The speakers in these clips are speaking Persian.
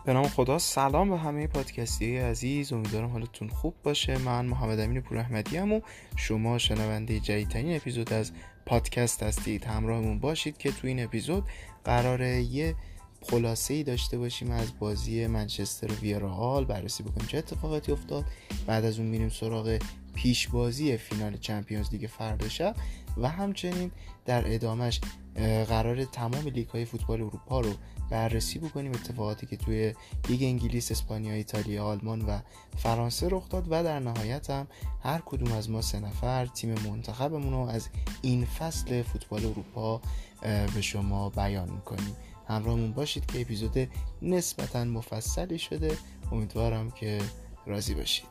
به نام خدا. سلام به همه پادکستی عزیز، امیدوارم حالتون خوب باشه. من محمد امین پوراحمدی ام و شما شنونده جدیدترین اپیزود از پادکست هستید. همراهمون باشید که تو این اپیزود قراره یه خلاصه‌ای داشته باشیم از بازی منچستر و ویارال، بررسی بکنیم چه اتفاقاتی افتاد. بعد از اون میریم سراغ پیش بازی فینال چمپیونز لیگ فردا شب و همچنین در ادامش قرار تمام لیگ‌های فوتبال اروپا رو بررسی بکنیم، اتفاقاتی که توی لیگ انگلیس، اسپانیا، ایتالیا، آلمان و فرانسه رخ داد و در نهایت هم هر کدوم از ما 3 نفر تیم منتخبمون رو از این فصل فوتبال اروپا به شما بیان میکنیم. همراهمون باشید که اپیزود نسبتاً مفصلی شده. امیدوارم که راضی باشید.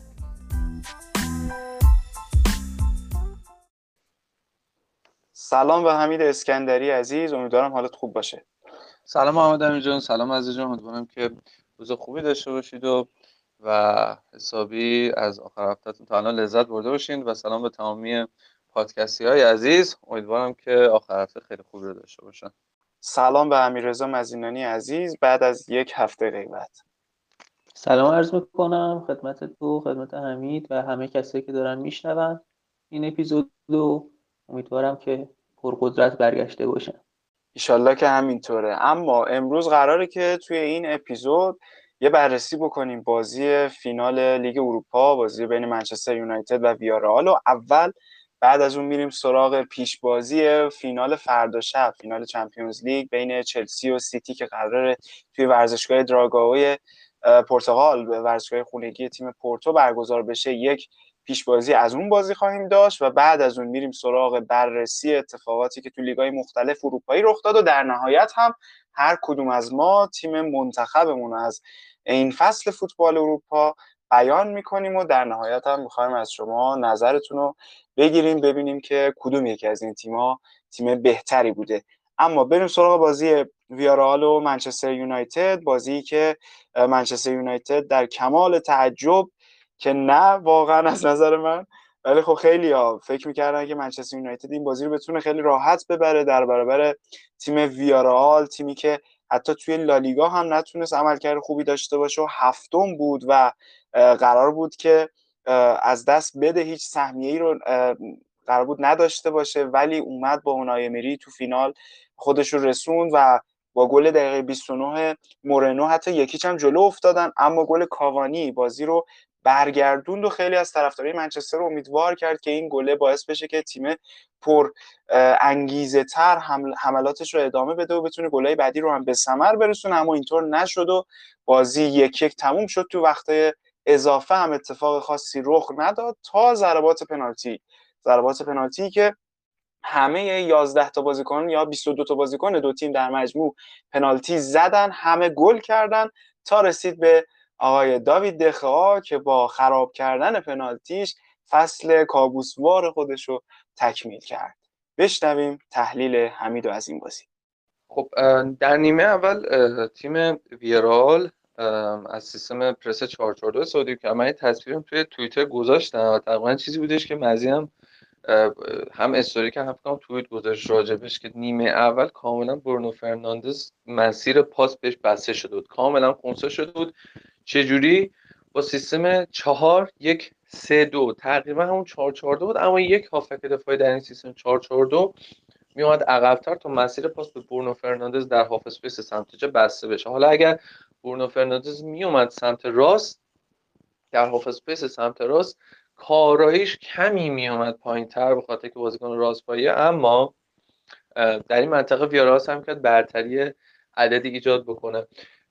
سلام به حمید اسکندری عزیز، امیدوارم حالت خوب باشه. سلام محمد امین جان، سلام عزیز جان، امیدوارم که روز خوبی داشته باشید و حسابی از آخر هفتهتون تا الان لذت برده باشین و سلام به تمامی پادکستی های عزیز، امیدوارم که آخر هفته خیلی خوبی رو داشته باشن. سلام به امیررضا مزینانی عزیز بعد از یک هفته غیبت. سلام عرض میکنم خدمت تو، خدمت حمید و همه کسایی که دارن میشنون این اپیزودو. امیدوارم که پرقدرت برگشته باشن. ایشالله که همینطوره. اما امروز قراره که توی این اپیزود یه بررسی بکنیم بازی فینال لیگ اروپا، بازی بین منچستر یونایتد و ویارال، و اول بعد از اون میریم سراغ پیش بازی فینال فردا شب، فینال چمپیونز لیگ بین چلسی و سیتی که قراره توی ورزشگاه دراگاوی پرتغال، به ورزشگاه خونگی تیم پورتو برگزار بشه. یک پیش بازی از اون بازی خواهیم داشت و بعد از اون میریم سراغ بررسی اتفاقاتی که تو لیگ‌های مختلف اروپایی رخ داد و در نهایت هم هر کدوم از ما تیم منتخبمون از این فصل فوتبال اروپا بیان میکنیم و در نهایت هم میخوایم از شما نظرتون رو بگیریم، ببینیم که کدوم یکی از این تیم‌ها تیم بهتری بوده. اما بریم سراغ بازی ویارال و منچستر یونایتد، بازی که منچستر یونایتد در کمال تعجب که نه واقعا از نظر من، ولی خب خیلی ها فکر میکردن که منچستر یونایتد این بازی رو بتونه خیلی راحت ببره در برابر تیم ویارال، تیمی که حتی توی لالیگا هم نتونست عملکرد خوبی داشته باشه و هفتم بود و قرار بود که از دست بده، هیچ سهمیه‌ای رو قرار بود نداشته باشه، ولی اومد با اونای امری تو فینال خودش رو رسوند و با گل دقیقه 29 مورنو حتی یکیچ هم جلو افتادن، اما گل کاوانی بازی رو برگردوند و خیلی از طرفدارای منچستر رو امیدوار کرد که این گله باعث بشه که تیم پر انگیزه تر حملاتش رو ادامه بده و بتونه گلای بعدی رو هم به ثمر برسونه، اما اینطور نشد و بازی 1-1 تموم شد. تو وقت اضافه هم اتفاق خاصی رخ نداد تا ضربات پنالتی که همه 11 تا بازیکن یا 22 تا بازیکن دو تیم در مجموع پنالتی زدن، همه گل کردن تا رسید به آقای داوید دخیا که با خراب کردن پنالتیش فصل کابوسوار خودش رو تکمیل کرد. بشنویم تحلیل حمیدو از این بازی. خب در نیمه اول تیم ویارال از سیستم پرس 442 استفاده کرد. من یه تصویرم توی توییتر گذاشتم، تقریبا چیزی بودش که مزیم هم استوریک هم فکر کنم توییت گذاشت راجبش که نیمه اول کاملا برونو فرناندز مسیر پاس بهش بسته شده بود، کاملا خنثی شده بود. چجوری؟ با سیستم 4-1-3-2 تقریبا همون 442 بود، اما یک هافک دفاعی در این سیستم 442 میومد عقب‌تر تا مسیر پاس به برونو فرناندز در هاف اسپیس سمت چپ بسته بشه. حالا اگر برونو فرناندز میومد سمت راست در هاف اسپیس سمت راست، کاراییش کمی میومد پایین‌تر به خاطر که بازیکن راست پایه، اما در این منطقه ویارال هم کرد برتری عددی ایجاد بکنه.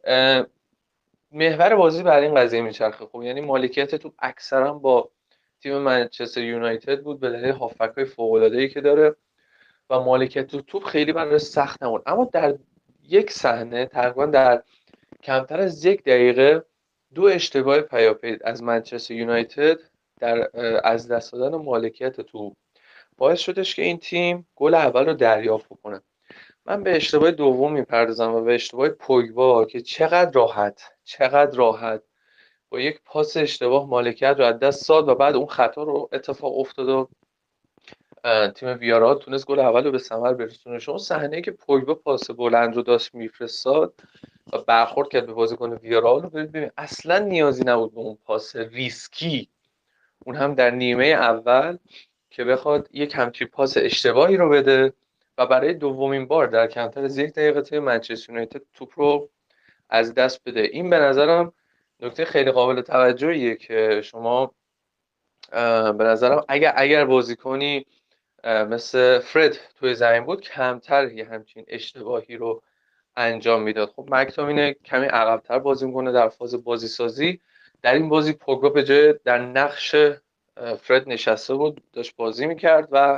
محور بازی برای این قضیه میچرخه. خب یعنی مالکیت توپ اکثرا با تیم منچستر یونایتد بود به دلیل هافبک‌های فوق‌العاده‌ای که داره و مالکیت توپ خیلی برای سخت نبود. اما در یک صحنه تقریبا در کمتر از 1 دقیقه دو اشتباه پیاپی از منچستر یونایتد در از دست دادن مالکیت توپ باعث شدش که این تیم گل اول رو دریافت کنه. من به اشتباه دوم میپردازم و به اشتباه پوگبا که چقدر راحت با یک پاس اشتباه مالکیت رو از دست داد و بعد اون خطا رو اتفاق افتاد و تیم ویارال تونست گل اول رو به ثمر برسونه. شما صحنه‌ای که پوگبا پاس بلند رو داشت میفرستاد و برخورد کرد به بازیکن ویارال رو ببین اصلا نیازی نبود به اون پاس ریسکی، اون هم در نیمه اول که بخواد یک همچین پاس اشتباهی رو بده و برای دومین بار در کمتر از یک دقیقه توی منچستر یونایتد توپ رو از دست بده. این به نظرم نکته خیلی قابل توجهیه که شما به نظرم اگر بازیکنی مثل فرد توی زمین بود کمتر یه همچین اشتباهی رو انجام میداد. خب مکتامینه کمی عقب‌تر بازی میکنه در فاز بازی سازی. در این بازی پوگبا به جای در نقش فرد نشسته بود داشت بازی میکرد و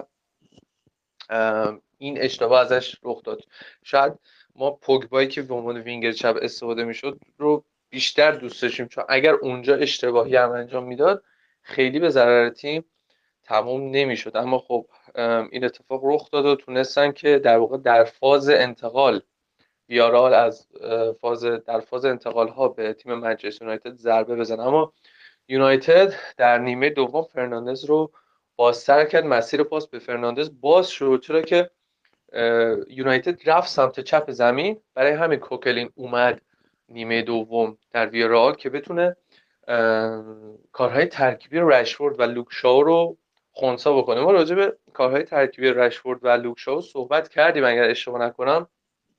این اشتباه ازش رخ داد. شاید ما پوگبایی که به عنوان وینگر چپ استفاده میشد رو بیشتر دوست داشتیم، چون اگر اونجا اشتباهی هم انجام میداد خیلی به ضرر تیم تموم نمیشد. اما خب این اتفاق رخ داد و تونستن که در واقع در فاز انتقال ویارال از در فاز انتقال ها به تیم منچستر یونایتد ضربه بزنه. اما یونایتد در نیمه دوم فرناندز رو بازتر کرد، مسیر پاس به فرناندز باز شد، چرا که یونایتد رفت سمت چپ زمین. برای همین کوکلین اومد نیمه دوم در ویارال که بتونه کارهای ترکیبی رشفورد و لوک شاو رو خنثی بکنه. ما راجع به کارهای ترکیبی رشفورد و لوک شاو صحبت کردیم اگر اشتباه نکنم،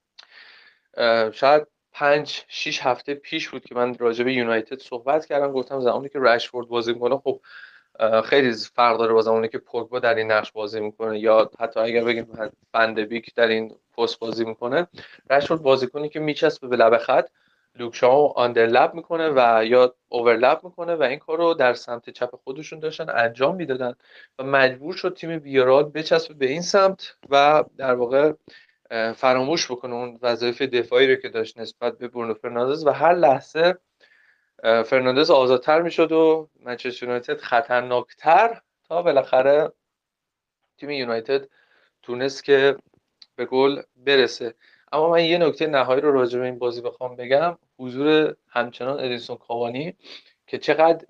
شاید 5-6 هفته پیش بود که من راجع به یونایتد صحبت کردم، گفتم زمانی که رشفورد بازی میکنه خب خیلی فرق داره با زمانی که پوگبا در این نقش بازی میکنه، یا حتی اگر بگیم فندبیک در این پست بازی میکنه. رشفورد بازیکنی که میچسبه به لب خط، لوک شاو آندرلپ میکنه و یا اوورلپ میکنه و این کار رو در سمت چپ خودشون داشتن انجام میدادن و مجبور شد تیم ویارال بچسبه به این سمت و در واقع فراموش بکنه اون وظایف دفاعی رو که داشت نسبت به برونو فرناندز و هر لحظه فرناندز آزادتر میشد و منچستر یونایتد خطرناکتر، تا بالاخره تیم یونایتد تونست که به گل برسه. اما من یه نکته نهایی رو راجع به این بازی بخوام بگم، حضور همچنان ادینسون کاوانی که چقدر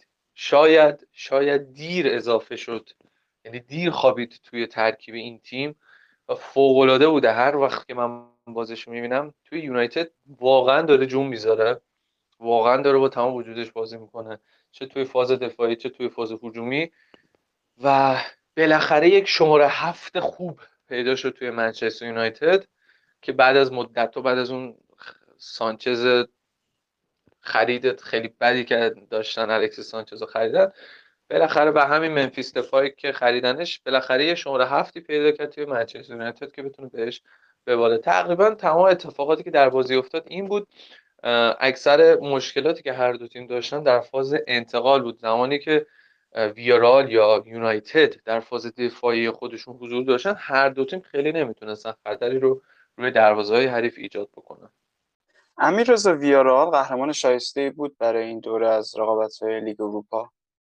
شاید دیر اضافه شد، یعنی دیر خوابید توی ترکیب این تیم و فوق‌العاده بوده. هر وقت که من بازیش میبینم توی یونایتد واقعا داره جون میذاره، واقعا داره با تمام وجودش بازی میکنه، چه توی فاز دفاعی چه توی فاز هجومی. و بالاخره یک شماره 7 خوب پیدا شد توی منچستر یونایتد که بعد از مدت و بعد از اون سانچز خرید خیلی بدی که داشتن، الکسیس سانچز رو خریدن، بالاخره به همین منفیس دفاعی که خریدنش بالاخره یه شماره 7 پیدا کرد توی منچستر یونایتد که بتونه بهش بباله. تقریبا تمام اتفاقاتی که در بازی افتاد این بود. اکثر مشکلاتی که هر دو تیم داشتن در فاز انتقال بود. زمانی که ویارال یا یونایتد در فاز دفاعی خودشون حضور داشتن، هر دو تیم خیلی نمیتونستن خطری رو روی دروازه‌های حریف ایجاد بکنن. امیررضا، ویارال قهرمان شایسته‌ای بود برای این دوره از رقابت‌های لیگ اروپا.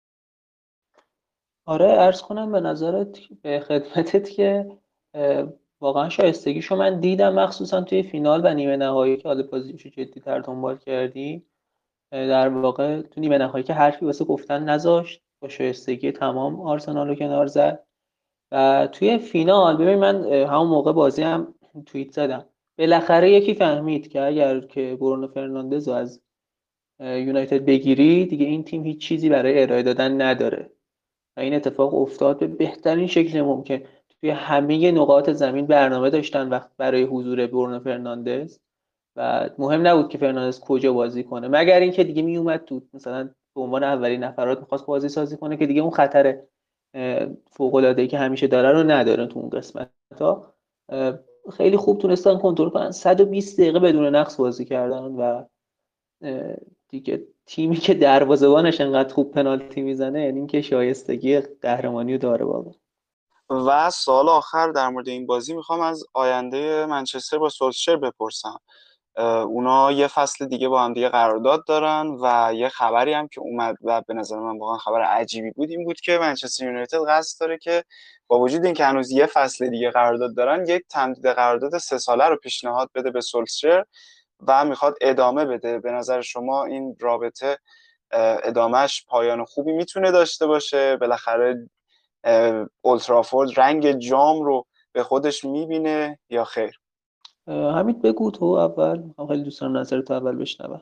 آره، عرض کنم به نظرت به خدمتت که واقعا شایستگیشو من دیدم، مخصوصا توی فینال و نیمه نهایی که حالا بازیشو جدی‌تر دنبال کردی. در واقع تو نیمه نهایی که حرفی واسه گفتن نذاشت، با شایستگی تمام آرسنال رو کنار زد. و توی فینال ببین، من همون موقع بازی هم توییت زدم، بالاخره یکی فهمید که اگر که برونو فرناندز رو از یونایتد بگیری دیگه این تیم هیچ چیزی برای ارائه دادن نداره. و این اتفاق افتاد به بهترین شکل ممکن. توی همه نقاط زمین برنامه داشتن وقت برای حضور برونو فرناندز و مهم نبود که فرناندز کجا بازی کنه، مگر اینکه دیگه می اومد تو مثلا به عنوان اولین نفرات میخواست بازی سازی کنه که دیگه اون خطر فوق العاده ای که همیشه داره رو نداره. تو اون قسمت ها خیلی خوب تونستن کنترل کنن، 120 دقیقه بدون نقص بازی کردن و دیگه تیمی که دروازه‌بانش انقدر خوب پنالتی میزنه یعنی اینکه شایستگی قهرمانی رو داره واقعا. و سال آخر در مورد این بازی میخوام از آینده منچستر با سولشر بپرسم. اونا یه فصل دیگه با هم دیگه قرارداد دارن و یه خبری هم که اومد و به نظر من واقعا خبر عجیبی بود این بود که منچستر یونایتد قصد داره که با وجود اینکه هنوز یه فصل دیگه قرارداد دارن، یک تمدید قرارداد 3 ساله رو پیشنهاد بده به سولشر و میخواد ادامه بده. به نظر شما این رابطه ادامهش پایان خوبی میتونه داشته باشه؟ بالاخره اولترافورد رنگ جام رو به خودش میبینه یا خیر؟ حمید بگو تو اول، من خیلی دوست دارم نظر تو اول بشنوم.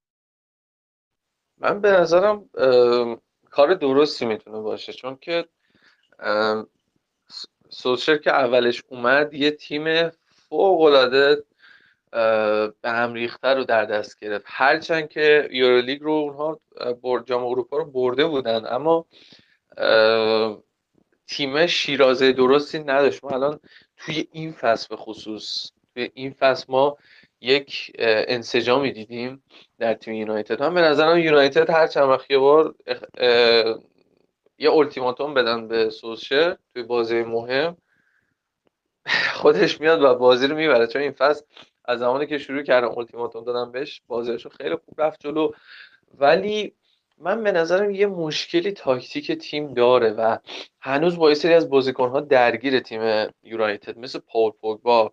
من به نظرم کار درستی میتونه باشه، چون که ام، سولشر که اولش اومد یه تیم فوق‌العاده به هم ریخته رو در دست گرفت. هرچند که یورولیگ رو اونها جام اروپا رو برده بودن، اما تیم شیرازه درستی نداشت. ما الان توی این فصل به خصوص، توی این فصل ما یک انسجامی دیدیم در تیم یونایتد. من به نظرم یونایتد هر چند وقت یه بار یه التیماتوم بدن به سولشر توی بازی مهم، خودش میاد و بازی رو میبره. چون این فصل از زمانی که شروع کردن التیماتوم دادن بهش، بازیشو خیلی خوب رفت جلو. ولی من به نظرم یه مشکلی تاکتیک تیم داره و هنوز با یه سری از بازیکن‌ها درگیر تیم یونایتد، مثل پاول پوگبا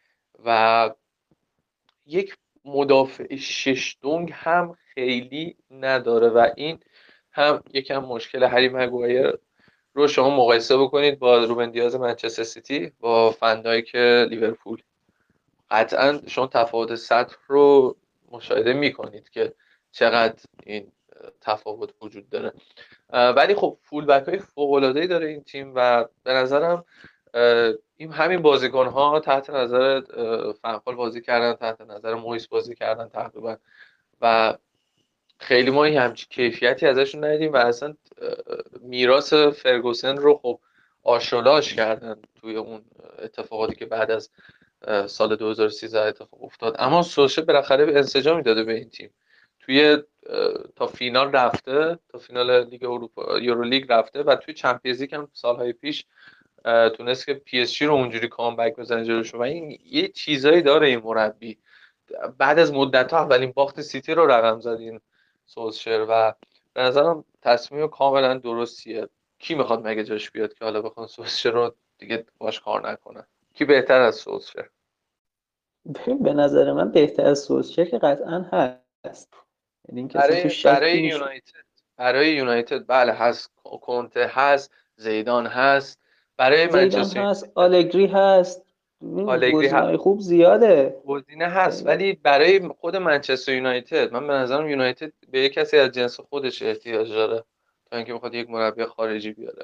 و یک مدافع شش دونگ هم خیلی نداره و این هم یکم مشکل. هری مگوایر رو شما مقایسه بکنید با روبن دیاز منچستر سیتی، با فندایک لیورپول، قطعا شما تفاوت سطح رو مشاهده میکنید که چقدر این تفاوت وجود داره. ولی خب فول بک های فوق العاده ای داره این تیم و به نظرم این همین بازیکن ها تحت نظر فنخال بازی کردن، تحت نظر مویس بازی کردن تقریبا، و خیلی ما این همچین کیفیتی ازشون ندیدیم و اصلا میراث فرگوسن رو خب آشولاش کردن توی اون اتفاقاتی که بعد از سال 2013 اتفاق افتاد. اما سوشه بالاخره به انسجامی داده به این تیم، توی تا فینال رفته، تا فینال لیگ اروپا یورولیگ رفته و توی چمپیونز لیگ هم سالهای پیش تونست که پی اس جی رو اونجوری کامبک بزنه جلوش. و این یه چیزایی داره این مربی، بعد از مدت ها اولین باخت سیتی رو رقم زد این سولشر و به نظرم تصمیم کاملا درستیه. کی میخواد مگه جاش بیاد که حالا بخوان سولشر رو دیگه باش کار نکنن؟ کی بهتر از سولشر؟ ببین، به نظر من بهتر از سولشر که قطعا هست، یعنی اینکه اصلا تو برای شکی نیست. یونایتد، برای یونایتد بله هست، کنته هست، زیدان هست. برای زیدان منچستر هست، یونایتد آلگری هست، این آلگری گزینه‌های هست، خوب زیاده. گزینه هست، ولی برای خود منچستر یونایتد من به نظرم یونایتد به یک کسی از جنس خودش احتیاج داره تا اینکه بخواد یک مربی خارجی بیاره.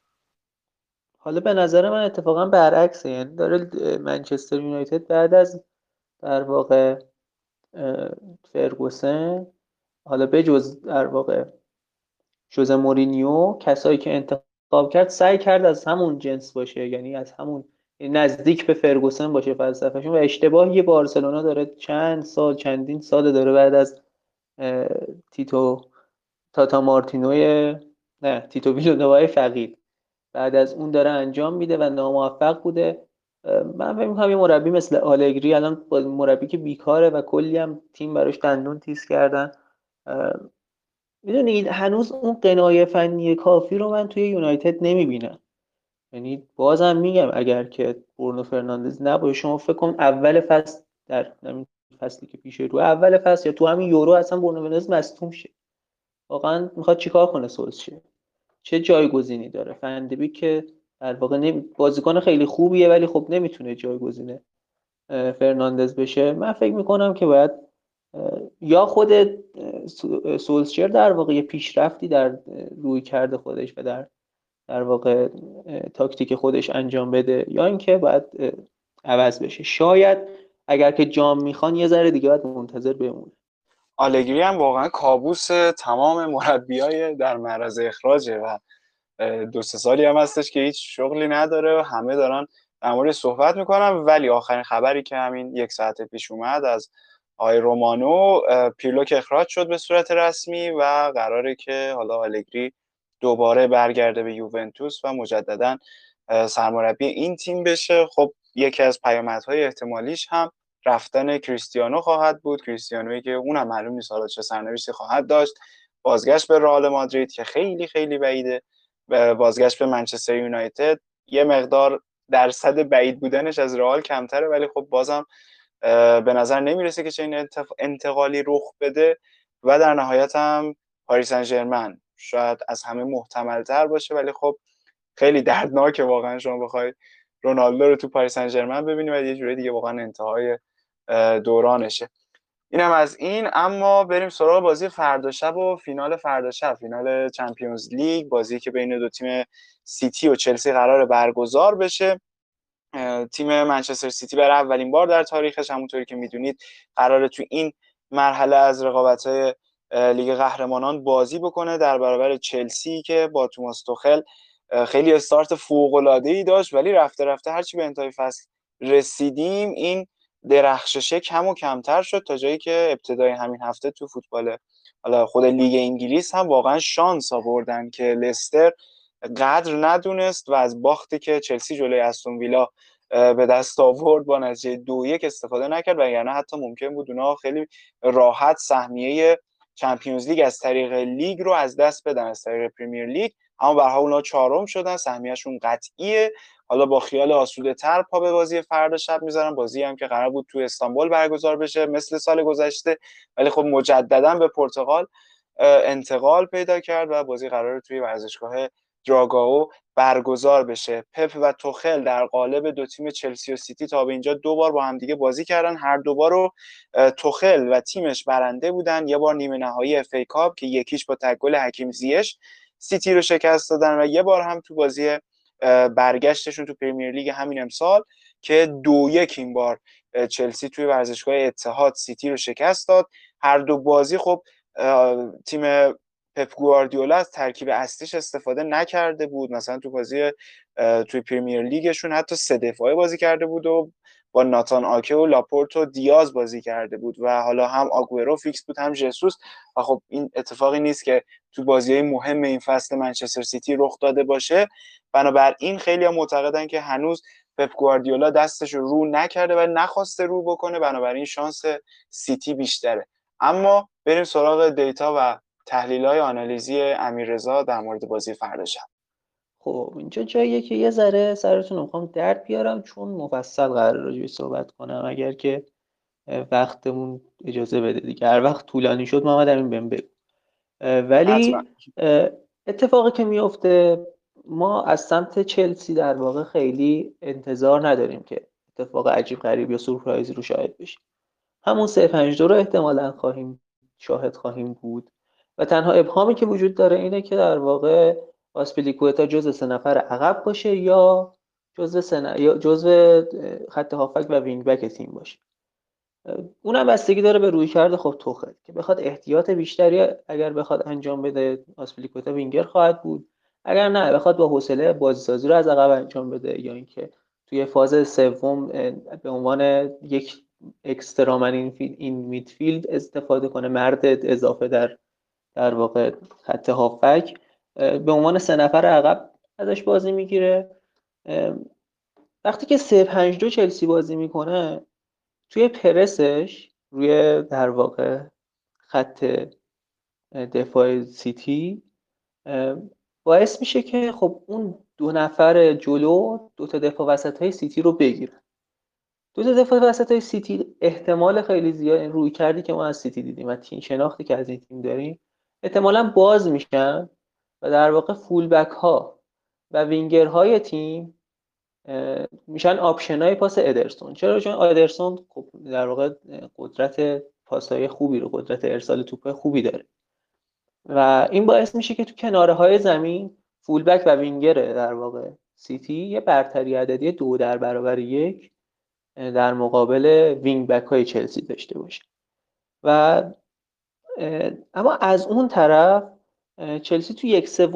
حالا به نظر من اتفاقا برعکسه، یعنی داره منچستر یونایتد بعد از در واقع فرگوسن، حالا بجز در واقع ژوزه مورینیو، کسایی که انتخاب کرد سعی کرد از همون جنس باشه، یعنی از همون نزدیک به فرگوسن باشه فلسفهشون. و اشتباه یه بارسلونا داره چندین سال داره بعد از تیتو تاتا مارتینوی، نه تیتو ویلانووای فقید، بعد از اون داره انجام میده و ناموفق بوده. من فکر می‌کنم یه مربی مثل آلگری الان، با مربی که بیکاره و کلی هم تیم براش دندون تیز کردن، میدونید هنوز اون قنایه فنی کافی رو من توی یونایتد نمیبینم. یعنی بازم میگم اگر که برونو فرناندز نباشه، شما فکر کن اول فصل، در همین فصلی که پیش رو اول فصل یا تو همین یورو اصلا برونو فرناندز مصدوم شه، واقعا میخواد چیکار کنه سولشر؟ چه جایگزینی داره؟ فندبی که در واقع بازیکن خیلی خوبیه ولی خب نمیتونه جایگزین فرناندز بشه. من فکر میکنم که باید یا خود سولشر در واقع یه پیشرفتی در روی کرده خودش و در واقع تاکتیک خودش انجام بده، یا اینکه باید عوض بشه. شاید اگر که جام میخوان یه ذره دیگه باید منتظر بمونه. آلگری هم واقعا کابوس تمام مربیای در معرض اخراجه و 2-3 سالی هم هستش که هیچ شغلی نداره و همه دارن در مورد صحبت میکنن. ولی آخرین خبری که همین 1 ساعت پیش اومد از آقای رومانو، پیرلو که اخراج شد به صورت رسمی و قراره که حالا آلگری دوباره برگرده به یوونتوس و مجددا سرمربی این تیم بشه. خب یکی از پیامدهای احتمالیش هم رفتن کریستیانو خواهد بود، کریستیانویی که اونم معلوم نیست حالا چه سرنوشتی خواهد داشت. بازگشت به رئال مادرید که خیلی خیلی بعیده، بازگشت به منچستر یونایتد یه مقدار درصد بعید بودنش از رئال کمتره، ولی خب بازم به نظر نمیرسه که چنین انتقالی رخ بده. و در نهایت هم پاریس سن ژرمن شاید از همه محتمل تر باشه، ولی خب خیلی دردناکه واقعا شما بخوای رونالدو رو تو پاریس سن ژرمن ببینیم و یه جوری دیگه واقعا انتهای دورانشه. اینم از این. اما بریم سراغ بازی فردا شب و فینال فردا شب، فینال چمپیونز لیگ، بازی که بین دو تیم سیتی و چلسی قرار برگزار بشه. تیم منچستر سیتی برای اولین بار در تاریخش، همونطوری که میدونید، قراره تو این مرحله از رقابت‌های لیگ قهرمانان بازی بکنه در برابر چلسی که با توماس توخل خیلی استارت فوق‌العاده‌ای داشت، ولی رفته رفته هرچی به انتهای فصل رسیدیم این درخششه کم و کمتر شد، تا جایی که ابتدای همین هفته تو فوتبال حالا خود لیگ انگلیس هم واقعا شانس آوردن که لستر قدر ندونست و از باختی که چلسی جلوی استون ویلا به دست آورد با نتیجه 2-1 استفاده نکرد، وگرنه حتی ممکن بود اونا خیلی راحت سهمیه چمپیونز لیگ از طریق لیگ رو از دست بدن، از طریق پریمیر لیگ. اما به هر حال اونا چهارم شدن، سهمیه‌شون قطعیه. حالا با خیال آسوده‌تر پا به بازی فردا شب میذارن، بازی هم که قرار بود تو استانبول برگزار بشه مثل سال گذشته، ولی خب مجددا به پرتغال انتقال پیدا کرد و بازی قراره توی ورزشگاه دراگاو برگزار بشه. پپ و توخل در قالب دو تیم چلسی و سیتی تا به اینجا 2 بار با هم دیگه بازی کردن، هر 2 بار رو توخل و تیمش برنده بودن. یه بار نیمه نهایی اف ای کاپ که یکیش با تک گل حکیم زیش سیتی رو شکست دادن و یه بار هم تو بازی برگشتشون تو پرمیر لیگ همین امسال که 2-1 این بار چلسی توی ورزشگاه اتحاد سیتی رو شکست داد. هر دو بازی خب تیم پپ گواردیولا از ترکیب اصلیش استفاده نکرده بود. مثلا تو بازی توی پریمیر لیگشون حتی 3 دفاعه بازی کرده بود و با ناتان آکه و لاپورت و دیاز بازی کرده بود و حالا هم آگورو فیکس بود هم ژسوس و خب این اتفاقی نیست که تو بازی‌های مهم این فصل منچستر سیتی رخ داده باشه. بنابراین خیلی هم معتقدن که هنوز پپ گواردیولا دستش رو نکرده و نخواسته رو بکنه، بنابراین شانس سیتی بیشتره. اما بریم سراغ دیتا و تحلیل‌های آنالیزی امیررضا در مورد بازی فردا شب. خب اینجا جاییه که یه ذره سرتون رو میخوام درد بیارم، چون مفصل قرار راجعش صحبت کنم اگر که وقتمون اجازه بده دیگه. هر وقت طولانی شد محمد امین بهم بگو. ولی حتما. اتفاقی که میفته، ما از سمت چلسی در واقع خیلی انتظار نداریم که اتفاق عجیب غریب یا سورپرایزی رو شاهد بشیم. همون 3-5-2 رو احتمالاً شاهد خواهیم بود و تنها ابهامی که وجود داره اینه که در واقع آسپلیکوئتا جزو 3 نفر عقب باشه یا جزو خط هافک و وینگ بک تیم باشه. اونم بستگی داره به رویکرد خب توخل که بخواد احتیاط بیشتری اگر بخواد انجام بده، آسپلیکوئتا وینگر خواهد بود. اگر نه بخواد با حوصله بازیسازی رو از عقب انجام بده یا اینکه توی فاز سوم به عنوان یک اکسترا من این میدفیلد استفاده کنه، مرد اضافه در واقع خط هافبک، به عنوان 3 نفر عقب ازش بازی میگیره. وقتی که 3-5-2 چلسی بازی میکنه، توی پرسش روی در واقع خط دفاع سیتی باعث میشه که خب اون 2 نفر جلو 2 تا دفاع وسط های سیتی رو بگیرن. 2 تا دفاع وسط های سیتی احتمال خیلی زیاد روی کردی که ما از سیتی دیدیم و تیم شناختی که از این تیم داریم احتمالاً باز میشن و در واقع فول بک ها و وینگر های تیم میشن آپشن های پاس ادرسون. چرا؟ چون ادرسون خب در واقع قدرت پاسای خوبی رو، قدرت ارسال توپ خوبی داره و این باعث میشه که تو کناره های زمین فول بک و وینگر در واقع سیتی یه برتری عددی 2 در برابر 1 در مقابل وینگ بک های چلسی داشته باشه. و اما از اون طرف چلسی تو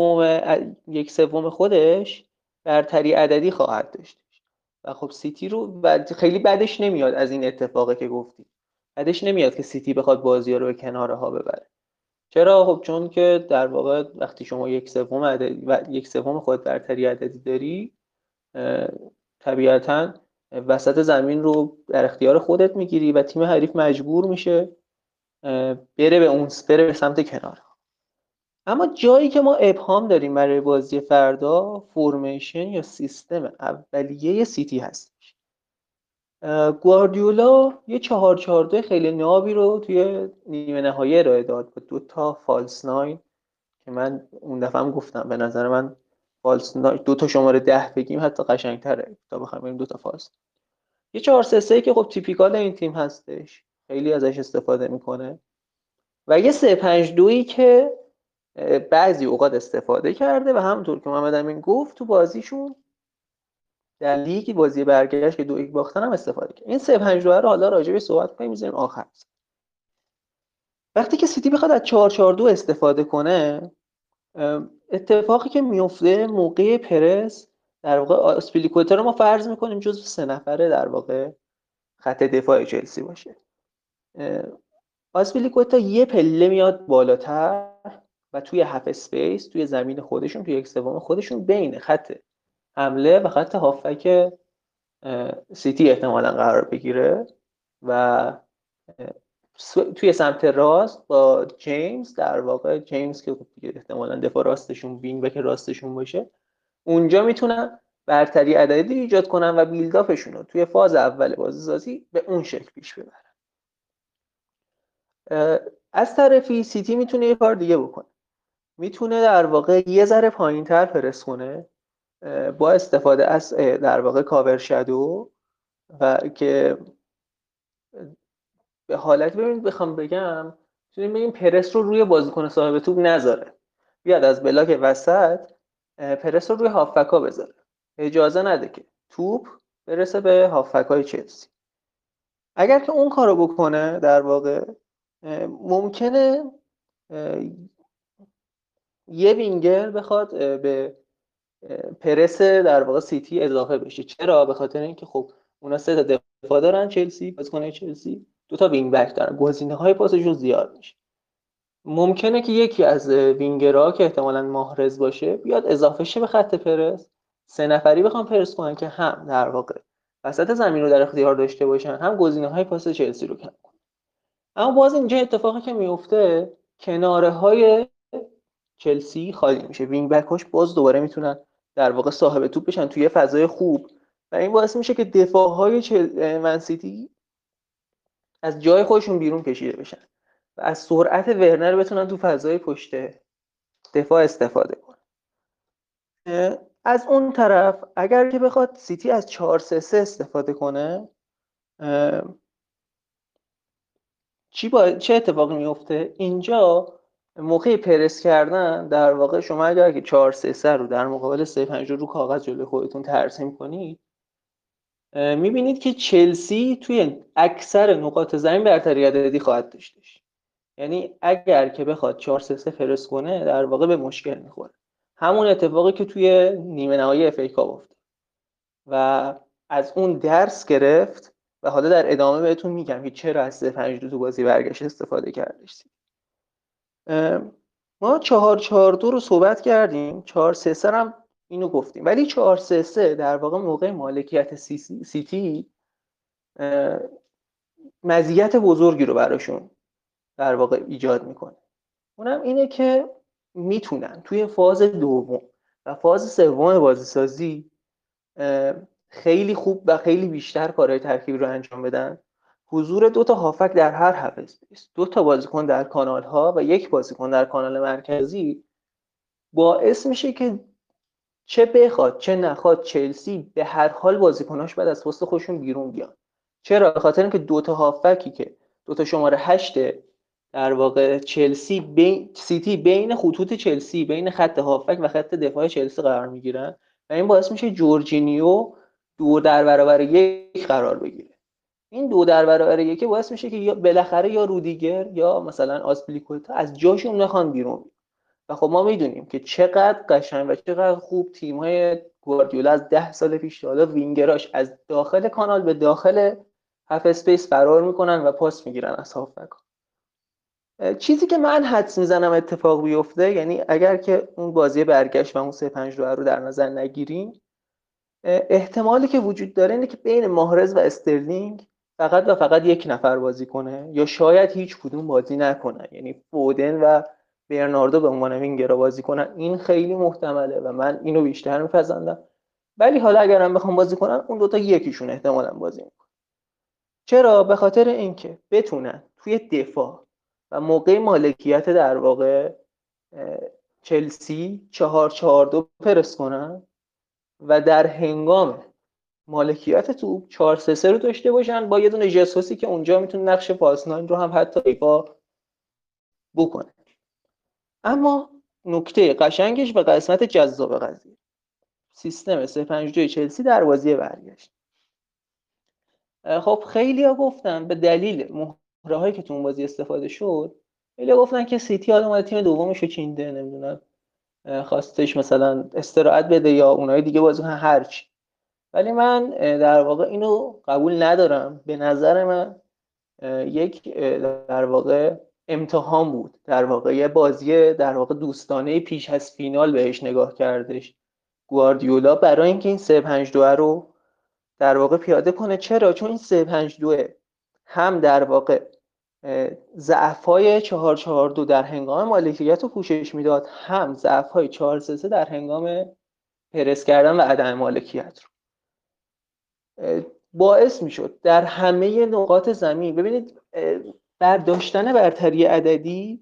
1/3 خودش برتری عددی خواهد داشت و خب سیتی رو خیلی بدش نمیاد از این اتفاقی که گفتی. بدش نمیاد که سیتی بخواد بازی رو به کناره ها ببره. چرا؟ خب چون که در واقع وقتی شما 1/3 خود برتری عددی داری، طبیعتاً وسط زمین رو در اختیار خودت میگیری و تیم حریف مجبور میشه بره به سمت کنار. اما جایی که ما ابهام داریم برای بازی فردا، فرمیشن یا سیستم اولیه سیتی هستش. گواردیولا یه 4-4-2 خیلی نابی رو توی نیمه نهایی ارائه داد با 2 تا فالس 9 که من اون دفعه هم گفتم به نظر من فالس 9 دو تا شماره 10 بگیم حتی قشنگتره تا بخوایم بگیم دو تا فالس. یه 4-3-3 که خب تیپیکال این تیم هستش، خیلی ازش استفاده میکنه، و یه 3-5-2 که بعضی اوقات استفاده کرده و همونطور که محمد امین گفت تو بازیشون در لیگ بازی برگشت که 2-1 باختن هم استفاده کرد. این 3-5-2 رو حالا راجع به صحبت کنیم، میذاریم آخر. وقتی که سیتی بخواد از 4-4-2 استفاده کنه، اتفاقی که میفته موقع پرس، در واقع آسپیلیکوتا رو ما فرض میکنیم جزو 3 نفره در واقع خط دفاع چلسی باشه. آسپیلیکوتا یه پله میاد بالاتر و توی هاف اسپیس، توی زمین خودشون، توی یک سوم خودشون، بین خط حمله و خط هافک سیتی احتمالاً قرار بگیره و توی سمت راست با جیمز، در واقع جیمز که احتمالاً دفاع راستشون، وینگ بک راستشون باشه، اونجا میتونن برتری عددی ایجاد کنن و بیلداپشون رو توی فاز اول بازی سازی به اون شکل پیش ببرن. از طرفی سیتی میتونه یه کار دیگه بکنه، میتونه در واقع یه ذره پایین‌تر پرس کنه با استفاده از در واقع کاور شادو، و که به حالت ببینید بخوام بگم میتونیم بگیم پرس رو روی بازیکن صاحب توپ نذاره، بیاد از بلاک وسط پرس رو روی هافبک‌ها بذاره، اجازه نده که توپ برسه به هافبک‌های چلسی. اگر که اون کارو بکنه در واقع ممکنه یه وینگر بخواد به پرس در واقع سیتی اضافه بشه. چرا؟ به خاطر اینکه خب اونا 3 تا دفاع دارن، چلسی بازیکن‌های چلسی 2 تا وینگ بک دارن، گزینه‌های پاسشون زیاد میشه. ممکنه که یکی از وینگرها که احتمالاً محرز باشه بیاد اضافه شه به خط پرس، 3 نفری بخوام پرس کنن که هم در واقع وسط زمین رو در اختیار داشته باشن، هم گزینه‌های پاس چلسی رو کم کنن. اما باز اینجا اتفاقی که میفته، کناره‌های چلسی خالی میشه، وینگ بک‌هاش باز دوباره میتونن در واقع صاحب توپ بشن توی فضای خوب، و این باعث میشه که دفاع‌های من سیتی از جای خودشون بیرون کشیده بشن و از سرعت ورنر بتونن تو فضای پشت دفاع استفاده کنن. از اون طرف اگر که بخواد سیتی از 4-3-3 استفاده کنه، چه اتفاقی میفته؟ اینجا موقع پرس کردن در واقع شما اگر که 4-3-3 رو در مقابل 3-5 رو کاغذ جلوی خودتون ترسیم کنید، میبینید که چلسی توی اکثر نقاط زمین برتری عددی خواهد داشتش. یعنی اگر که بخواد 4-3-3 پرس کنه در واقع به مشکل میخوره، همون اتفاقی که توی نیمه نهایی اف ای کاپ افتاد و از اون درس گرفت و حالا در ادامه بهتون میگم که چرا از 3-5-2 تو بازی برگشت استفاده کردش. ما 4-4-2 رو صحبت کردیم، 4-3-3 هم اینو گفتیم، ولی 4-3-3 در واقع موقع مالکیت سیتی مزیت بزرگی رو براشون در واقع ایجاد میکنه. اونم اینه که میتونن توی فاز دوم و فاز سوم بازی سازی خیلی خوب و خیلی بیشتر کارهای ترکیبی رو انجام بدن. حضور 2 تا هافک در هر هاف اسپیس، 2 تا بازیکن در کانال ها و 1 بازیکن در کانال مرکزی باعث میشه که چه بخواد چه نخواد چلسی به هر حال بازیکناش بعد از پست خودشون بیرون بیان. چرا؟ به خاطر اینکه 2 تا هافکی که 2 تا شماره 8 در واقع سیتی بین خطوط چلسی، بین خط هافک و خط دفاع چلسی قرار میگیرن و این باعث میشه جورجینیو 2 در برابر 1 قرار بگیره. این 2 در برابر 1 باعث میشه که بالاخره یا رودیگر یا مثلا آسپلیکوتا از جاشون نخوان بیرون. و خب ما میدونیم که چقدر قشنگ و چقدر خوب تیم‌های گواردیولا از 10 سال پیش حالا وینگراش از داخل کانال به داخل هاف اسپیس فرار میکنن و پاس میگیرن از هافبک. چیزی که من حدس میزنم اتفاق بیفته، یعنی اگر که اون بازی برگشت و اون 3-5-2 رو در نظر نگیریم، احتمالی که وجود داره اینه که بین ماهرز و استرلینگ فقط و فقط 1 نفر بازی کنه یا شاید هیچ کدوم بازی نکنه، یعنی فودن و برناردو به عنوان وینگرها بازی کنن. این خیلی محتمله و من اینو بیشتر میپسندم، ولی حالا اگرم بخوام بازی کنن اون 2 تا یکیشون احتمالاً بازی میکنه. چرا؟ به خاطر اینکه بتونن توی دفاع و موقع مالکیت در واقع چلسی 4-4-2 پرس کنن و در هنگام مالکیت توپ 4-3-3 رو داشته باشن با یه دونه ژسوسی که اونجا میتونه نقش فالس ناین رو هم حتی ایفا بکنه. اما نکته قشنگش و قسمت جذاب قضیه سیستم 3-5-2 چلسی در بازی برگشت. خب خیلی‌ها گفتن به دلیل مهره‌هایی که تو اون بازی استفاده شد، خیلی‌ها گفتن که سیتی حالا اومده تیم دومش رو چینده، نمیدونم خواستش مثلا استراحت بده یا اونای دیگه بازی کنن هرچی. ولی من در واقع اینو قبول ندارم. به نظر من یک در واقع امتحان بود، در واقع یه بازی در واقع دوستانه پیش از فینال بهش نگاه کردش گواردیولا برای اینکه این 3-5-2 رو در واقع پیاده کنه. چرا؟ چون این 3-5-2 هم در واقع ضعف‌های 4-4-2 در هنگام مالکیت رو پوشش میداد، هم ضعف‌های 4-3-3 در هنگام پرس کردن و عدم مالکیت رو باعث میشد در همه نقاط زمین. ببینید برداشتن برتری عددی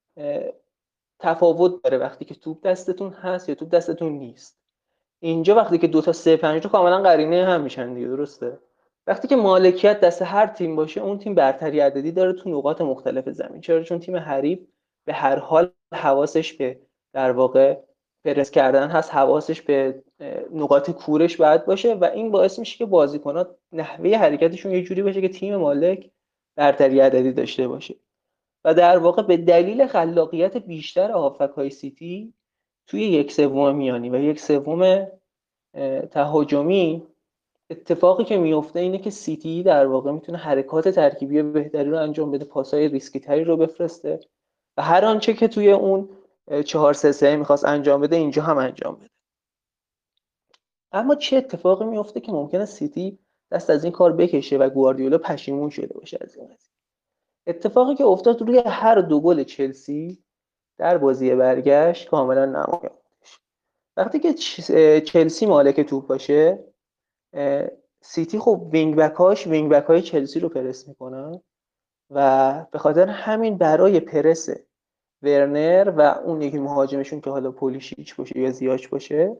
تفاوت داره وقتی که توپ دستتون هست یا توپ دستتون نیست. اینجا وقتی که 2 تا 3-5 کاملا قرینه هم میشن دیگه، درسته؟ وقتی که مالکیت دست هر تیم باشه، اون تیم برتری عددی داره تو نقاط مختلف زمین. چرا؟ چون تیم حریف به هر حال حواسش به در واقع پرس کردن هست، حواسش به نقاط کورش باید باشه و این باعث میشه که بازیکن‌ها نحوه حرکتشون یه جوری باشه که تیم مالک برتری عددی داشته باشه. و در واقع به دلیل خلاقیت بیشتر هافبک‌های سیتی توی 1/3 میانی و 1/3 تهاجمی، اتفاقی که میفته اینه که سیتی در واقع میتونه حرکات ترکیبی بهتری رو انجام بده، پاسهای ریسکی تری رو بفرسته و هر آنچه که توی اون 4-3-3 میخواست انجام بده اینجا هم انجام بده. اما چه اتفاقی میفته که ممکنه سیتی دست از این کار بکشه و گواردیولا پشیمون شده باشه از این قضیه؟ اتفاقی که افتاد روی هر دو گل چلسی در بازی برگشت کاملا نمایان بودش. وقتی که چلسی مالک توپ باشه، سیتی خب وینگ بک های چلسی رو پرس میکنن و به خاطر همین برای پرس ورنر و اون یکی مهاجمشون که حالا پولیشیچ باشه یا زیاچ باشه،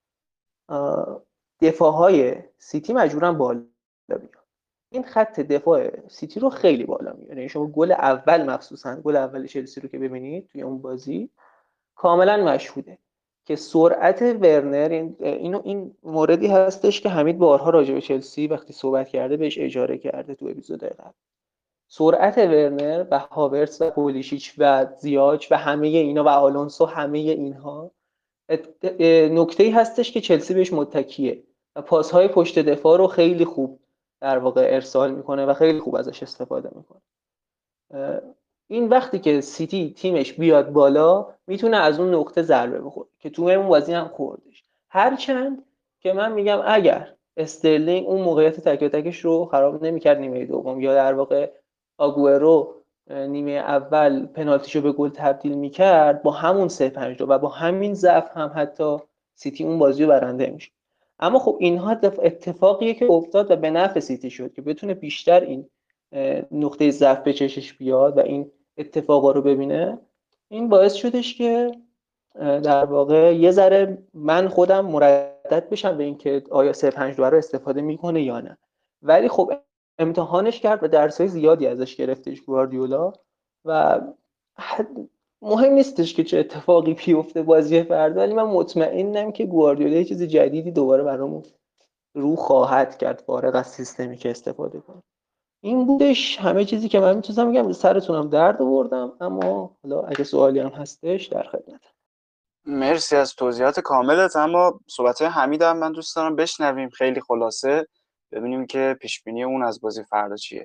دفاعهای سیتی مجبورن بالا بیان. این خط دفاع سیتی رو خیلی بالا میاره. یعنی شما گل اول، مخصوصا گل اول چلسی رو که ببینید توی اون بازی کاملا مشهوده که سرعت ورنر، این موردی هستش که حمید بارها راجع به چلسی وقتی صحبت کرده بهش اشاره کرده تو اپیزود قبل. سرعت ورنر و هاورتس و پولیشیچ و زیاچ و همه اینا و آلونسو، همه اینها نکته‌ای هستش که چلسی بهش متکیه و پاس‌های پشت دفاع رو خیلی خوب در واقع ارسال میکنه و خیلی خوب ازش استفاده میکنه. این وقتی که سیتی تیمش بیاد بالا میتونه از اون نقطه ضربه بخوره که تو اون بازی هم خوردش. هرچند که من میگم اگر استرلینگ اون موقعیت تک تکش رو خراب نمیکرد نیمه دوم، یا در واقع آگوئرو نیمه اول پنالتیشو به گل تبدیل میکرد، با همون 3-5-2 و با همین ضعف هم حتی سیتی اون بازی رو برنده میشه. اما خب اینها اتفاقیه که افتاد و به نفع سیتی شد که بتونه بیشتر این نقطه ضعف به چشش بیاد و این اتفاقا رو ببینه. این باعث شدش که در واقع یه ذره من خودم مردد بشم به اینکه آیا 3-5-2 رو استفاده میکنه یا نه. ولی خب امتحانش کرد و درسای زیادی ازش گرفتش گواردیولا و مهم نیستش که چه اتفاقی بیفته بازی فردا، ولی من مطمئنم که گواردیولا یه چیز جدیدی دوباره برامون رو خواهد کرد فارغ از سیستمی که استفاده کنه. این بودش همه چیزی که من میتونم بگم. سرتونم درد آوردم، اما حالا اگه سوالی هم هستش در خدمتم. مرسی از توضیحات کاملت. اما صحبت‌های حمید هم من دوست دارم بشنویم، خیلی خلاصه ببینیم که پیش بینی اون از بازی فردا چیه.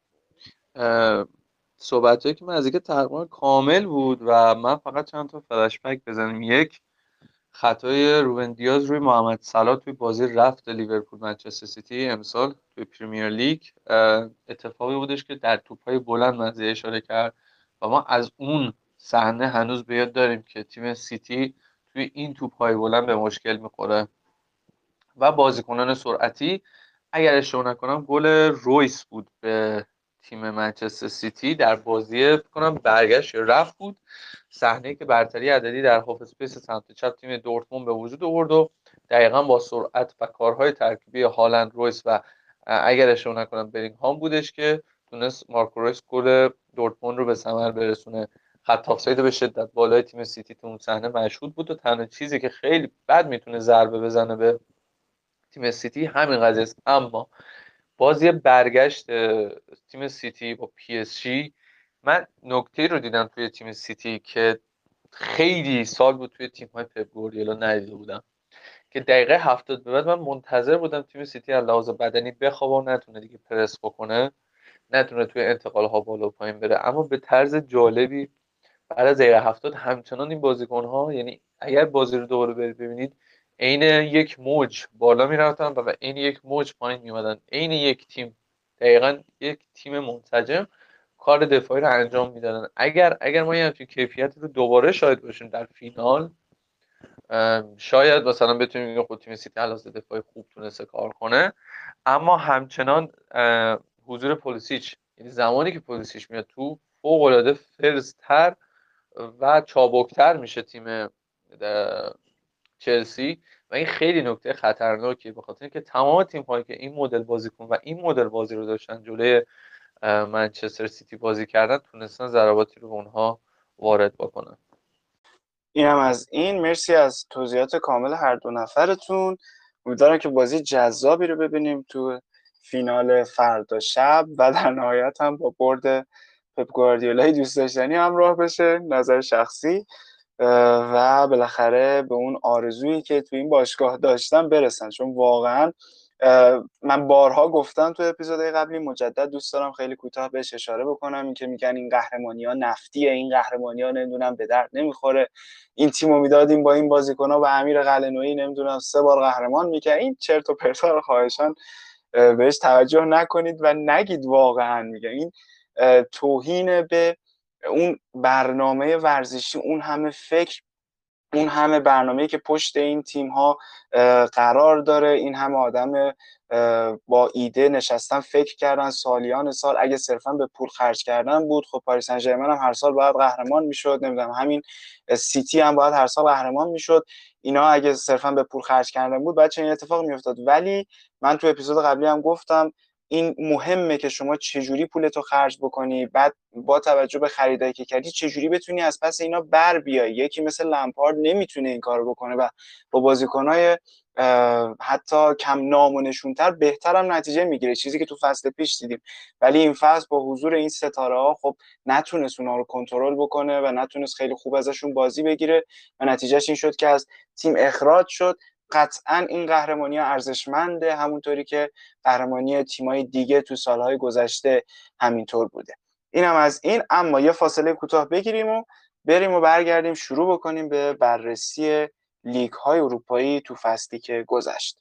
صحبتایی که من از اینکه تقریبا کامل بود و من فقط چند تا فلش بک بزنیم. یک، خطای روبن دیاز روی محمد صلاح توی بازی رفت لیورپول منچستر سیتی امسال توی پریمیر لیگ، اتفاقی بودش که در توپ‌های بلند مزیه اشاره کرد و ما از اون صحنه هنوز به یاد داریم که تیم سیتی توی این توپ‌های بلند به مشکل میخوره. و بازیکنان سرعتی، اگر اشتباه نکنم گل رویس بود به تیم منچستر سیتی در بازی فکر کنم برگشت یا رفت بود، صحنه که برتری عددی در هاف اسپیس سمت چپ تیم دورتموند به وجود آورد و دقیقاً با سرعت و کارهای ترکیبی هالند، رویس و اگر اشتباه نکنم بلینگهام بودش که تونست مارکو رویس گل دورتموند رو به ثمر برسونه. خط آفساید به شدت بالای تیم سیتی تو اون صحنه مشهود بود و تنها چیزی که خیلی بد میتونه ضربه بزنه به تیم سیتی همین قضیه است. اما بازی برگشت تیم سیتی با پی اس جی، من نکته رو دیدم توی تیم سیتی که خیلی سال بود توی تیم های پپ گواردیولا ندیده بودم، که دقیقه 70 به بعد من منتظر بودم تیم سیتی از لحاظ بدنی بخوابه و نتونه دیگه پرس بکنه، نتونه توی انتقال ها بالا و پایین بره، اما به طرز جالبی بعد از دقیقه 70 همچنان این بازیکن ها، یعنی اگر بازی رو دوباره برید ببینید، عین یک موج بالا میرفتن و عین یک موج پایین میومدن، عین یک تیم، دقیقا یک تیم منسجم کار دفاعی رو انجام میدادن. اگر ما یه همچین کیفیتی رو دوباره شاهد باشیم در فینال، شاید مثلا بتونیم بگیم خود تیم سیتی علاوه دفاعی خوب تونسته کار کنه، اما همچنان حضور پولیسیچ، یعنی زمانی که پولیسیچ میاد تو، فوق العاده فرزتر و چابکتر میشه تیم چلسی و این خیلی نکته خطرناکیه، به خاطر اینکه تمام تیم هایی که این مدل بازیکن و این مدل بازی رو داشتن جلوی منچستر سیتی بازی کردن، تونستن ضرباتی رو به اونها وارد بکنن. اینم از این. مرسی از توضیحات کامل هر دو نفرتون. امیدوارم که بازی جذابی رو ببینیم تو فینال فردا شب و در نهایت هم با برد پپ گواردیولای دوست داشتنی همراه بشه، نظر شخصی، و بالاخره به اون آرزویی که تو این باشگاه داشتن برسن. چون واقعا من بارها گفتم تو اپیزودهای قبلی، مجدد دوست دارم خیلی کوتاه بهش اشاره بکنم، این که میگن این قهرمانی‌ها نفتیه، این قهرمانی‌ها نمیدونم به درد نمیخوره، این تیمو میدادیم با این بازیکن‌ها و امیر قلعه‌نویی نمیدونم 3 بار قهرمان میکرد. این چرت و پرتا رو خواهشاً بهش توجه نکنید و نگید. واقعا میگم این توهین به اون برنامه ورزشی، اون همه فکر، اون همه برنامه‌ای که پشت این تیم‌ها قرار داره، این همه آدم با ایده نشستن فکر کردن سالیان سال. اگه صرفا به پول خرج کردن بود، خب پاریس سن ژرمن هم هر سال باید قهرمان میشد، نمیدونم همین سیتی هم باید هر سال قهرمان میشد. اینا اگه صرفا به پول خرج کردن بود بعد چنین اتفاقی میافتاد. ولی من تو اپیزود قبلی هم گفتم این مهمه که شما چجوری پولتو خرج بکنی، بعد با توجه به خریدایی که کردی چجوری بتونی از پس اینا بر بیای. یکی مثل لمپارد نمیتونه این کارو بکنه و با بازیکنای حتی کم نام و نشونتر بهترم نتیجه میگیره، چیزی که تو فصل پیش دیدیم. ولی این فصل با حضور این ستاره ها خب نتونست اونا رو کنترل بکنه و نتونست خیلی خوب ازشون بازی بگیره و نتیجهش این شد که از تیم اخراج شد. قطعا این قهرمانی ارزشمنده، همونطوری که قهرمانی تیمای دیگه تو سالهای گذشته همینطور بوده. اینم از این. اما یه فاصله کوتاه بگیریم و بریم و برگردیم شروع بکنیم به بررسی لیگ های اروپایی تو فصلی که گذشت.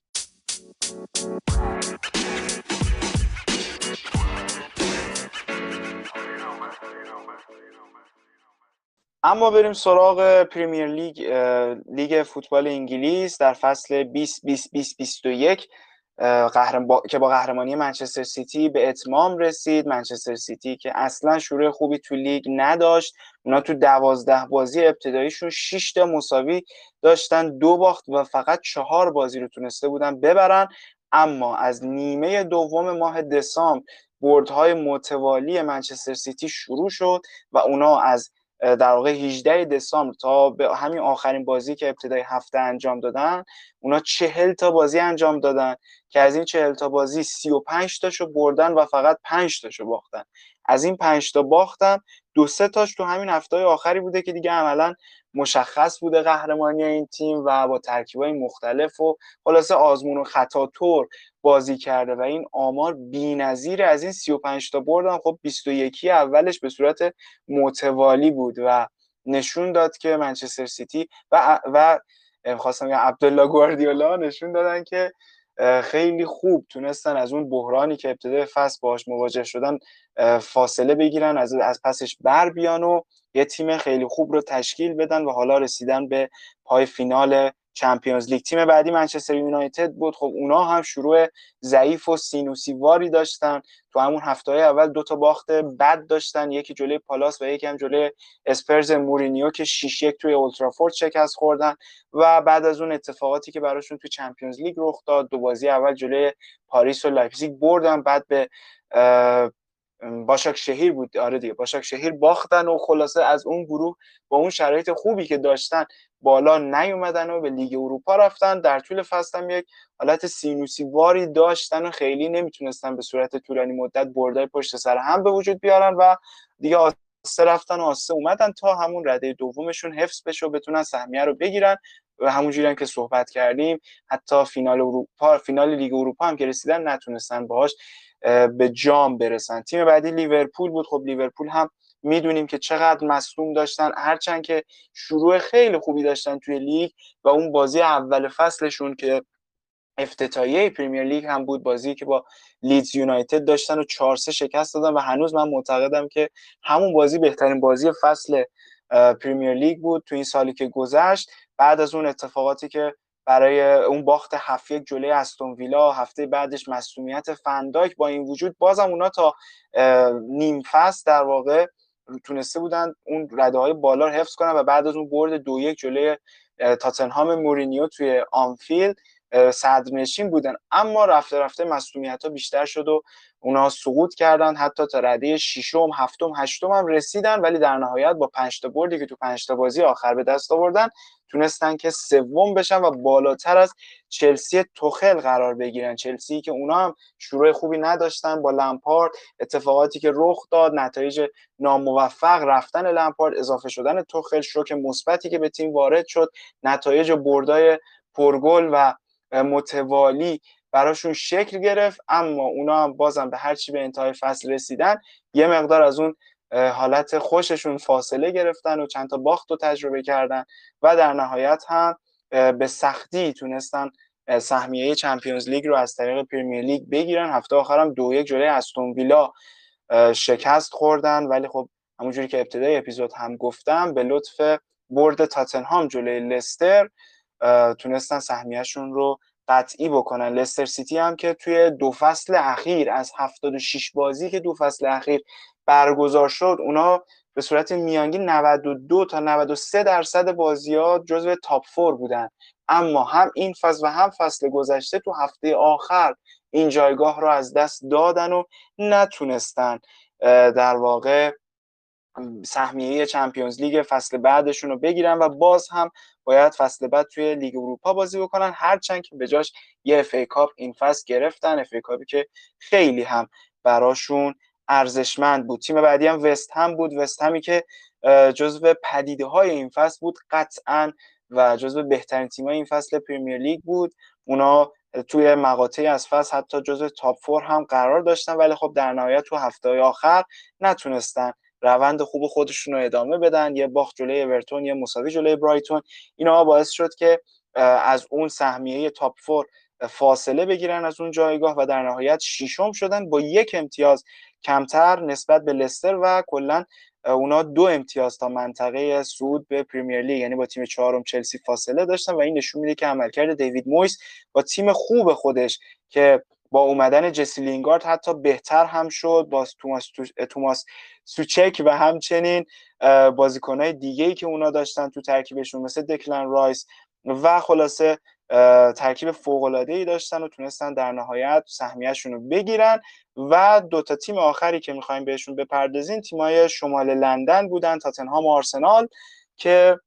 اما بریم سراغ پریمیر لیگ، لیگ فوتبال انگلیس در فصل 2020-2021 که با قهرمانی منچستر سیتی به اتمام رسید. منچستر سیتی که اصلا شروع خوبی تو لیگ نداشت، اونا تو 12 بازی ابتداییشون 6 تا مساوی داشتن، 2 باخت و فقط 4 بازی رو تونسته بودن ببرن. اما از نیمه دوم ماه دسامبر بردهای متوالی منچستر سیتی شروع شد و اونا از در واقع 18 دسامبر تا به همین آخرین بازی که ابتدای هفته انجام دادن، اونا 40 تا بازی انجام دادن که از این 40 تا بازی 35 تاشو بردن و فقط 5 تاشو باختن. از این 5 تا باختن 2-3 تاش تو همین هفته‌های آخری بوده که دیگه عملاً مشخص بوده قهرمانی این تیم و با ترکیبای مختلف و خلاصه آزمون و خطا طور بازی کرده و این آمار بی‌نظیر. از این 35 تا بردن خب 21 اولش به صورت متوالی بود و نشون داد که منچستر سیتی و خواستم بگم عبدالله گواردیولا نشون دادن که خیلی خوب تونستن از اون بحرانی که ابتدای فصل باهاش مواجه شدن فاصله بگیرن، از پسش بر بیان و یه تیم خیلی خوب رو تشکیل بدن و حالا رسیدن به پای فینال چمپیونز لیگ. تیم بعدی منچستر یونایتد بود. خب اونا هم شروع ضعیف و سینوسیواری داشتن، تو همون هفته‌های اول 2 تا باخت بد داشتن، یکی جلوی پالاس و یکی هم جلوی اسپرز مورینیو که 6-1 توی اولترافورد شکست خوردن. و بعد از اون اتفاقاتی که براشون تو چمپیونز لیگ رخ داد، 2 بازی اول جلوی پاریس و لایپزیگ بردن، بعد به باشاک شهیر بود، آره دیگه باشاک شهیر باختن و خلاصه از اون گروه با اون شرایط خوبی که داشتن بالا نیومدن و به لیگ اروپا رفتن. در طول فصل هم یک حالت سینوسی واری داشتن و خیلی نمیتونستن به صورت طولانی مدت بردای پشت سر هم به وجود بیارن و دیگه آسته رفتن و آسته اومدن تا همون رده دومشون حفظ بشه و بتونن سهمیه رو بگیرن. و همونجوری هم که صحبت کردیم حتی فینال لیگ اروپا هم که رسیدن نتونستن باهاش به جام برسن. تیم بعدی لیورپول بود. خب لیورپول هم میدونیم که چقدر مصدوم داشتن، هرچند که شروع خیلی خوبی داشتن توی لیگ و اون بازی اول فصلشون که افتتاحیه پریمیر لیگ هم بود، بازی که با لیدز یونایتد داشتن و 4-3 شکست دادن و هنوز من معتقدم که همون بازی بهترین بازی فصل پریمیر لیگ بود تو این سالی که گذشت. بعد از اون اتفاقاتی که برای اون باخت 7-1 جلوی استون ویلا، هفته بعدش مصدومیت فنداک، با این وجود بازم اونا تا نیم فصل در واقع تونسته بودن اون رده‌های بالا رو حفظ کنن و بعد از اون برد 2-1 جلوی تاتنهام مورینیو توی آنفیلد صدرنشین بودن. اما رفته رفته مصدومیت‌ها بیشتر شد و اونا سقوط کردن، حتی تا رده ششم، هفتم، هشتم هم رسیدن، ولی در نهایت با 5 تا بردی که تو 5 تا بازی آخر به دست آوردن تونستن که سوم بشن و بالاتر از چلسی توخل قرار بگیرن. چلسی که اونا هم شروع خوبی نداشتن با لمپارد، اتفاقاتی که رخ داد، نتایج ناموفق، رفتن لمپارد، اضافه شدن توخل، شوک مثبتی که به تیم وارد شد، نتایج بردای پرگل و متوالی براشون شکل گرفت. اما اونا هم بازم به هرچی به انتهای فصل رسیدن یه مقدار از اون حالت خوششون فاصله گرفتن و چند تا باخت رو تجربه کردن و در نهایت هم به سختی تونستن سهمیه چمپیونز لیگ رو از طریق پریمیر لیگ بگیرن. هفته آخر هم 2-1 جلوی استون ویلا شکست خوردن، ولی خب همونجوری که ابتدای اپیزود هم گفتم به لطف برد تاتنهام جلوی لستر تونستن سهمیه‌شون رو قطعی بکنن. لستر سیتی هم که توی 2 فصل اخیر از 76 بازی که 2 فصل اخیر برگزار شد، اونا به صورت میانگین 92 تا 93% بازی‌ها جزو تاپ 4 بودن. اما هم این فصل و هم فصل گذشته تو هفته آخر این جایگاه رو از دست دادن و نتونستن در واقع سهمیه چمپیونز لیگ فصل بعدشون رو بگیرن و باز هم باید فصل بعد توی لیگ اروپا بازی بکنن، هرچند که به جاش یه اف ای کاپ این فصل گرفتن، اف ای کاپی که خیلی هم براشون ارزشمند بود. تیم بعدی هم وست هم بود. وست همی که جزو پدیده های این فصل بود قطعاً و جزو بهترین تیم‌های این فصل پریمیر لیگ بود. اونا توی مقاطعی از فصل حتی جزو تاپ 4 هم قرار داشتن، ولی خب در نهایت تو هفته‌های آخر نتونستن روند خوب خودشون رو ادامه بدن. یه باخت جلوی اورتون، یه مساوی جلوی برایتون، اینا باعث شد که از اون سهمیه تاپ 4 فاصله بگیرن از اون جایگاه و در نهایت ششم شدن با 1 امتیاز کمتر نسبت به لستر و کلا اونا 2 امتیاز تا منطقه صعود به پریمیر لیگ، یعنی با تیم چهارم چلسی فاصله داشتن و این نشون میده که عملکرد دیوید مویس با تیم خوب خودش که با اومدن جسی لینگارد حتی بهتر هم شد، با توماس سوچک و همچنین بازیکنهای دیگه‌ای که اونا داشتن تو ترکیبشون مثل دکلن رایس و خلاصه ترکیب فوق‌العاده‌ای داشتن و تونستن در نهایت سهمیه‌شون رو بگیرن. و 2 تا تیم آخری که می‌خوایم بهشون بپردازیم تیم‌های شمال لندن بودن، تاتنهام و آرسنال که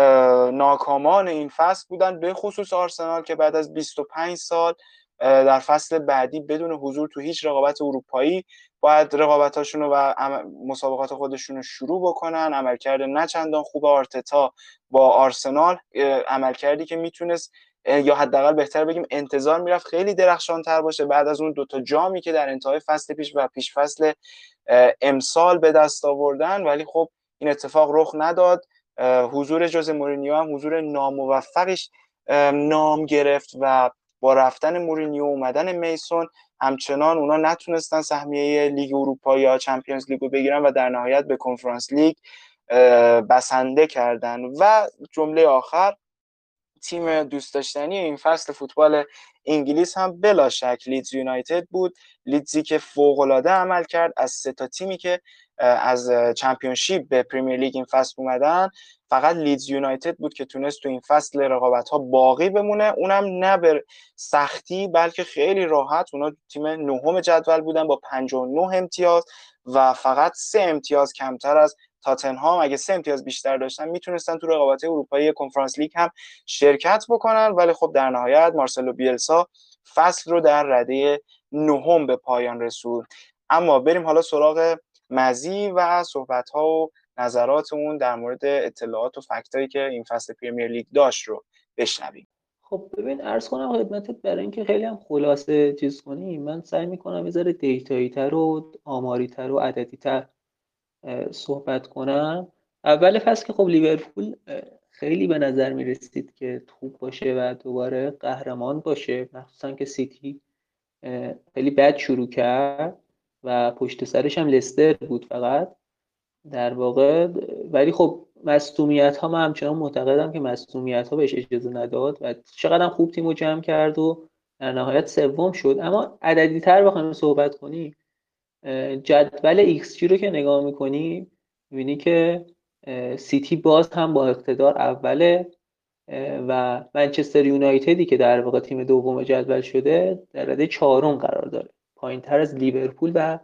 ناکامان این فصل بودن، به خصوص آرسنال که بعد از 25 سال در فصل بعدی بدون حضور تو هیچ رقابت اروپایی باید رقابتاشون و مسابقات خودشون رو شروع بکنن. عملکرد نه چندان خوب آرتتا با آرسنال، عملکردی که میتونست یا حداقل بهتر بگیم انتظار میرفت خیلی درخشان‌تر باشه بعد از اون 2 تا جامی که در انتهای فصل پیش و پیش فصل امسال به دست آوردن، ولی خب این اتفاق رخ نداد. حضور جوزه مورینیو هم حضور ناموفقش نام گرفت و با رفتن مورینیو اومدن میسون همچنان اونا نتونستن سهمیه لیگ اروپا یا چمپیونز لیگ رو بگیرن و در نهایت به کنفرانس لیگ بسنده کردن. و جمله آخر تیم دوست داشتنی این فصل فوتبال انگلیس هم بلا شک لیدز یونایتد بود. لیدزی که فوق‌العاده عمل کرد. از 3 تا تیمی که از چمپیونشیپ به پریمیر لیگ این فصل اومدن، فقط لیدز یونایتد بود که تونست تو این فصل رقابت‌ها باقی بمونه، اونم نه به سختی بلکه خیلی راحت. اونا تیم نهم جدول بودن با 59 امتیاز و فقط 3 امتیاز کمتر از تاتنهام. اگه 3 امتیاز بیشتر داشتن میتونستن تو رقابت اروپایی کنفرانس لیگ هم شرکت بکنن، ولی خب در نهایت مارسلو بیلسا فصل رو در رده نهم به پایان رسوند. اما بریم حالا سراغ مزی و صحبت‌ها و نظرات اون در مورد اطلاعات و فکتایی که این فصل پرمیر لیگ داشت رو بشنویم. خب ببین عرض کنم خدمتت، برای اینکه خیلی هم خلاصه چیز کنیم، من سعی میکنم یه ذره دیتایی تر و آماری تر و عددی تر صحبت کنم. اول فصل که خب لیورپول خیلی به نظر میرسید که خوب باشه و دوباره قهرمان باشه، مخصوصا که سیتی خیلی بد شروع کرد و پشت سرش هم لستر بود فقط در واقع. ولی خب مصدومیت ها، من همچنان معتقدم که مصدومیت ها بهش اجازه نداد و چقدر هم خوب تیمو جمع کرد و در نهایت سوم شد. اما عددی تر بخوایم صحبت کنیم، جدول ایکس جی رو که نگاه میکنی میبینی که سیتی باز هم با اقتدار اوله و منچستر یونایتدی که در واقع تیم دوم جدول شده در رده چهارم قرار داره، پایین تر از لیورپول و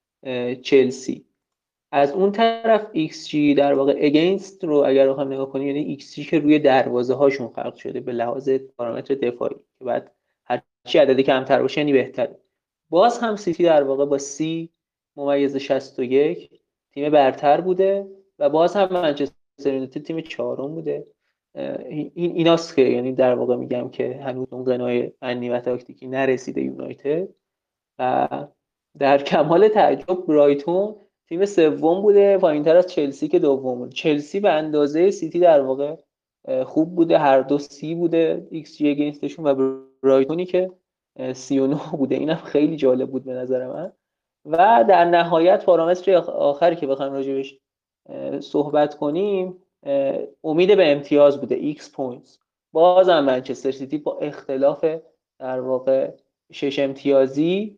چلسی. از اون طرف ایکس جی در واقع اگینست رو اگر بخوام نگاه کنیم، یعنی ایکس جی که روی دروازه هاشون خلق شده به لحاظ پارامتر دفاعی که بعد هر چی عددی کمتر باشه یعنی بهتره. باز هم سیتی در واقع با سی ممیز 61 تیم برتر بوده و باز هم منچستر یونایتد تیم چهارم بوده. ایناست که یعنی در واقع میگم که هنوز اون قنای فنی و تاکتیکی نرسیده یونایتد. و در کمال تعجب برایتون تیم سوم بوده، پایینتر از چلسی که دوم بود. چلسی به اندازه سیتی در واقع خوب بوده، هر دو سی بوده ایکس جی اگینستشون، و برایتونی که 39 بوده. اینم خیلی جالب بود به نظر من. و در نهایت پارامتر آخری که بخوایم راجبش صحبت کنیم، امید به امتیاز بوده، ایکس پوینتس. بازم منچستر سیتی با اختلاف در واقع 6 امتیازی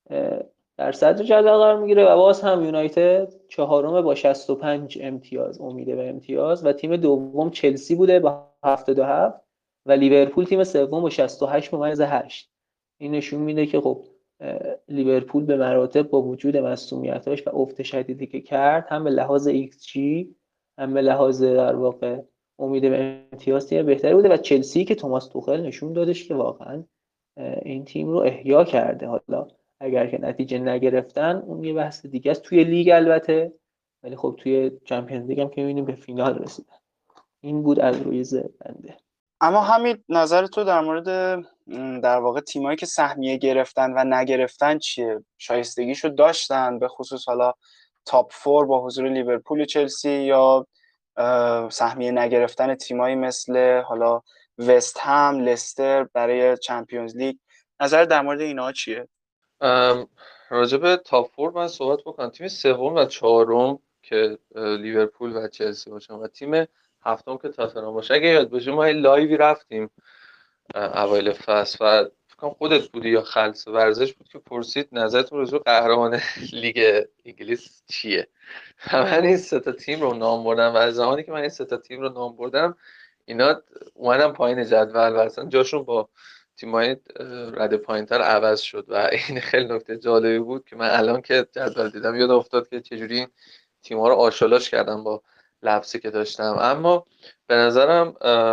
در صدر جدول قرار میگیره و باز هم یونایتد چهارم با 65 امتیاز امید به امتیاز، و تیم دوم چلسی بوده با 77 و لیورپول تیم سوم با 68 ممیز 8. این نشون میده که خب لیورپول به مراتب با وجود مصونیتاش و افت شدیدی که کرد، هم به لحاظ ایکس جی هم به لحاظ در واقع امید به امتیاز تیم بهتری بوده، و چلسی که توماس توخل نشون دادش که واقعا این تیم رو احیا کرده. حالا اگر که نتیجه نگرفتن اون یه بحث دیگه است توی لیگ البته، ولی خب توی چمپیونز لیگ هم که می‌بینیم به فینال رسیدن. این بود از روی بنده. اما همین نظر تو در مورد در واقع تیمایی که سهمیه گرفتن و نگرفتن چیه؟ شایستگیشو داشتن، به خصوص حالا تاپ فور با حضور لیورپول و چلسی، یا سهمیه نگرفتن تیمایی مثل حالا وست هم، لستر برای چمپیونز لیگ؟ نظر در مورد اینا چیه؟ راجب تاپ فور من صحبت بکنم. تیم سوم و چهارم که لیورپول و چلسی باشن و تیم هفتم که تاتنهام باشه. اگه یاد باشه ما لایوی رفتیم اوایل فصل و فکر کنم خودت بودی یا خلص ورزش بود که پرسید نظرتون راجع به قهرمان لیگ انگلیس چیه. من این سه تا تیم رو نام بردم و از زمانی که من این سه تا تیم رو نام بردم اینا اومدن پایین جدول و اصلا جاشون با تیمای رده پایینتر عوض شد و این خیلی نکته جالبی بود که من الان که جدول دیدم یاد افتاد که چجوری این تیم‌ها رو آشالاش کردم با لبسی که داشتم. اما به نظرم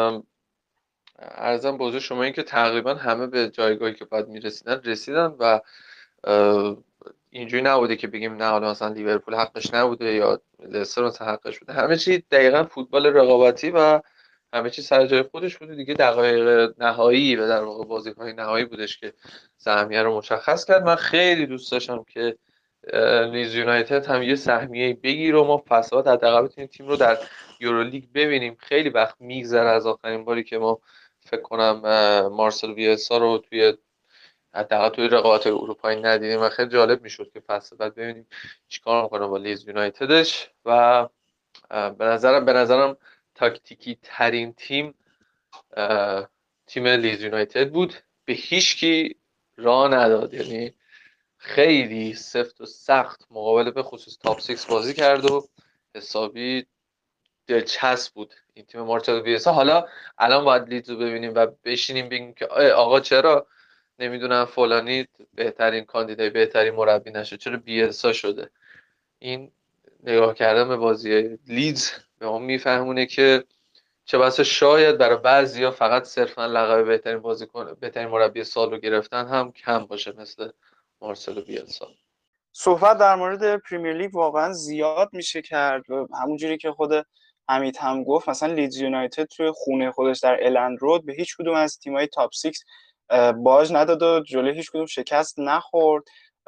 عرضم به حضور شما این که تقریبا همه به جایگاهی که باید میرسیدن رسیدن و اینجوری نبوده که بگیم نه حالا مثلا لیورپول حقش نبوده یا لستر مثلا حقش بوده. همه چی دقیقا فوتبال رقابتی و همه چی سر جای خودش بوده دیگه. دقایق نهایی و در واقع بازی‌های نهایی بودش که سهمیه رو مشخص کرد. من خیلی دوست داشتم که لیدز یونایتد هم یه سهمیه بگیره و ما فصلات حداقل بتونیم تیم رو در یورولیگ ببینیم. خیلی وقت میگذره از آخرین باری که ما فکر کنم مارسل بیلسا رو توی حداقل توی رقابت اروپایی ندیدیم و خیلی جالب میشد که فصل بعد ببینیم چیکار میکنه با لیدز یونایتدش. و به نظرم تاکتیکی ترین تیم تیم لیدز یونایتد بود، به هیچکی راه نداد. یعنی خیلی سفت و سخت مقابل به خصوص تاپ 6 بازی کرد و حسابی دلچسب بود این تیم مارچلو بیلسا. حالا الان باید لیدز رو ببینیم و بشینیم بگیم که آقا چرا نمیدونم فلانی بهترین کاندیدای بهترین مربی نشد، چرا بیلسا شده. این نگاه کردن به بازی لیدز به ما میفهمونه که چه بسا شاید برای بعضیا فقط صرفا لقب بهترین بازیکن بهترین مربی سال رو گرفتن هم کم باشه مثل مارسلو بیلسا. صحبت در مورد پریمیر لیگ واقعا زیاد میشه کرد و همونجوری که خود حمید هم گفت، مثلا لیدز یونایتد توی خونه خودش در الند رود به هیچ کدوم از تیم‌های تاپ 6 باج نداد و جلوی هیچ کدوم شکست نخورد.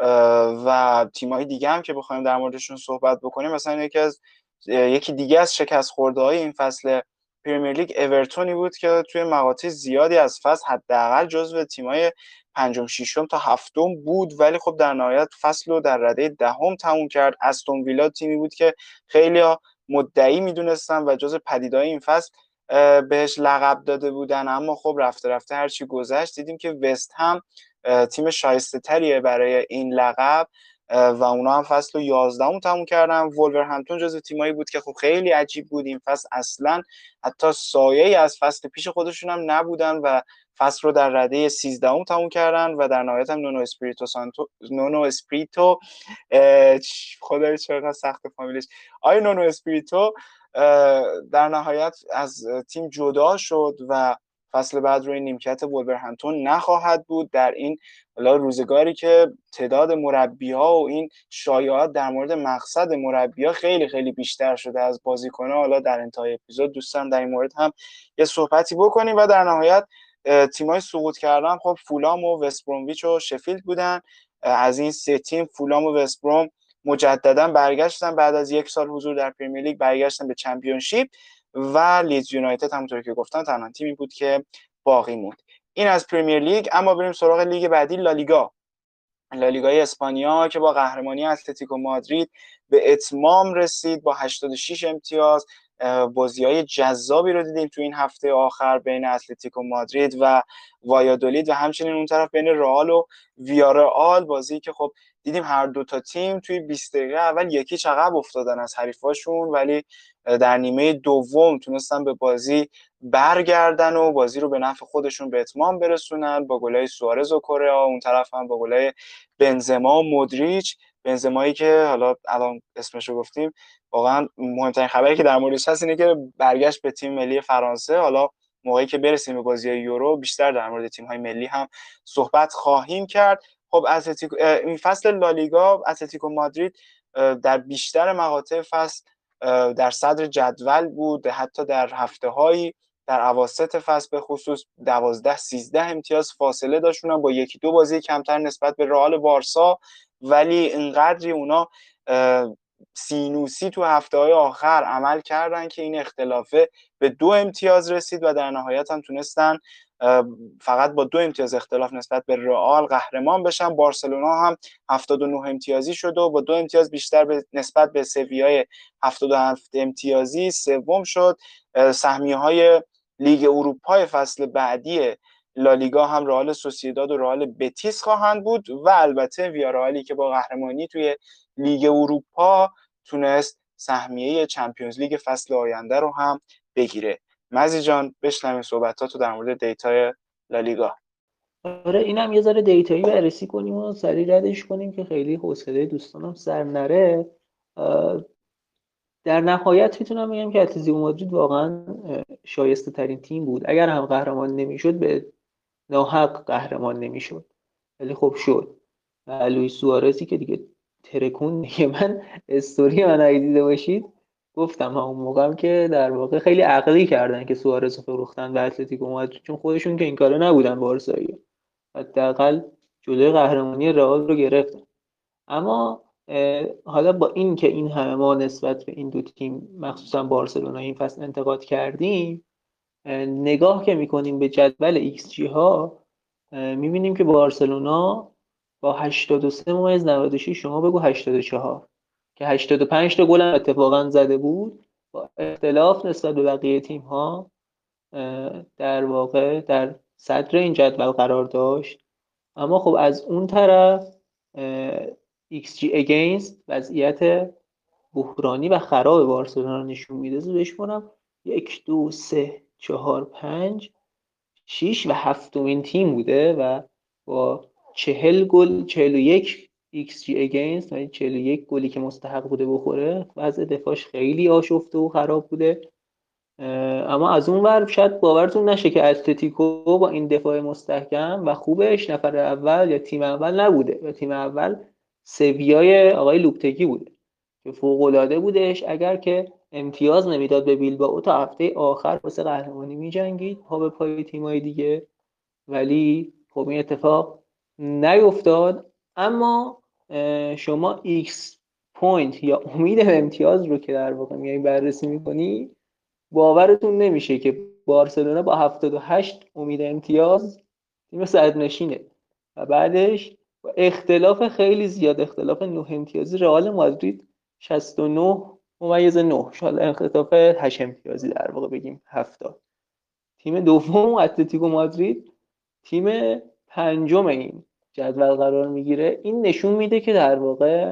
و تیم‌های دیگه هم که بخوایم در موردشون صحبت بکنیم، مثلا یکی دیگه از شکست خورده‌های این فصل پریمیر لیگ اورتونی بود که توی مقاطع زیادی از فصل حداقل جزو تیم‌های پنجم ششم تا هفتم بود، ولی خب در نهایت فصل رو در رده دهم تموم کرد. استون ویلا تیمی بود که خیلی‌ها مدعی میدونستن و جز پدیدهای این فصل بهش لقب داده بودن، اما خب رفته رفته هرچی گذشت دیدیم که وست هم تیم شایسته تریه برای این لقب و اونا هم فصل رو 11ام تموم کردن. وولورهمپتون جز تیمایی بود که خب خیلی عجیب بود این فصل، اصلا حتی سایه‌ای از فصل پیش خودشون هم نبودن و فصل رو در رده 13ام تموم کردن و در نهایت هم نونو اسپریتو خدای چقدر سخت فامیلش، نونو اسپریتو در نهایت از تیم جدا شد و فصل بعد روی نیمکت وولورهمپتون نخواهد بود. در این روزگاری که تعداد مربی‌ها و این شایعات در مورد مقصد مربی‌ها خیلی خیلی بیشتر شده از بازیکن‌ها، حالا در انتهای اپیزود دوستان در این مورد هم یه صحبتی بکنیم. و در نهایت تیم‌های سقوط کردن خب فولام و وست برومویچ و شفیلد بودن. از این سه تیم فولام و وست بروم مجددا برگشتن بعد از یک سال حضور در پرمیر لیگ، برگشتن به چمپیونشیپ و لیدز یونایتد همونطور که گفتن تنها تیمی بود که باقی موند. این از پرمیر لیگ. اما بریم سراغ لیگ بعدی، لالیگای اسپانیا که با قهرمانی اتلتیکو مادرید به اتمام رسید با 86 امتیاز. بازی‌های جذابی رو دیدیم تو این هفته آخر بین اتلتیکو مادرید و وایادولید و همچنین اون طرف بین رئال و ویارئال، بازی که خب دیدیم هر دو تا تیم توی 20 دقیقه اول یکی عقب افتادن از حریفاشون، ولی در نیمه دوم تونستن به بازی برگردن و بازی رو به نفع خودشون به اتمام برسونن با گلای سوارز و کوریا، اون طرف هم با گلای بنزما و مودریچ. بنزمایی که حالا الان اسمش رو گفتیم، واقعا مهمترین خبری که در موردش هست اینه که برگشت به تیم ملی فرانسه. حالا موقعی که برسیم به بازی یورو بیشتر در مورد تیم‌های ملی هم صحبت خواهیم کرد. خب این فصل لالیگا اتلتیکو مادرید در بیشتر مقاطع فصل در صدر جدول بود، حتی در هفته‌هایی در اواسط فصل به خصوص 12-13 امتیاز فاصله داشتن با یکی دو بازی کمتر نسبت به رئال بارسا، ولی اینقدری اونا سینوسی تو هفته‌های آخر عمل کردن که این اختلافه به 2 امتیاز رسید و در نهایت هم تونستن فقط با 2 امتیاز اختلاف نسبت به رئال قهرمان بشن. بارسلونا هم 79 امتیازی شد و با 2 امتیاز بیشتر نسبت به سویای 77 امتیازی سوم شد. سهمیه‌های لیگ اروپا فصل بعدی لالیگا هم رئال سوسییداد و رئال بتیس خواهند بود و البته ویارئالی که با قهرمانی توی لیگ اروپا تونست سهمیه چمپیونز لیگ فصل آینده رو هم بگیره. مزی جان بشنویم صحبتاتو در مورد دیتای لالیگا. آره اینم یه ذره دیتایی بررسی کنیم و سریع ردش کنیم که خیلی حوصله دوستانم سر نره. در نهایت میتونم بگم که اتلتیکو مادرید واقعا شایسته ترین تیم بود. اگر هم قهرمان نمیشد به ناحق قهرمان نمیشد، ولی خب شد. و لوئیس سوارزی که دیگه ترکون دیگه، من استوری من اگه دیده باشید گفتم همون موقعم که در واقع خیلی عقلی کردن که سوارز رو فروختن به اتلتیکو مادرید، چون خودشون که این کارو نبودن بارسایی، حداقل جلوی قهرمانی رئال رو گرفتن. اما حالا با این که این همه ما نسبت به این دو تیم مخصوصا بارسلونا این فصل انتقاد کردیم، نگاه که میکنیم به جدول ایکس جی ها میبینیم که بارسلونا با 83.96 شما بگو 84 که 85 تا گل هم اتفاقا زده بود، با اختلاف نسبت به بقیه تیم ها در واقع در صدر این جدول قرار داشت. اما خب از اون طرف XG against وضعیت بحرانی و خراب بارسلونا رو نشون میده. زودش کنم 1 2 3 4 5 6 و هفتمین تیم بوده و با 40 گل 41 XG against یعنی 41 گلی که مستحق بوده بخوره. وضع دفاعش خیلی آشفته و خراب بوده. اما از اون ور شاید باورتون نشه که اتلتیکو با این دفاع مستحکم و خوبش نفر اول یا تیم اول نبوده. و تیم اول سویای آقای لوپتگی بوده که فوق‌العاده بودش. اگر که امتیاز نمیداد به بیلبائو تا هفته آخر واسه قهرمانی می‌جنگید پا به پای تیم‌های دیگه، ولی خب این اتفاق نیفتاد. اما شما ایکس پوینت یا امید امتیاز رو که در واقع میای بررسی می‌کنی، باورتون نمیشه که بارسلونا با 78 امید امتیاز تیم صدرنشینه و بعدش با اختلاف خیلی زیاد، اختلاف 9 امتیازی رئال مادرید 69 شاید اختلاف 8 امتیازی در واقع بگیم 70. تیم دوم اتلتیکو مادرید تیم پنجم این جدول قرار میگیره. این نشون میده که در واقع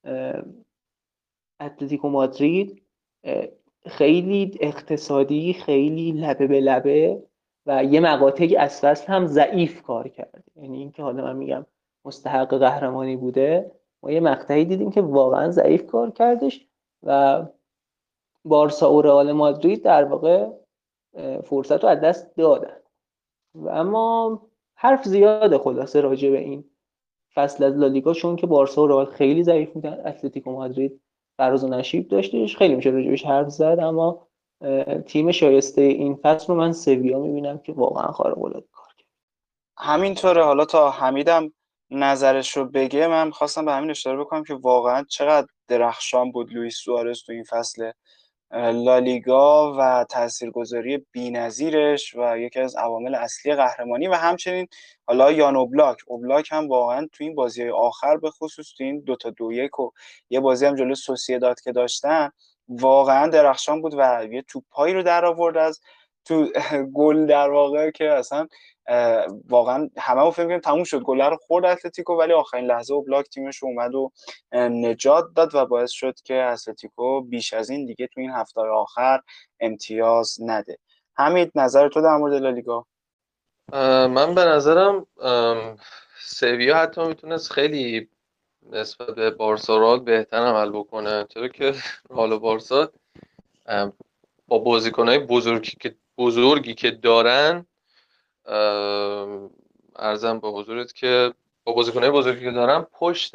اتلتیکو مادرید خیلی اقتصادی، خیلی لبه به لبه و یه مقاطعی از فصل هم ضعیف کار کرده. یعنی اینکه حالا من میگم مستحق قهرمانی بوده، ما یه مقطعی دیدیم که واقعا ضعیف کار کردش و بارسا و رئال مادرید در واقع فرصت رو از دست دادن. اما حرف زیاده خلاصه راجع به این فصل از لالیگا، چون که بارسا و رئال خیلی ضعیف بودن، اتلتیکو مادرید فراز و نشیب داشتش، خیلی میشه راجبش حرف زد. اما تیم شایسته این فصل رو من سویا میبینم که واقعا خارق العاده کار کرد. همینطوره. حالا تا حمیدم نظرش رو بگه، من خواستم به همین اشاره بکنم که واقعا چقدر درخشان بود لوئیس سوارز تو این فصل لالیگا و تاثیرگذاری بی‌نظیرش و یکی از عوامل اصلی قهرمانی. و همچنین حالا یان اوبلاک هم واقعا تو این بازی آخر به خصوص تو این 2-1 و یه بازی هم جلوی سوسییداد که داشتن واقعا درخشان بود و یه توپایی رو در آورد از تو گل در واقع که اصلا واقعا همه فکر کنیم تموم شد، گل رو خورد اتلتیکو، ولی آخرین لحظه اوبلاک تیمش اومد و نجات داد و باعث شد که اتلتیکو بیش از این دیگه تو این هفته آخر امتیاز نده. حمید نظر تو در مورد لالیگا؟ من به نظرم سویا حتی میتونست خیلی نسبت به بارسا رئال بهتر عمل بکنه، چرا که رئال و بارسا با بازیکنهای بزرگی که دارن، عرضم به حضورت که با بازیکنهای بزرگی که دارن پشت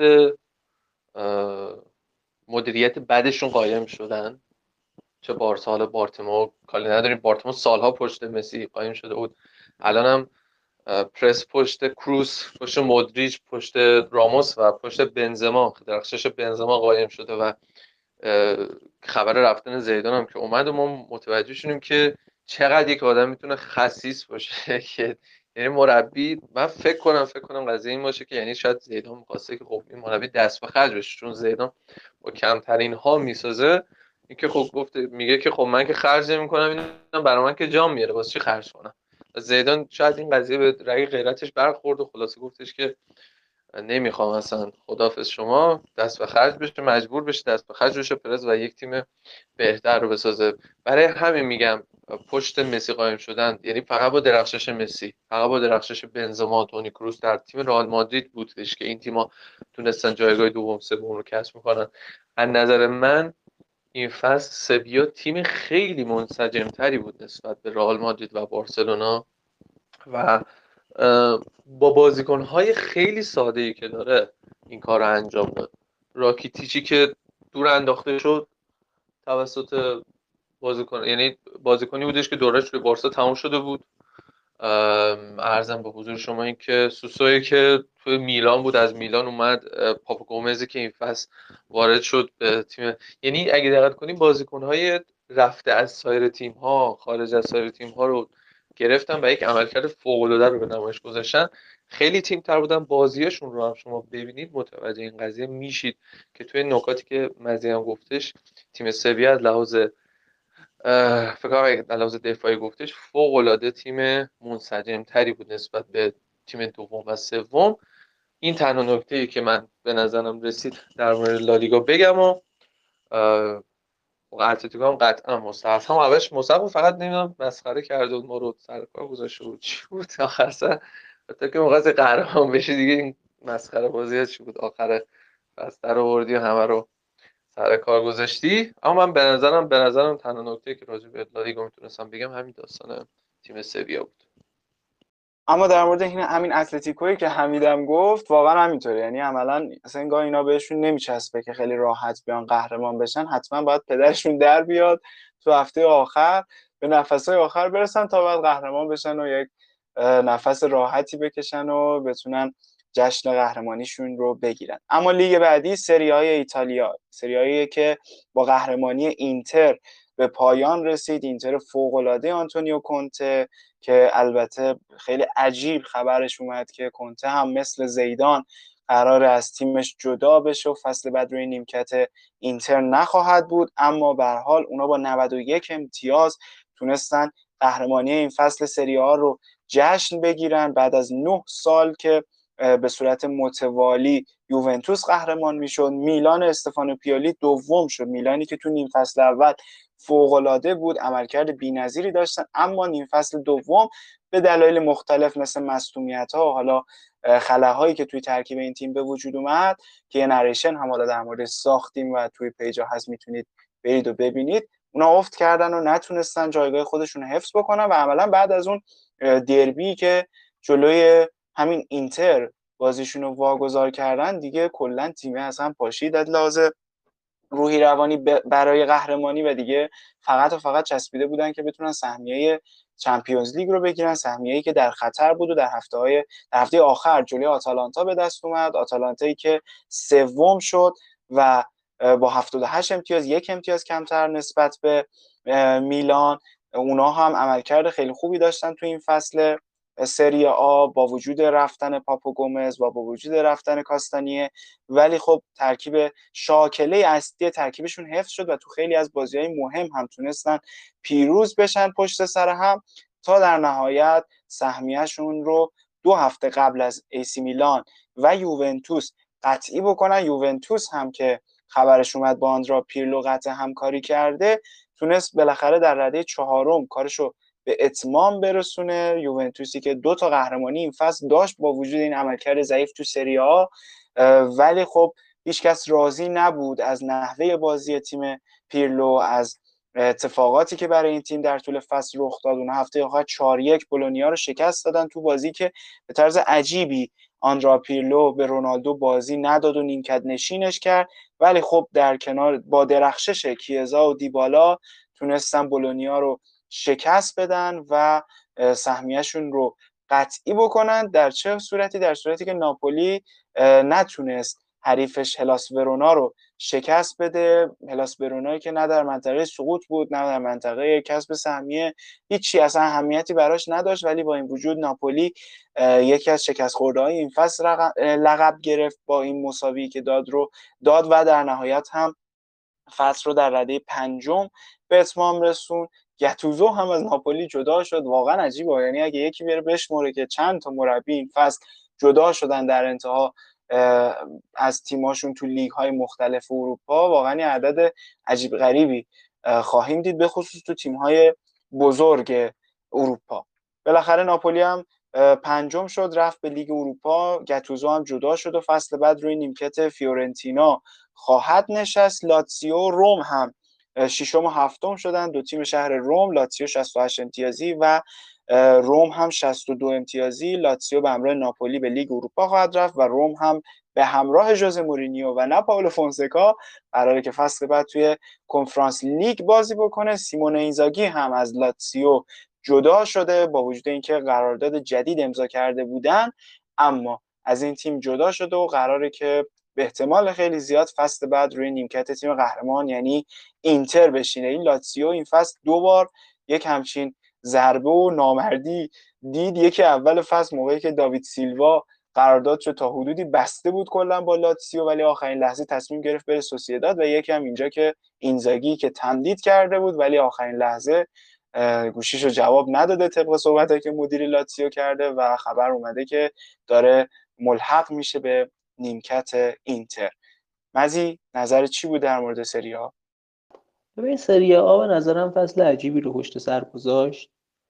مدیریت بدشون قایم شدن. چه بارسا، حالا بارتومو کاری نداریم، بارتومو سالها پشت مسی قایم شده بود، الان هم پرس پشت کروس، پشت مودریچ، پشت راموس و پشت بنزما، درخشش بنزما قایم شده و خبر رفتن زیدان هم که اومد و ما متوجه شدیم که چقدر یک آدم میتونه خسیس باشه که یعنی مربی، من فکر کنم قضیه این باشه که یعنی شاید زیدان می‌خواسته که خب این مربی دست به خرج بشه، چون زیدان با کمترین ها میسازه. این که خب گفته میگه که خب من که خرج نمی‌کنم، اینا برای من که جام میاره، واسه چی خرج کنم؟ زیدان شاید این قضیه به رگ غیرتش برخورد و خلاصه گفتش که نمیخوام اصلا، خداحافظ شما، دست به خرج بشه، مجبور بشه دست به خرج بشه پرز و یک تیم بهتر رو بسازه. برای همین میگم پشت مسی قایم شدن، یعنی فقط با درخشش مسی، فقط با درخشش بنزما، تونی کروس در تیم رئال مادرید بودش که این تیم‌ها تونستن جایگاه دوم سوم رو کسب می‌کنن. از نظر من این فصل سویا تیم خیلی منسجمتری بود نسبت به رئال مادرید و بارسلونا و با بازیکن‌های خیلی ساده‌ای که داره این کار رو انجام داد. راکیتیچی که دور انداخته شد توسط بازیکن، یعنی بازیکنی بودش که دورش به بارسا تموم شده بود. عرضم به حضور شما این که سوسوی که توی میلان بود، از میلان اومد، پاپو گومزی که این فصل وارد شد به تیم، یعنی اگه دقت کنیم بازیکن‌های رفته از سایر تیم‌ها، خارج از سایر تیم‌ها رو گرفتن و یک عملکرد فوق‌العاده رو به نمایش گذاشتن. خیلی تیم تر بودن، بازیاشون رو هم شما ببینید متوجه این قضیه میشید که توی نکاتی که مزی هم گفتش تیم سویا از لحاظ فکر کنم اگه علاوه دفاعی گفتش فوق العاده تیم منسجم تری بود نسبت به تیم دوم و سوم. این تنها نکته‌ای که من به نظرم رسید در مورد لالیگا بگم. و اتلتیکو هم قطعا مستحق، هم اولش مستحق بود، فقط نمیدونم مسخره کرده بود، ما رو سر کار گذاشته بود چی بود آخر سر، حتی که می‌خواست قهرمان بشه دیگه این مسخره بازی چی بود آخر فصل در آوردی و همه رو سر کار گذاشتی. اما من به نظرم تنها نکته که راجع به لالیگا میتونستم بگم همین داستان تیم سویا بود. اما در مورد همین اتلتیکویی که حمیدم گفت واقعا همینطوره، یعنی عملا اصلا انگار اینا بهشون نمیچسبه که خیلی راحت بیان قهرمان بشن، حتما باید پدرشون در بیاد تو هفته آخر به نفسهای آخر برسن تا بعد قهرمان بشن و یک نفس راحتی بکشن و بتونن جشن قهرمانیشون رو بگیرن. اما لیگ بعدی سری های ایتالیا، سری که با قهرمانی اینتر به پایان رسید. اینتر فوق‌العاده آنتونیو کونته که البته خیلی عجیب خبرش اومد که کنته هم مثل زیدان قرار از تیمش جدا بشه و فصل بعد روی نیمکت اینتر نخواهد بود، اما به هر حال اونا با 91 امتیاز تونستن قهرمانی این فصل سری آ رو جشن بگیرن بعد از 9 سال که به صورت متوالی یوونتوس قهرمان میشد. میلان استفانو پیولی دوم شد، میلانی که تو نیم فصل اول فوق‌العاده بود، عملکرد بی‌نظیری داشتن، اما نیم فصل دوم به دلایل مختلف مثل مصدومیت‌ها و حالا خلاهایی که توی ترکیب این تیم به وجود اومد که یه نریشن هم حالا در مورد ساختیم و توی پیجا هست میتونید برید و ببینید، اونا افت کردن و نتونستن جایگاه خودشون رو حفظ بکنن و عملا بعد از اون دربی که جلوی همین اینتر بازیشون رو واگذار کردن دیگه کلا تیم از هم پاشید از لحاظ روحی روانی برای قهرمانی و دیگه فقط و فقط چسبیده بودن که بتونن سهمیه چمپیونز لیگ رو بگیرن، سهمیه‌ای که در خطر بود و در هفته آخر جلوی آتالانتا به دست اومد. آتالانتایی که سوم شد و با 78 امتیاز یک امتیاز کمتر نسبت به میلان. اونا هم عملکرد خیلی خوبی داشتن تو این فصل سری آ با وجود رفتن پاپو گومز و با وجود رفتن کاستانیه، ولی خب ترکیب شاکله اصلی ترکیبشون حفظ شد و تو خیلی از بازی‌های مهم هم تونستن پیروز بشن پشت سر هم تا در نهایت سهمیه‌شون رو 2 هفته قبل از ایسی میلان و یوونتوس قطعی بکنن. یوونتوس هم که خبرش اومد با آندرا پیرلو قطع همکاری کرده تونست بالاخره در رده چهارم کارشو به اتمام برسونه. یوونتوسی که 2 تا قهرمانی این فصل داشت با وجود این عملکرد ضعیف تو سری آ، ولی خب هیچکس راضی نبود از نحوه بازی تیم پیرلو، از اتفاقاتی که برای این تیم در طول فصل رخ داد. اون هفته آخر 4-1 بولونیا رو شکست دادن تو بازی که به طرز عجیبی آندرا پیرلو به رونالدو بازی نداد و نیمکت نشینش کرد، ولی خب در کنار با درخشش کیزا و دیبالا تونستن بولونیا رو شکست بدن و سهمیه‌شون رو قطعی بکنن. در چه صورتی؟ در صورتی که ناپولی نتونست حریفش هلاس ورونا رو شکست بده. هلاس ورونایی که نه در منطقه سقوط بود نه در منطقه کسب سهمیه، هیچی اصلا اهمیتی براش نداشت، ولی با این وجود ناپولی یکی از شکست خورده‌های این فصل لقب گرفت با این مساوی که داد و در نهایت هم فصل رو در رده پنجم به اتمام رسون. گتوزو هم از ناپولی جدا شد. واقعا عجیبه، یعنی اگه یکی بیاره بشموره که چند تا مربی این فصل جدا شدن در انتها از تیماشون تو لیگ های مختلف اروپا، واقعا عدد عجیب غریبی خواهیم دید، به خصوص تو تیم های بزرگ اروپا. بالاخره ناپولی هم پنجم شد رفت به لیگ اروپا. گتوزو هم جدا شد و فصل بعد روی نیمکت فیورنتینا خواهد نشست. لاتزیو روم هم ششم و هفتم شدن، دو تیم شهر روم، لاتزیو 68 امتیازی و روم هم 62 امتیازی. لاتزیو به همراه ناپولی به لیگ اروپا خواهد رفت و روم هم به همراه ژوزه مورینیو و نه پائولو فونسکا قراره که فصل بعد توی کنفرانس لیگ بازی بکنه. سیمون اینزاگی هم از لاتزیو جدا شده با وجود اینکه قرارداد جدید امضا کرده بودن، اما از این تیم جدا شده و قراره که به احتمال خیلی زیاد فصل بعد روی نیمکت تیم قهرمان یعنی اینتر بشینه. این لاتزیو این فصل 2 بار یک همچین ضربه و نامردی دید. یکی اول فصل موقعی که داوید سیلوا قرارداد شد، تا حدودی بسته بود کلا با لاتسیو، ولی آخرین لحظه تصمیم گرفت بره سوسییداد و یکم اینجا که اینزاگی که تمدید کرده بود ولی آخرین لحظه گوشیشو جواب نداده طبق صحبتایی که مدیر لاتسیو کرده و خبر اومده که داره ملحق میشه به نیمکت اینتر. مزی نظر چی بود در مورد سری آ؟ ببین سری آ به نظرم فصل عجیبی رو پشت سر گذاشت،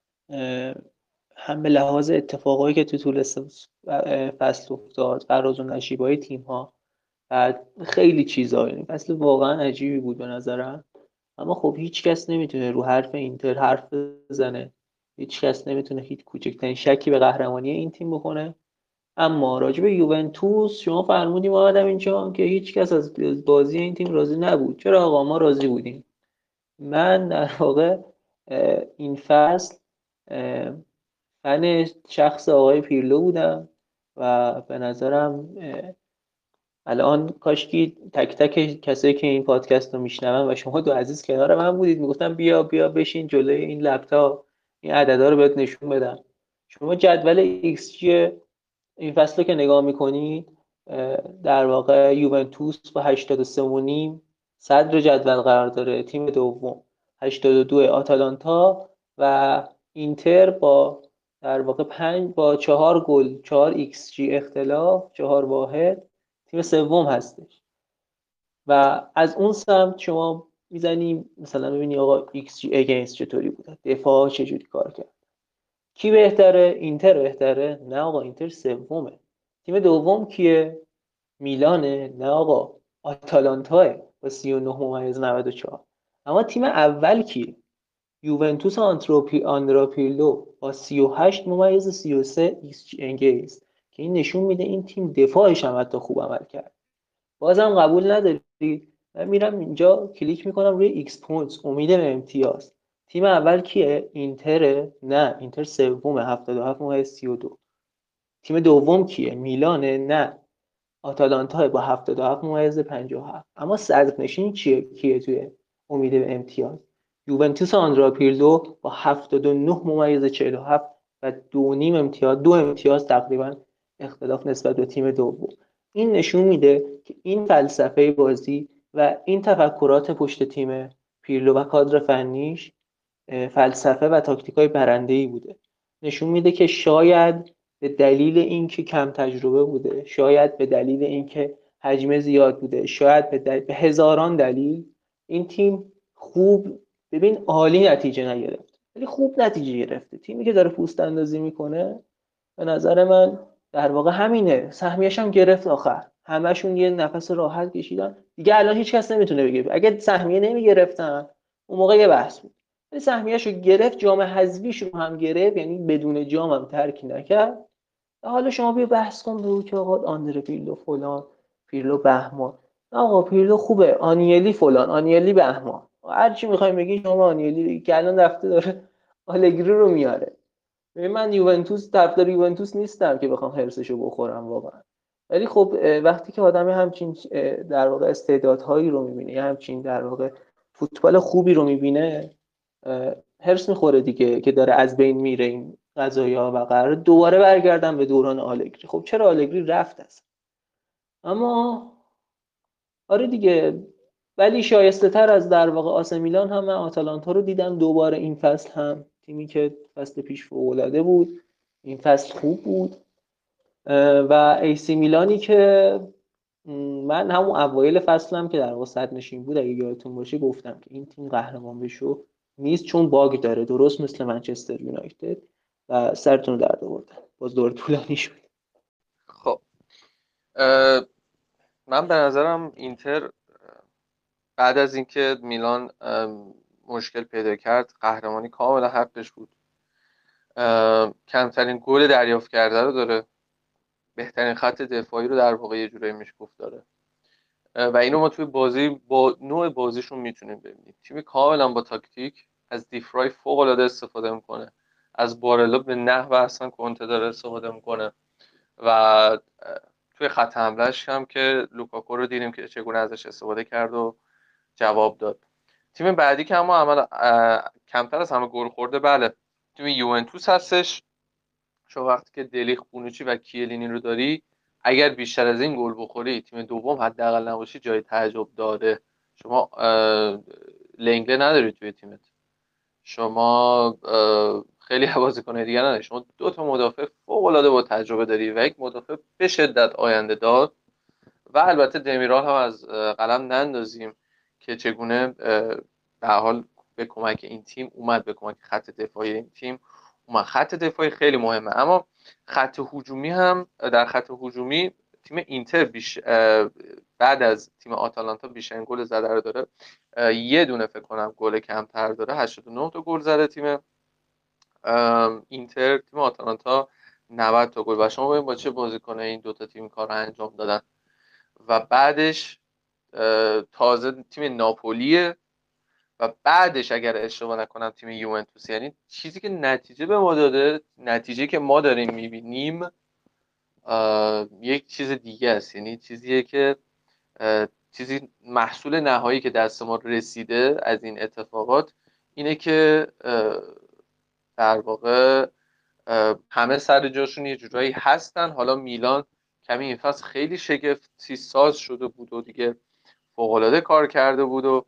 هم به لحاظ اتفاقایی که تو طول فصل افتاد، فراز و نشیبای تیم ها، بعد خیلی چیزا، یعنی فصل واقعا عجیبی بود به نظرم. اما خب هیچ کس نمیتونه رو حرف اینتر حرف بزنه، هیچ کس نمیتونه هیچ کوچکترین شکی به قهرمانی این تیم بکنه. اما راجع به یوونتوس شما فرمودیم آمدم اینجا که هیچ کس از بازی این تیم راضی نبود. چرا آقا؟ ما راضی بودیم. من در واقع این فصل فن شخص آقای پیرلو بودم و به نظرم الان کاشکی تک تک کسایی که این پادکست رو میشنون و شما دو عزیز کنار من بودید میگفتم بیا بیا بشین جلوی این لپتاپ این عددا رو بهت نشون بدم. شما جدول ایکس جی این فصل رو که نگاه میکنید، در واقع یوونتوس با 83.5 صدر جدول قرار داره، تیم دوم 82 آتالانتا و اینتر با در واقع 5 با 4 گل 4 ایکس جی اختلاف 4 واحد تیم سوم هستش. و از اون سمت شما میزنیم مثلا ببینی آقا ایکس جی اگینست چطوری بوده، دفاع چجوری کار کرد، کی بهتره؟ اینتر بهتره؟ نه آقا اینتر سومه. تیم دوم کیه؟ میلانه؟ نه آقا آتالانتاه با 39.94. اما تیم اول کیه؟ یوونتوس آندراپیلو با 38.33 ایکس جی انگیز که این نشون میده این تیم دفاعش هم حتی خوب عمل کرد. بازم قبول نداری؟ من میرم اینجا کلیک میکنم روی ایکس پوینتس، امید به امتیاز. تیم اول کیه؟ اینتره؟ نه اینتر سومه 77.32. تیم دوم کیه؟ میلانه؟ نه آتالانتا با 77.57. اما صدرنشین کیه توی امید به امتیاز؟ یوونتوس آندرا پیرلو با 79.47 و 2.5 امتیاز، 2 امتیاز تقریبا اختلاف نسبت به تیم دوم. این نشون میده که این فلسفه بازی و این تفکرات پشت تیم پیرلو و کادر فنیش فلسفه و تاکتیکای برنده‌ای بوده. نشون میده که شاید به دلیل اینکه کم تجربه بوده، شاید به دلیل اینکه حجم زیاد بوده، شاید به هزاران دلیل این تیم خوب، ببین عالی نتیجه نگرفت ولی خوب نتیجه گرفته. تیمی که داره پوست اندازی میکنه به نظر من در واقع همینه. سهمیش هم گرفت آخر، همشون یه نفس راحت کشیدن دیگه. الان هیچ کس نمیتونه بگه اگه سهمیه نمیگرفتن اون موقع یه بحث بود، ولی سهمیه‌شو گرفت، جام حذفیش رو هم گرفت، یعنی بدون جام هم ترکی نکرد. حالا شما بیا بحث کن بگو که آقا آندره پیرلو فلان، پیرلو بهمان. آقا پیرلو خوبه، آنیلی فلان، آنیلی بهمان، هر چی میخوایم بگی شما آنیلی بگی که الان رفته داره آلگری رو میاره. من یوونتوس طرفدار یوونتوس نیستم که بخوام هرسشو بخورم واقعا، ولی خب وقتی که آدم همچین در واقع استعدادهایی رو میبینه، همچین در واقع فوتبال خوبی رو میبینه، هرس میخوره دیگه که داره از بین میره این قضایا و قرار دوباره برگردن به دوران آلگری. خب چرا آلگری رفت است؟ اما آره دیگه، ولی شایسته تر از در واقع آس میلان هم من آتالانتا رو دیدم دوباره این فصل، هم تیمی که فصل پیش فوق‌العاده بود این فصل خوب بود. و ایسی میلانی که من همون اوایل فصلم که در واقع صدرنشین بود اگه یادتون باشه گفتم که این تیم قهرمان بشه نیست چون باگ داره، درست مثل منچستر یونایتد، و سرتون درد آوردن، باز دور طولانی شد. خب من به نظرم اینتر بعد از اینکه میلان مشکل پیدا کرد قهرمانی کاملا حقش بود. کمترین گل دریافت کرده رو داره، بهترین خط دفاعی رو در واقع یه جورایی میشه گفت داره و اینو ما توی بازی با نوع بازیشون میتونیم ببینیم. تیمی کاملا با تاکتیک از دیفرای فوق العاده استفاده میکنه، از بارلا به نحو اصلا کنته داره استفاده میکنه و توی خط حملهش هم که لوکاکو رو دیدیم که چگونه ازش استفاده کرد و جواب داد. تیم بعدی که اما عمل کمتر از همه گل خورده بله تیم یوونتوس هستش شما وقتی که دلیخ، بونوچی و کیلینی رو داری، اگر بیشتر از این گل بخوری تیم دوم حداقل نباشی جای تعجب داره. شما لنگله نداری توی تیمت، شما خیلی بازیکن‌های دیگه نداری، شما دو تا مدافع فوق‌العاده با تجربه داری و یک مدافع به شدت آینده دار. و البته دمیرال هم از قلم نندازیم که چگونه به حال به کمک این تیم اومد، به کمک خط دفاعی این تیم اومد. خط دفاعی خیلی مهمه، اما خط هجومی هم، در خط هجومی تیم اینتر بعد از تیم آتالانتا بیشترین گل زده رو داره، یه دونه فکر کنم گل کمتر داره، 89 تا گل زده تیم اینتر. تیم آتالانتا 90 تا گل. و شما ببین با چه بازیکن این دوتا تیم کار رو انجام دادن. و بعدش تازه تیم ناپولیه و بعدش اگر اشتباه نکنم تیم یوونتوس. یعنی چیزی که نتیجه به ما داده، نتیجه که ما داریم میبینیم یک چیز دیگه است. یعنی چیزیه که چیزی محصول نهایی که دست ما رسیده از این اتفاقات اینه که در واقع همه سر جاشون یه جورایی هستن. حالا میلان کمی این فصل خیلی شگفتی ساز شده بود و دیگه فوق‌العاده کار کرده بود و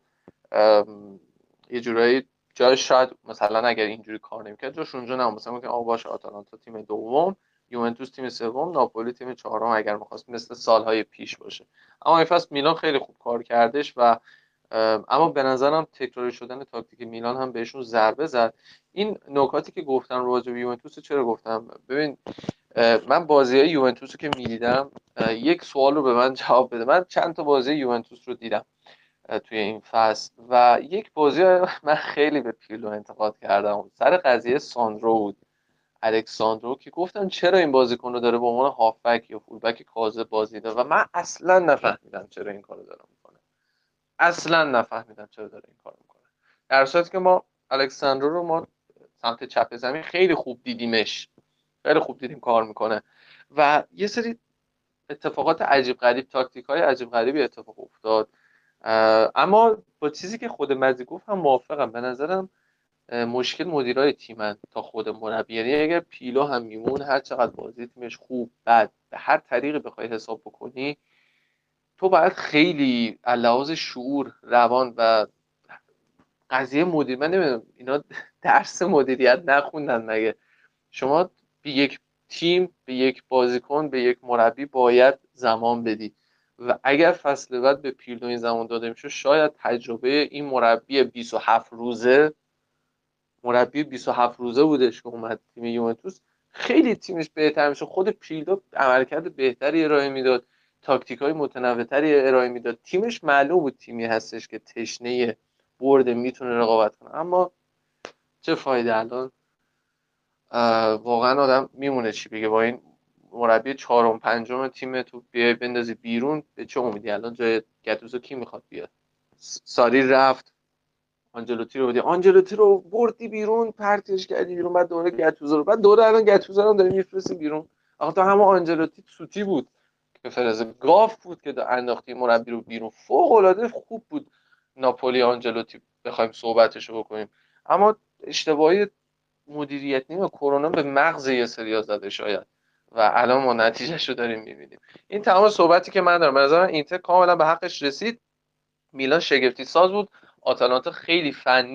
یه جورایی جاش شاید مثلا اگر اینجوری کار نمی‌کرد جاش اونجا نه، مثلا ممکن باشه آتالانتا تیم دوم، یوونتوس تیم سوم، ناپولی تیم چهارم اگر می‌خواست مثل سالهای پیش باشه. اما این فصل میلان خیلی خوب کار کردش و اما به نظرم تکراری شدن تاکتیک میلان هم بهشون ضربه زد. این نکاتی که گفتم راجع به یوونتوس چرا گفتم؟ ببین من بازی‌های یوونتوس رو که می‌دیدم، یک سوال رو به من جواب بده. من چند تا بازی یوونتوس رو دیدم توی این فصل و یک بازی من خیلی به پیرلو انتقاد کردم سر قضیه ساندرو بود، الکساندرو، که گفتم چرا این بازیکن رو داره به عنوان هافبک یا فولبک کاذب بازی داره و من اصلا نفهمیدم چرا این کارو داره میکنه. اصلا نفهمیدم چرا داره این کارو میکنه، در صورتی که ما الکساندرو رو ما سمت چپ زمین خیلی خوب دیدیمش، خیلی خوب دیدیم کار میکنه و یه سری اتفاقات عجیب غریب، تاکتیک های عجیب غریبی اتفاق افتاد. اما با چیزی که خود مزی گفت هم موافقم. به نظرم مشکل مدیرای تیمن تا خود مربی. یعنی اگر پیلو هم میمون، هر چقدر بازی تیمش خوب بد به هر طریقی بخوای حساب بکنی، تو باید خیلی لحاظ شعور، روان و قضیه مدیر، من نمیدونم اینا درس مدیریت نخوندن مگه؟ شما به یک تیم، به یک بازیکن، به یک مربی باید زمان بدی و اگر فصل بعد به پیرلو این زمان داده میشه، شاید تجربه این مربی 27 روزه، مربی 27 روزه بودش که اومد تیم یوونتوس، خیلی تیمش بهتر میشه. خود پیرلو عملکرد بهتری ارائه میداد، تاکتیک های متنوعتری ارائه میداد، تیمش معلوم بود تیمی هستش که تشنه برد، میتونه رقابت کنه. اما چه فایده الان؟ واقعا آدم میمونه چی بگه با این مربی چهارم پنجم تیم تو بیای بندازی بیرون، به چه امیدی؟ الان جای گتوزو کی میخواد بیاد؟ ساری رفت، آنجلوتی رو بدی، آنجلوتی رو بردی بیرون، پرتش کردی بیرون، بعد دوره گتوزو رو، بعد دوره الان گتوزو رو داری میفرستی بیرون. آخه تو همون آنجلوتی سوتی بود که فرز گاف بود که انداختی مربی رو بیرون. فوق العاده خوب بود ناپولی آنجلوتی بخوایم صحبتشو بکنیم، اما اشتباهی مدیریت نیم کرونا به مغز یه سریا زده شاید و الان ما نتیجهشو داریم میبینیم. این تمام صحبتی که من دارم. به نظر من اینتر کاملا به حقش رسید. میلان شگفتی ساز بود. آتالانتا خیلی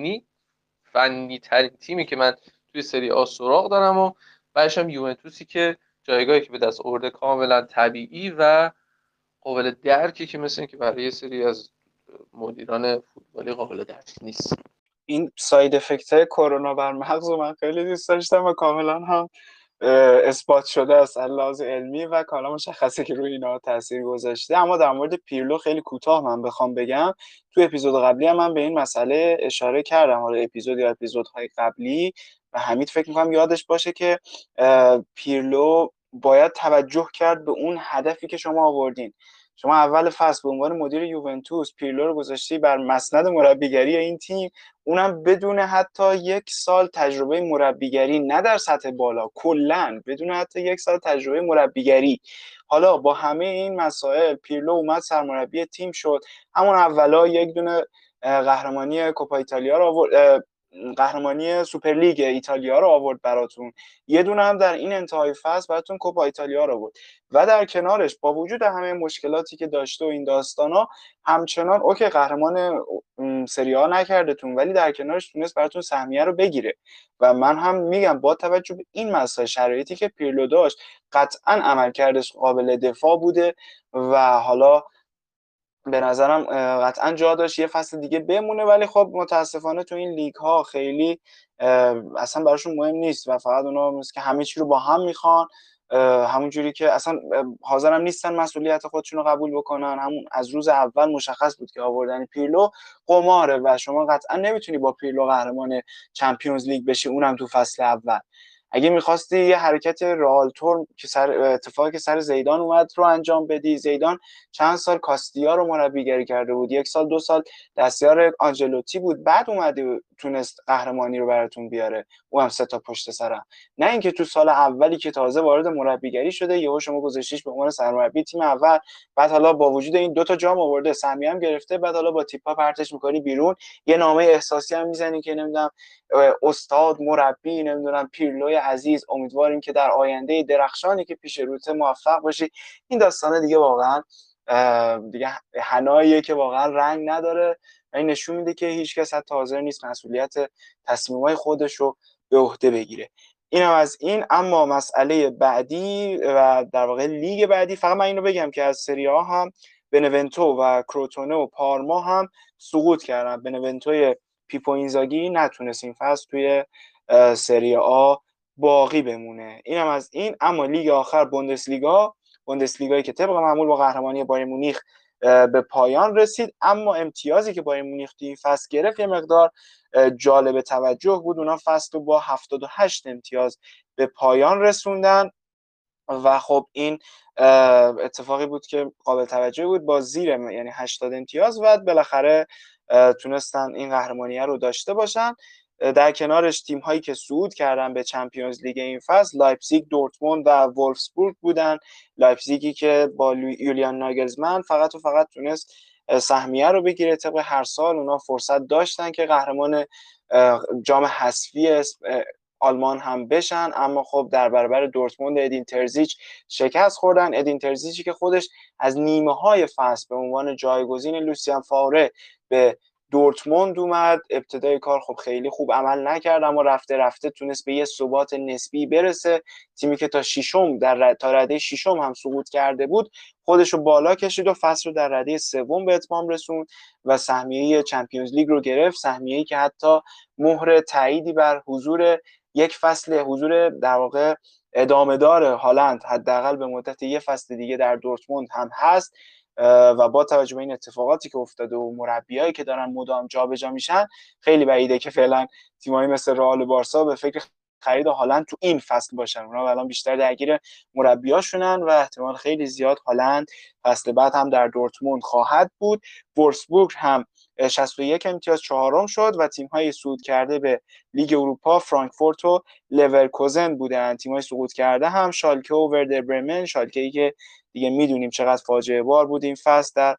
فنی ترین تیمی که من توی سری آ سراغ دارم و بعدش هم یوونتوسی که جایگاهی که به دست آورده کاملا طبیعی و قابل درکی که مثل که برای یه سری از مدیران فوتبالی قابل درک نیست. این ساید افکت های کرونا بر مغز رو من خیلی دوست داشتم و کاملا هم اثبات شده است از لحاظ علمی و کاملا مشخصه که روی اینا تاثیر گذاشته. اما در مورد پیرلو خیلی کوتاه من بخوام بگم، تو اپیزود قبلی هم من به این مسئله اشاره کردم، حالا اپیزود یا اپیزودهای قبلی، و حمید فکر می‌کنم یادش باشه که پیرلو باید توجه کرد به اون هدفی که شما آوردین. شما اول فصل به عنوان مدیر یوونتوس پیرلو رو گذاشتی بر مسند مربیگری این تیم، اونم بدون حتی 1 سال تجربه مربیگری، نه در سطح بالا، کلاً بدون حتی 1 سال تجربه مربیگری. حالا با همه این مسائل پیرلو اومد سرمربی تیم شد، همون اولا یک دونه قهرمانی کوپا ایتالیا رو آورد، قهرمانی سوپرلیگ ایتالیا رو آورد براتون، یه دونه هم در این انتهای فصل براتون کوپا ایتالیا رو آورد و در کنارش با وجود همه مشکلاتی که داشته و این داستانا همچنان اوکی قهرمان سری آ نکردتون، ولی در کنارش تونست براتون سهمیه رو بگیره. و من هم میگم با توجه به این مسائل شرایطی که پیرلو داشت قطعا عملکردش قابل دفاع بوده و حالا به نظرم قطعا جا داشت یه فصل دیگه بمونه، ولی خب متاسفانه تو این لیگ ها خیلی اصلا براشون مهم نیست و فقط اونا مثل که همه چی رو با هم میخوان، همون جوری که اصلا حاضرم نیستن مسئولیت خودشون رو قبول بکنن. همون از روز اول مشخص بود که آوردن پیرلو قماره و شما قطعا نمیتونی با پیرلو قهرمان چمپیونز لیگ بشی، اونم تو فصل اول. اگه میخواستی یه حرکت رئالتور که اتفاقی که سر زیدان اومد رو انجام بدی، زیدان چند سال کاستیا رو مربیگری کرده بود، 1 سال 2 سال دستیار آنجلوتی بود، بعد اومده تونست قهرمانی رو براتون بیاره، او هم 3 تا پشت سرم. نه اینکه تو سال اولی که تازه وارد مربیگری شده یهو شما گذاشتیش به عنوان سرمربی تیم اول، بعد حالا با وجود این 2 تا جام آورده، سهمیه هم گرفته، بعد حالا با تیپا پرتش می‌کنی بیرون، یه نامه احساسی هم میزنی که نمیدونم استاد مربی نمیدونم پیرلوی عزیز، امیدواریم که در آینده درخشانی که پیش روت موفق باشی. این داستانه دیگه واقعا دیگه حناییه که واقعا رنگ نداره و این نشون میده که هیچ کس حتی حاضر نیست مسئولیت تصمیمات خودش رو به عهده بگیره. اینم از این. اما مسئله بعدی و در واقع لیگ بعدی، فقط من اینو بگم که از سری آ هم بنونتو و کروتونه و پارما هم سقوط کردن. بنونتوی پیپو اینزاگی نتونست این فصل توی سری آ باقی بمونه. اینم از این. اما لیگ آخر بوندسلیگایی که طبق معمول با قهرمانی بایر مونیخ به پایان رسید، اما امتیازی که بایر مونیخ توی این فصل گرفت یه مقدار جالب توجه بود. اونا فصل رو با 78 امتیاز به پایان رسوندن و خب این اتفاقی بود که قابل توجه بود، با زیر یعنی 80 امتیاز و بالاخره تونستن این قهرمانیه رو داشته باشن. در کنارش تیم هایی که صعود کردن به چمپیونز لیگ این فصل لایپزیگ، دورتموند و وولفسبورگ بودن. لایپزیگی که با یولیان ناگلزمن فقط و فقط تونست سهمیه رو بگیره. طبق هر سال اونا فرصت داشتن که قهرمان جام حذفی آلمان هم بشن، اما خب در برابر دورتموند ادین ترزیچ شکست خوردن. ادین ترزیچی که خودش از نیمه های فصل به عنوان جایگزین لوسیان فاوره به دورتموند اومد، ابتدای کار خب خیلی خوب عمل نکرد، اما رفته رفته تونست به یه ثبات نسبی برسه. تیمی که تا ششم تا رده ششم هم سقوط کرده بود خودش رو بالا کشید و فصل رو در رده سوم به اتمام رسوند و سهمیه چمپیونز لیگ رو گرفت. سهمیه‌ای که حتی مهر تاییدی بر حضور یک فصل، حضور در واقع ادامه دار هالند حداقل به مدت یه فصل دیگه در دورتموند هم هست. و با توجه به این اتفاقاتی که افتاده و مربیایی که دارن مدام جابجا میشن، خیلی بعیده که فعلا تیمایی مثل رئال و بارسا به فکر خرید هالند تو این فصل باشن. اونا الان بیشتر درگیر مربیاشونن و احتمال خیلی زیاد هالند فصل بعد هم در دورتموند خواهد بود. وولفسبورگ هم 61 امتیاز چهارم شد و تیم‌های صعود کرده به لیگ اروپا فرانکفورت و لورکوزن بودن. تیم‌های سقوط کرده هم شالکه و وردر برمن. شالکه‌ای که دیگه میدونیم چقدر فاجعه بار بود این فصل در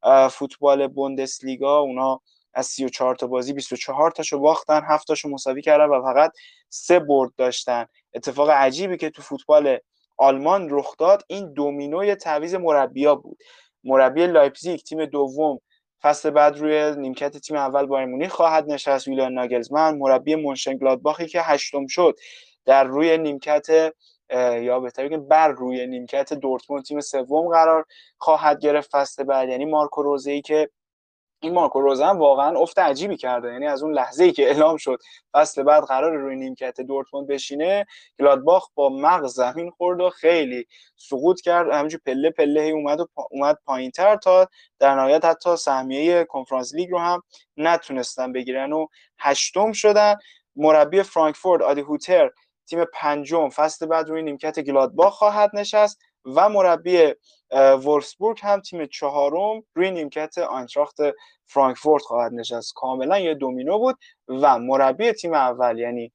فوتبال بوندسلیگا. اونا از 34 تا بازی 24 تاشو باختن، 7 تاشو مساوی کردن و فقط 3 برد داشتن. اتفاق عجیبی که تو فوتبال آلمان رخ داد این دومینوی تعویض مربی‌ها بود. مربی لایپزیگ تیم دوم فصل بعد روی نیمکت تیم اول بایر مونیخ خواهد نشست، یولیان ناگلزمن. مربی مونشنگلادباخی که هشتم شد در روی نیمکت یا بهتر بگیم بر روی نیمکت دورتموند تیم سوم قرار خواهد گرفت فصل بعد، یعنی مارکو روزه‌ای که این مارکو روزه هم واقعا افت عجیبی کرده. یعنی از اون لحظه‌ای که اعلام شد فصل بعد قرار روی نیمکت دورتموند بشینه، گلادباخ با مغز زمین خورد و خیلی سقوط کرد، همینجوری پله پله اومد پایین‌تر تا در نهایت حتی سهمیه کنفرانس لیگ رو هم نتونستن بگیرن و هشتم شدن. مربی فرانکفورت آدی هوتر تیم پنجم فصل بعد روی نیمکت گلادباخ خواهد نشست و مربی وولفسبورگ هم تیم چهارم روی نیمکت آینتراخت فرانکفورت خواهد نشست. کاملا یه دومینو بود و مربی تیم اول یعنی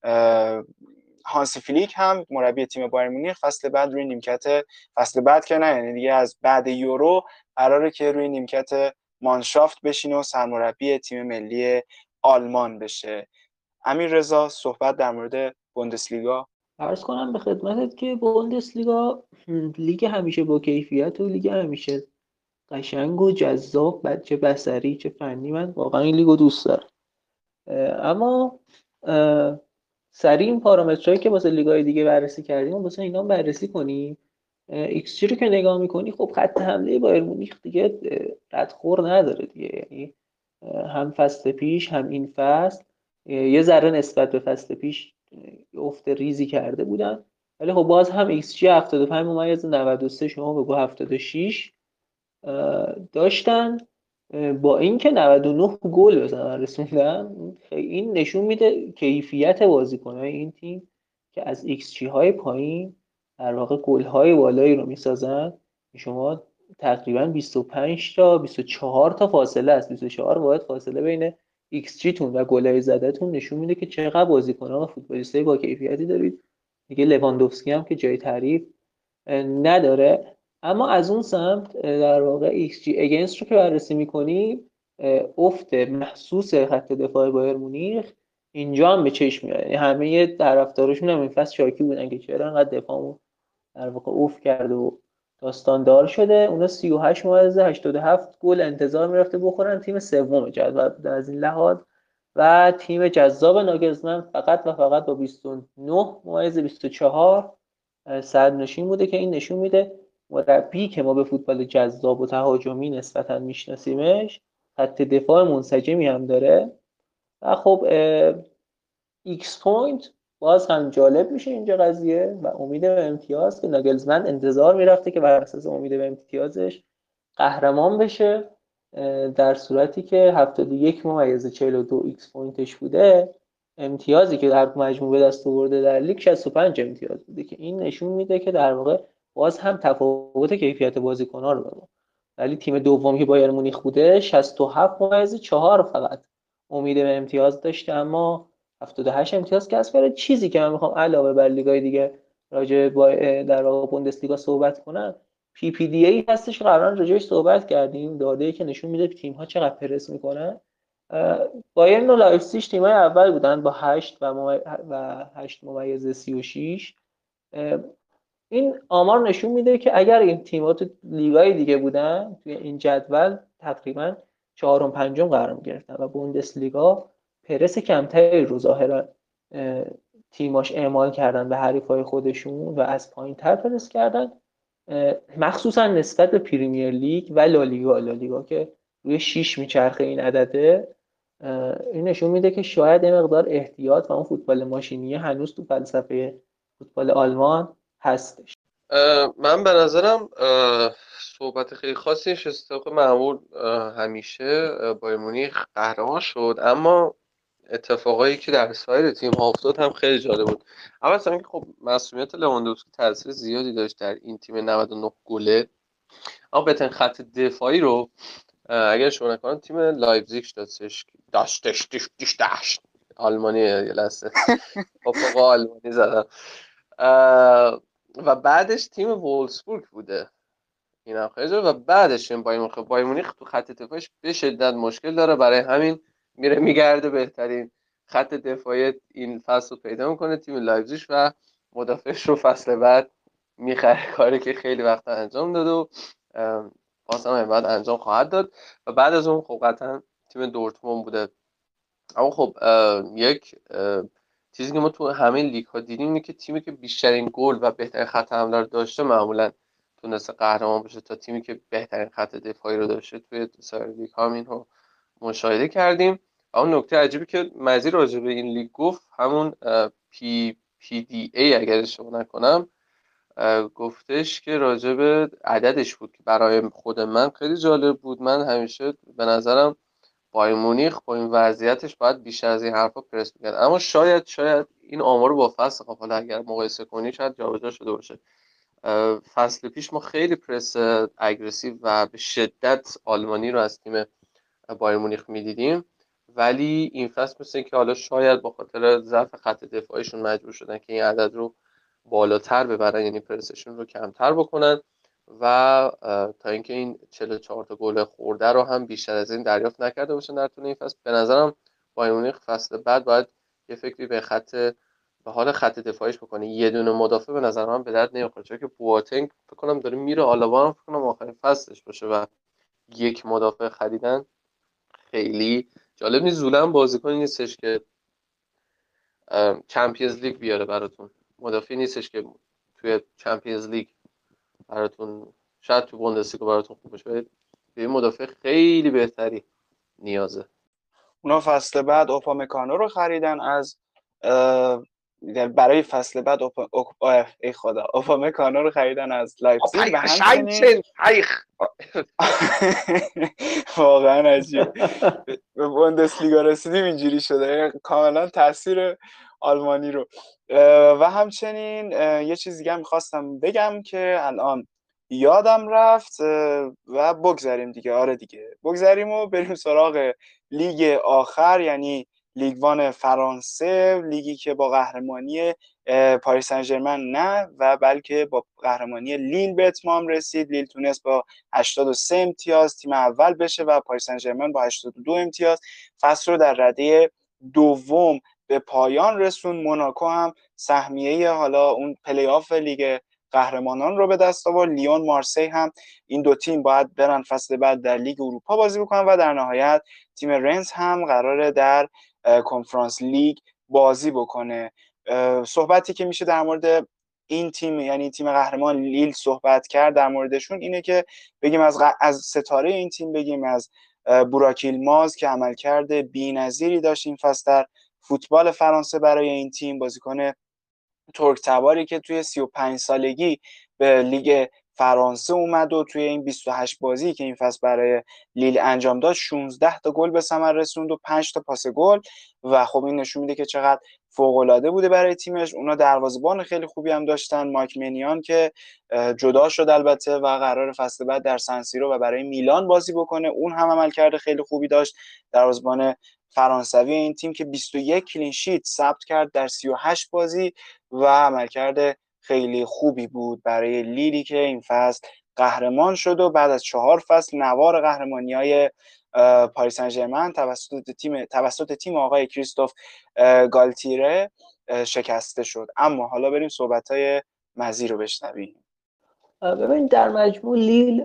هانسی فلیک هم مربی تیم بایر مونیخ فصل بعد روی نیمکت، فصل بعد که نه یعنی دیگه از بعد یورو قراره که روی نیمکت مانشافت بشینه و سرمربی تیم ملی آلمان بشه. امیر رضا صحبت در مورد بوندسلیگا. عرض کنم به خدمتت که بوندسلیگا لیگ همیشه با کیفیت و لیگ همیشه قشنگ و جذاب، چه بصری چه فنی. من واقعا این لیگو دوست دارم. اما سریع این پارامترهایی که واسه لیگ‌های دیگه بررسی کردیم واسه اینا هم بررسی کنیم. ایکس جی رو که نگاه میکنی، خب خط حمله بایر مونیخ دیگه ردخور نداره دیگه. یعنی هم فصل پیش هم این فصل یه ذره نسبت به فصل پیش افت ریزی کرده بودن، ولی خب باز هم ایکس جی 75.93 شما بگو 76 داشتن، با اینکه 99 گل بزنن رسوندن. این نشون میده کیفیت بازیکن‌های این تیم که از ایکس جی های پایین در واقع گل های بالایی رو میسازن. شما تقریبا 25 تا 24 تا فاصله است، 24 واحد فاصله بین ایکس جی تون و گلای زدهتون، نشون میده که چقدر بازیکنان و فوتبالیستای با کیفیتی دارید. دیگه لواندوفسکی هم که جای تعریف نداره. اما از اون سمت در واقع XG against رو که بررسی میکنیم، افت محسوس خط دفاع بایر مونیخ اینجا هم به چشم میاد. یعنی همه طرفداراشون هم این فصل شاکی بودن که چرا انقدر دفاعمون در واقع افت کرده و داستان دار شده. اونا 38.87 گل انتظار میرفته بخورن، تیم سوم جدول بوده از این لحاظ، و تیم جذاب ناگلزمن فقط و فقط با 29.24 صدرنشین بوده، که این نشون میده مربی که ما به فوتبال جذاب و تهاجمی نسبتا میشناسیمش خط دفاع منسجمی هم داره. و خب ایکس پوینت باز هم جالب میشه اینجا قضیه و امید به امتیاز که ناگلزمن انتظار میرفته که بر اساس امید به امتیازش قهرمان بشه، در صورتی که 71.42 ایکس پوینتش بوده. امتیازی که در مجموع به دست آورده در لیگ 65 امتیاز بوده، که این نشون میده که در واقع باز هم تفاوت کیفیت بازیکن‌ها رو داره. ولی تیم دومی که بایر مونیخ بوده 67.4 فقط امید به امتیاز داشته، اما 78 امتیاز کسب کرده. چیزی که من میخوام علاوه بر لیگ‌های دیگه راجع با در واقع بوندسلیگا صحبت کنم، پی پی دی ای هستش که قبلا راجعش صحبت کردیم، داده‌ای که نشون میده تیم‌ها چقدر پرس میکنن. بایرن و لایپزیگ تیم‌های اول بودن با 8 و 8.36. این آمار نشون میده که اگر این تیم‌ها تو لیگ‌های دیگه بودن توی این جدول تقریبا چهارم پنجم قرار می‌گرفتن و بوندسلیگا پرس کمتری رو ظاهرا تیماش اعمال کردن به حریفای خودشون و از پایین‌تر پرس کردن، مخصوصا نسبت به پریمیر لیگ و لالیگا که روی 6 میچرخه این عدده. این نشون میده که شاید یه مقدار احتیاط و اون فوتبال ماشینی هنوز تو فلسفه فوتبال آلمان هستش. من به نظرم صحبت خیلی خاصی نیست. استفاق معمول همیشه بایر مونیخ قهرمان شد، اما اتفاقایی که در سایر تیم ها افتاد هم خیلی جالب بود. اول از اینکه خب مسئولیت لواندوفسکی تاثیر زیادی داشت در این تیم 99 گله، اما بهترین خط دفاعی رو اگر شما نکنن تیم لایپزیگ داشت آلمانی یه لحظه با آلمانی زدن و بعدش تیم وولسبورگ بوده، این هم خیلی و بعدش این بایر مونیخ تو خط دفاعش به شدت مشکل داره، برای همین میره میگرده بهترین خط دفاعی این فصل رو پیدا میکنه تیم لایپزیگ و مدافعش رو فصل بعد میخره، کاری که خیلی وقت انجام داد و باز هم بعد انجام خواهد داد. و بعد از اون خب قطعا تیم دورتموند بوده. اما خب یک چیزی که ما تو همه لیگ ها دیدیم اینه که تیمی که بیشترین گل و بهترین خط حمله رو داشته معمولا تونسته قهرمان بشه تا تیمی که بهترین خط دفاعی رو داشته. توی سایر لیگ ها اینو مشاهده کردیم. اون نکته عجیبی که مزید راجع به این لیگ گفت همون پی دی ای اگر اشتباه نکنم گفتش که راجع به عددش بود که برای خود من خیلی جالب بود. من همیشه به نظرم بایر مونیخ با این وضعیتش باید بیشتر از این حرفا پرس می‌کرد، اما شاید این آمار رو با فصل قبل اگر مقایسه کنی شاید جابجا شده باشه. فصل پیش ما خیلی پرس اگریسیو و به شدت آلمانی رو از تیم بایر مونیخ می‌دیدیم، ولی این فصل مثل که حالا شاید با خاطر ضعف خط دفاعیشون مجبور شدن که این عدد رو بالاتر ببرن، یعنی پرسشون رو کمتر بکنن و تا اینکه این 44 تا گل خورده رو هم بیشتر از این دریافت نکرده باشن در طول این فصل. به نظرم بایر مونیخ فصل بعد باید یه فکری به حال خط دفاعیش بکنه. یه دونه مدافع به نظر من به درد نمیخوره، چون که بواتنگ فکر کنم داره میره، آلابا هم فکر کنم آخرین فصلش باشه و یک مدافع خریدن خیلی جالب نیست. زوله بازیکنی نیستش که چمپیونز لیگ بیاره براتون، مدافعی نیستش که توی چمپیونز لیگ براتون، شاید تو بوندسلیگا براتون خوب باشه، به یه مدافع خیلی بهتری نیازه. اونا فصل بعد اوپامکانو رو خریدن از برای فصل بعد ای خدا اوپامکانو رو خریدن از لایپزیگ و همچنین واقعا عجیب به بوندسلیگا رسیدیم اینجوری شده، کاملا تاثیر آلمانی رو. و همچنین یه چیز دیگه میخواستم بگم که الان یادم رفت و بگذاریم دیگه. آره دیگه بگذاریم و بریم سراغ لیگ آخر، یعنی لیگ وان فرانسه، لیگی که با قهرمانی پاریس سن ژرمن نه و بلکه با قهرمانی لیل به اتمام رسید. لیل تونست با 83 امتیاز تیم اول بشه و پاریس سن ژرمن با 82 امتیاز فصل رو در رده دوم به پایان رسون. موناکو هم سهمیه حالا اون پلی آف لیگ قهرمانان رو به دست آورد. لیون، مارسی هم این دو تیم باید برن فصل بعد در لیگ اروپا بازی بکنن و در نهایت تیم رنز هم قراره در کنفرانس لیگ بازی بکنه. صحبتی که میشه در مورد این تیم، یعنی تیم قهرمان لیل صحبت کرد در موردشون، اینه که بگیم از ستاره این تیم بگیم از بوراک ایلماز که عملکرد بی‌نظیری داشت این فصل در فوتبال فرانسه برای این تیم. بازیکن ترک تباری که توی 35 سالگی به لیگ فرانسه اومد و توی این 28 بازی که این فصل برای لیل انجام داد 16 تا گل به ثمر رسوند و 5 تا پاس گل و خب این نشون میده که چقدر فوق‌العاده بوده برای تیمش. اونا دروازه‌بان خیلی خوبی هم داشتن، مایک منیان که جدا شد البته و قرار فصل بعد در سنسیرو و برای میلان بازی بکنه، اون هم عملکرد خیلی خوبی داشت. دروازه‌بان فرانسوی این تیم که 21 کلین شیت ثبت کرد در 38 بازی و عملکرد خیلی خوبی بود برای لیلی که این فصل قهرمان شد و بعد از 4 فصل نوار قهرمانی‌های پاریس سن ژرمن توسط تیم آقای کریستوف گالتیره شکسته شد. اما حالا بریم صحبت‌های مزی رو بشنویم. ببین در مجموع لیل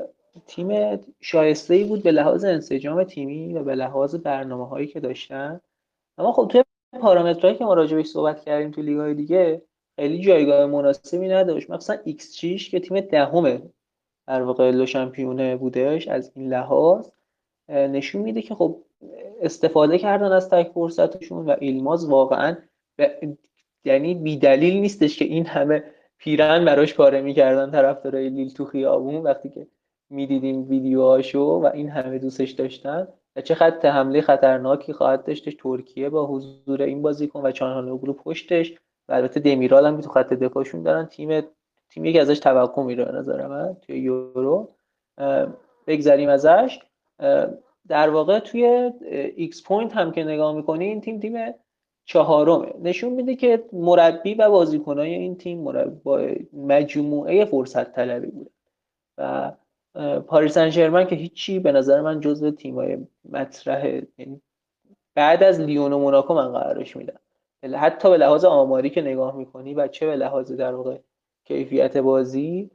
تیم شایسته‌ای بود به لحاظ انسجام تیمی و به لحاظ برنامه‌هایی که داشتن، اما خب توی پارامترهایی که ما راجع بهش صحبت کردیم تو لیگ‌های دیگه خیلی جایگاه مناسبی نداشت. مثلا ایکس جیش که تیم دهمه در واقع لو شامپیونه بودش، از این لحاظ نشون میده که خب استفاده کردن از تک فرصتشون و ایلماز واقعا یعنی بی دلیل نیستش که این همه پیرن براش پاره میکردن طرفدارای لیل تو خیابون وقتی که میدیدیم ویدیوهاشو و این همه دوستش داشتن و چه خط حمله خطرناکی خواهد داشتش ترکیه با حضور این بازیکن و چانهالوگلو پشتش و البته دمیرال هم تو خط دفاعشون دارن. تیم یکی ازش توقع میره به نظر من توی یورو. بگذریم ازش. در واقع توی ایکس پوینت هم که نگاه میکنی این تیم چهارمه، نشون میده که مربی و بازیکنای این تیم با مجموعه فرصت طلبی بوده و پاریس سن ژرمن که هیچی به نظر من جزو تیمای مطرح، یعنی بعد از لیون و موناکو من قرارش میدم، حتی به لحاظ آماری که نگاه میکنی و چه به لحاظ در واقع کیفیت بازی.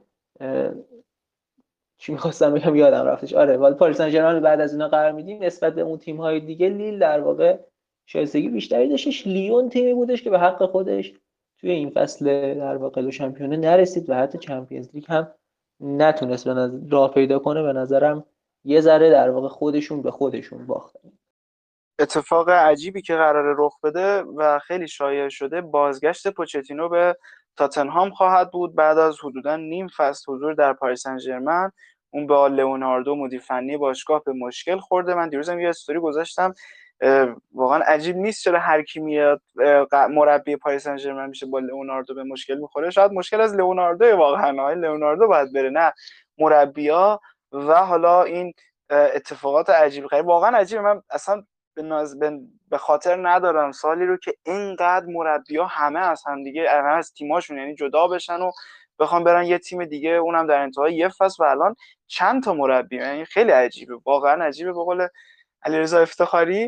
چی می‌خواستم بگم یادم رفتش. آره ولی پاریس سن ژرمن بعد از اینا قرار میدیم نسبت به اون تیم‌های دیگه لیل در واقع شایستگی بیشتری داشتش. لیون تیمی بودش که به حق خودش توی این فصل در واقع لو شامپیونه نرسید و حتی چمپیونز لیگ هم نتونست راه پیدا کنه. به نظرم یه ذره در واقع خودشون به خودشون باختن. اتفاق عجیبی که قراره رخ بده و خیلی شایع شده بازگشت پوچتینو به تاتنهام خواهد بود بعد از حدوداً نیم فصل حضور در پاریس سن ژرمن. اون با لئوناردو مدیر فنی باشگاه به مشکل خورده. من دیروزم یه استوری گذاشتم، واقعا عجیب نیست چرا هر کی میاد مربی پاریس سن ژرمن میشه با لئوناردو به مشکل میخوره. شاید مشکل از لئوناردو واقعا، لئوناردو باید بره نه مربی‌ها. و حالا این اتفاقات عجیب غریب واقعا عجیبه. من اصلا به خاطر ندارم سالی رو که اینقدر مربی‌ها همه از هم دیگه، همه از تیماشون یعنی جدا بشن و بخوام برن یه تیم دیگه، اونم در انتهای یه فصل و الان چند تا مربی. یعنی خیلی عجیبه، واقعا عجیبه. به قول علیرضا افتخاری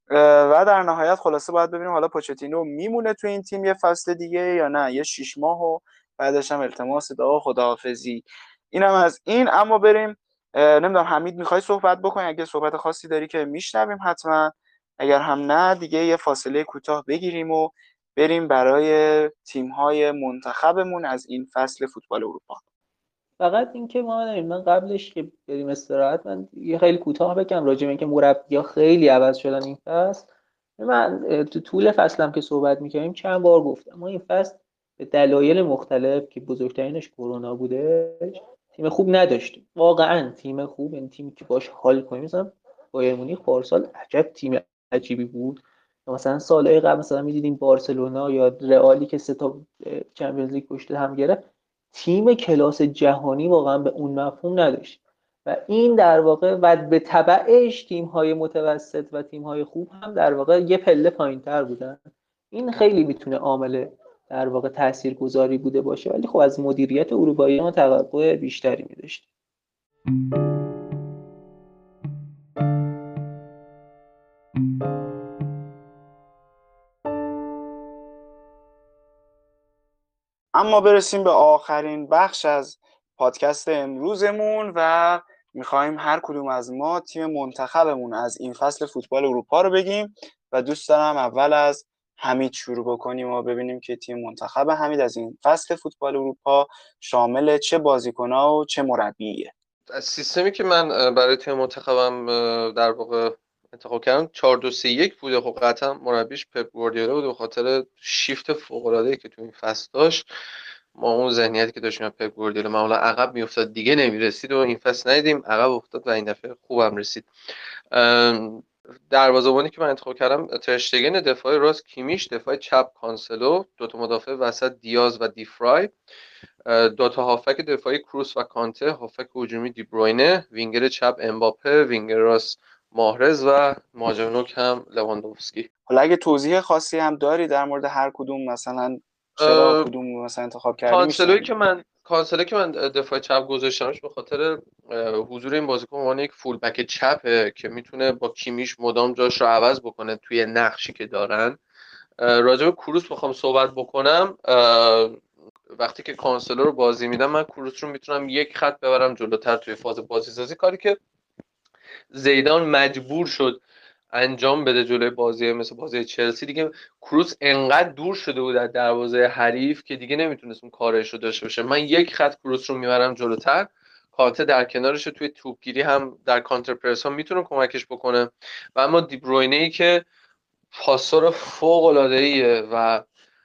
و در نهایت خلاصه باید ببینیم حالا پوچتینو میمونه تو این تیم یه فصل دیگه یا نه، یه 6 ماه و بعدش هم التماس دعا خداحافظی. اینم از این. اما بریم، نمیدونم حمید میخوای صحبت بکنی؟ اگه صحبت خاصی داری که میشنویم حتما، اگر هم نه دیگه یه فاصله کوتاه بگیریم و بریم برای تیم‌های منتخبمون از این فصل فوتبال اروپا. فقط اینکه من قبلش که بریم استراحت، من یه خیلی کوتاه بگم راجع به اینکه مربی‌ها خیلی عوض شدن این فصل. من تو طول فصلم که صحبت می‌کردیم چند بار گفتم ما این فصل به دلایل مختلف که بزرگترینش کرونا بوده تیم خوب نداشتیم. واقعا تیم خوب، این تیمی که باش حال کنیم، مثلا بایر مونیخ پارسال عجب تیم عجیبی بود. یا مثلا سالهای قبل مثلا می‌دیدیم بارسلونا یا رئالی که سه تا چمپیونز لیگ پشت هم گرفت، تیم کلاس جهانی واقعا به اون مفهوم نداشت. و این در واقع و به تبعش تیم‌های متوسط و تیم‌های خوب هم در واقع یه پله پایین‌تر بودن. این خیلی میتونه عامل در واقع تاثیرگذاری بوده باشه، ولی خب از مدیریت اروپایی ما توقع بیشتری می‌داشتیم. اما برسیم به آخرین بخش از پادکست امروزمون و میخوایم هر کدوم از ما تیم منتخبمون از این فصل فوتبال اروپا رو بگیم و دوست دارم اول از حمید شروع بکنیم و ببینیم که تیم منتخب حمید از این فصل فوتبال اروپا شامل چه بازیکن‌ها و چه مربیه. از سیستمی که من برای تیم منتخبم در واقع انتخاب کردم 4-2-3-1 بوده. خب قطعا مربیش پپ گواردیولا بود به خاطر شیفت فوق‌العاده‌ای که تو این فصل داشت. ما اون ذهنیتی که داشتیم پپ گواردیولا معمولا عقب میافتاد دیگه نمیرسید و این فصل ندیدیم، عقب افتاد و این دفعه خوبم رسید. دروازه‌بانی که من انتخاب کردم ترشتگن، دفاع راست کیمیش، دفاع چپ کانسلو، دو تا مدافع وسط دیاز و دیفرای، دو تا هافک دفاعی کروس و کانته، هافک هجومی دی بروینه، وینگر چپ امباپه، وینگر راست ماهرز و مهاجم نوک هم لواندوفسکی. حالا اگه توضیح خاصی هم داری در مورد هر کدوم، مثلا چرا کدوم مثلا انتخاب کردی کانسلوی که من دفاع چپ گذاشتمش به خاطر حضور این بازیکن عنوان یک فول بک چپه که میتونه با کیمیش مدام جاش رو عوض بکنه توی نقشی که دارن. راجع به کروس بخوام صحبت بکنم، وقتی که کانسلو رو بازی میدم من کروس رو میتونم یک خط ببرم جلوتر توی فاز بازی سازی، کاری که زیدان مجبور شد انجام بده جلوی بازی مثل بازی چلسی. دیگه کروس انقدر دور شده بود از دروازه حریف که دیگه نمیتونست اون کارش رو داشته باشه. من یک خط کروس رو میبرم جلوتر، کانته در کنارش توی توپگیری هم در کانتر پرس ها میتونه کمکش بکنه. و اما دی بروینه ای که پاسور فوق العاده ایه و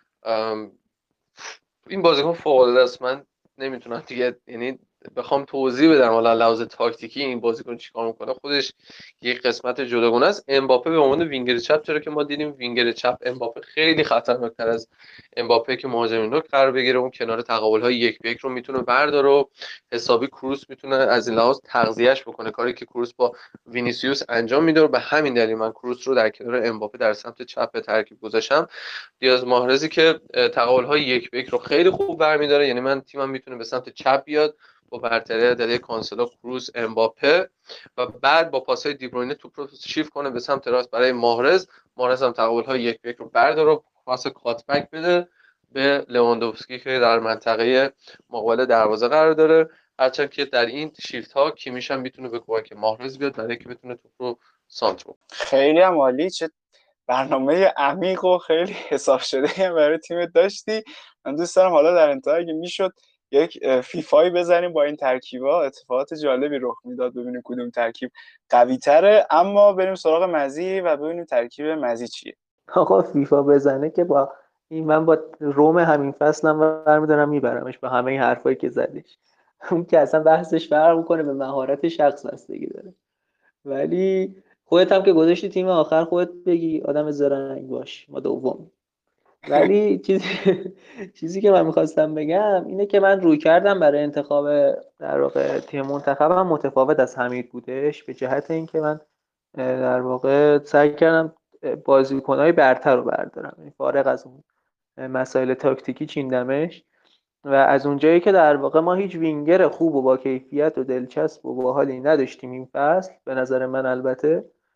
این بازیکن فوق العاده است. من نمیتونم دیگه یعنی بخوام توضیح بدم حالا لحاظ تاکتیکی این بازیکن چیکار میکنه، خودش یک قسمت جداگانه است. امباپه به عنوان وینگر چپ، چرا که ما دیدیم وینگر چپ امباپه خیلی خطرناکتر از امباپه که مهاجم نوک قرار بگیره، اون کنار تقابل های یک به یک رو میتونه برداره و حسابی کروس میتونه از این لحاظ تغذیهش بکنه، کاری که کروس با وینیسیوس انجام میده. و به همین دلیل من کروس رو در کنار امباپه در سمت چپ ترکیب گذاشتم. دیاز محرزی که تقابل های یک به یک رو خیلی خوب برمیداره، یعنی من تیمم میتونه به سمت چپ بیاد با برتری عددی کانسلو، کروس، امباپه و بعد با پاسهای دیبروینه توپ رو شیفت کنه به سمت راست برای ماهرز هم تقابل های یک به یک رو برداره و پاس کاتبک بده به لواندوفسکی که در منطقه مقابل دروازه قرار داره. هرچند که در این شیفت ها کیمیش هم میتونه به کمک ماهرز بیاد برای اینکه بتونه توپ رو سانتر کنه. خیلی هم عالی، چه برنامه عمیق و خیلی حساب شده هم برای تیمت داشتی. من دوست دارم حالا در انتها اگه میشد یک فیفایی بزنیم با این ترکیبا، اتفاقات جالبی رخ میداد، ببینیم کدوم ترکیب قوی تره. اما بریم سراغ مزی و ببینیم ترکیب مزی چیه. آقا فیفا بزنه که با این من با روم همین فصلم برمیدارم میبرمش با همه این حرفایی که زدش. اون که اصلا بحثش فرق میکنه، به مهارت شخص بستگی داره. ولی خودت هم که گذاشتی تیم آخر، خودت بگی آدم زرنگ باش، ما دوم. ولی چیزی که من میخواستم بگم اینه که من روی کردم برای انتخاب در واقع تیم منتخبم متفاوت از حمید بودش، به جهت اینکه من در واقع سعی کردم بازیکن‌های برتر رو بردارم، یعنی فارغ از اون مسائل تاکتیکی چیندمش. و از اونجایی که در واقع ما هیچ وینگر خوب و با کیفیت و دلچسب و باحالی نداشتیم این فصل به نظر من، البته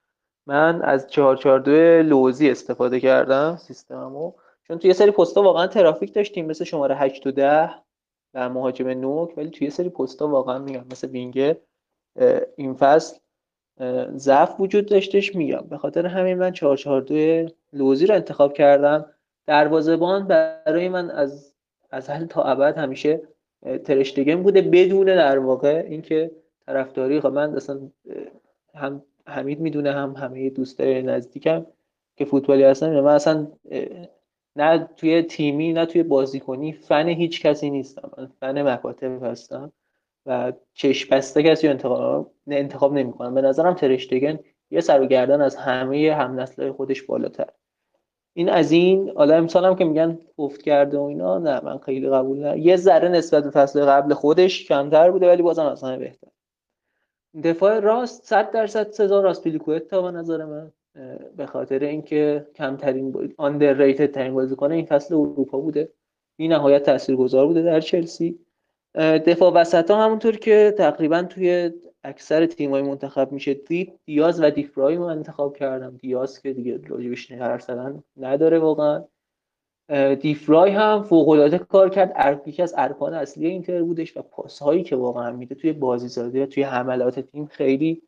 من از 442 لوزی استفاده کردم سیستممو، چون توی یه سری پستا واقعا ترافیک داشتیم مثل شماره 8 و 10 و مهاجم نوک، ولی توی یه سری پستا واقعا میگم مثل وینگر این فصل ضعف وجود داشتش. میگم به خاطر همین من 442 لوزی رو انتخاب کردم. دروازه‌بان برای من از حل تا ابد همیشه ترشتگن بوده، بدون در واقع اینکه طرفداری من اصلا هم حمید میدونه هم همه دوستای نزدیکم که فوتبالی هستن، من اصلا نه توی تیمی نه توی بازیکنی فن هیچ کسی نیستم، من فن مکاتب هستم و چشم بسته کسی انتخاب نمی‌کنم. به نظرم ترشتگن یه سر و گردن از همه هم نسل‌های خودش بالاتر. این از این. حالا امسال هم که میگن افت کرده و اینا، نه من خیلی قبول نه، یه ذره نسبت به فصل قبل خودش کمتر بوده ولی بازم از همه بهتر. دفاع راست 100% سزار آسپیلیکوئتا به نظر من، به خاطر اینکه کمترین آندرریتد ترین بازیکن این فصل اروپا بوده، بی نهایت تاثیرگذار بوده در چلسی. دفاع وسط ها همونطور که تقریبا توی اکثر تیم‌های منتخب میشه دید، دیاز و دیفرای رو انتخاب کردم. دیاز که دیگه راجبش حرف زدن نداره واقعا. دیفرای هم فوق‌العاده کار کرد، یکی از ارکان اصلی اینتر بودش و پاس‌هایی که واقعا میده توی بازیسازی و توی حملات تیم خیلی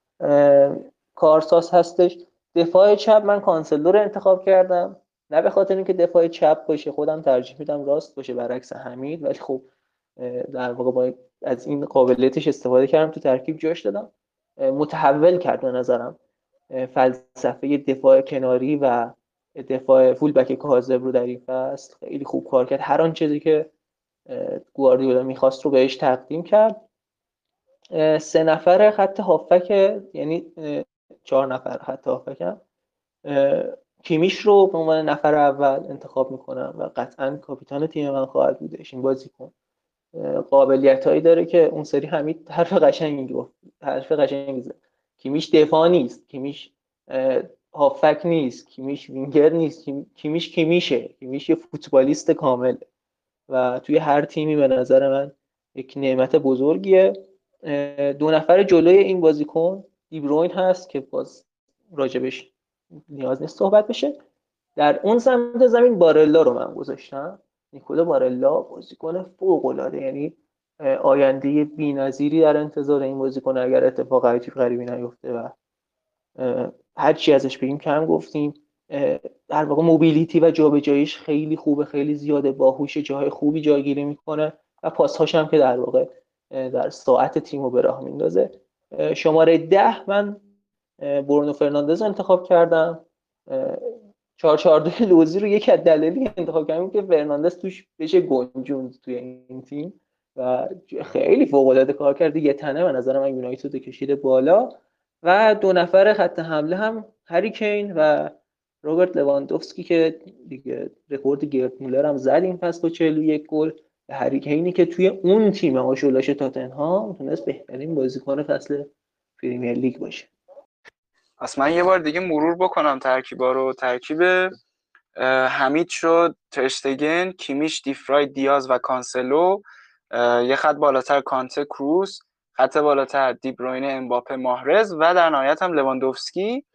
کارساز هستش. دفاع چپ من کانسلو رو انتخاب کردم، نه به خاطر اینکه دفاع چپ باشه، خودم ترجیح میدم راست باشه برعکس حمید، ولی خب در واقع با از این قابلیتش استفاده کردم تو ترکیب جاش دادم. متحول کرد به نظرم فلسفه دفاع کناری و دفاع فول بک کاذب رو در این فصل، خیلی خوب کار کرد، هر آن چیزی که گواردیولا میخواست رو بهش تقدیم کرد. 3 نفر خط هافک، یعنی 4 نفر خط هافکم، کیمیش رو به عنوان نفر اول انتخاب میکنم و قطعا کاپیتان تیم من خواهد بودش. این بازیکن قابلیت هایی داره که اون سری حمید حرف قشنگی گفت، حرف قشنگی زد. کیمیش دفاع نیست، کیمیش هافک نیست، کیمیش وینگر نیست، کیمیش یه فوتبالیست کامل و توی هر تیمی به نظر من یک نعمت بزرگیه. 2 نفر جلوی این بازیکن دیبروین هست که باز راجبش نیاز نیست صحبت بشه. در اون سمت زمین بارلا رو من گذاشتم. نیکولا بارلا بازیکن فوق‌العاده، یعنی آینده بی‌نظیری در انتظار این بازیکن اگر اتفاق عجیب غریبی نیفته و هر چی ازش بگیم کم گفتیم. در واقع موبیلیتی و جابجاییش خیلی خوبه، خیلی زیاده، باهوش، جاهای خوبی جایگیری میکنه و پاسهاش هم که در واقع در ساعت تیمو به راه میندازه. شماره 10 من برونو فرناندز انتخاب کردم. 442 لوزی رو یک از دلایلی انتخاب کردم که فرناندز توش بشه گنجوند توی این تیم و خیلی فوق العاده کار کرده. یه تنه به نظر من یونایتد کشیده بالا. و 2 نفر خط حمله هم هری کین و روبرت لواندوفسکی که دیگه رکورد گرد مولر هم زد این فصل با 41 گل. هری کینی که توی اون تیم آشولاش تاتنهام تونست بهترین بازیکن فصل پریمیر لیگ باشه. اصلا یه بار دیگه مرور بکنم ترکیبا رو. ترکیب حمید شد ترشتگن، کیمیش، دیفرای، دیاز و کانسلو. یه خط بالاتر کانته، کروس. خط بالاتر دیبروین، امباپه، ماهرز و در نهایت هم لواندوفسکی.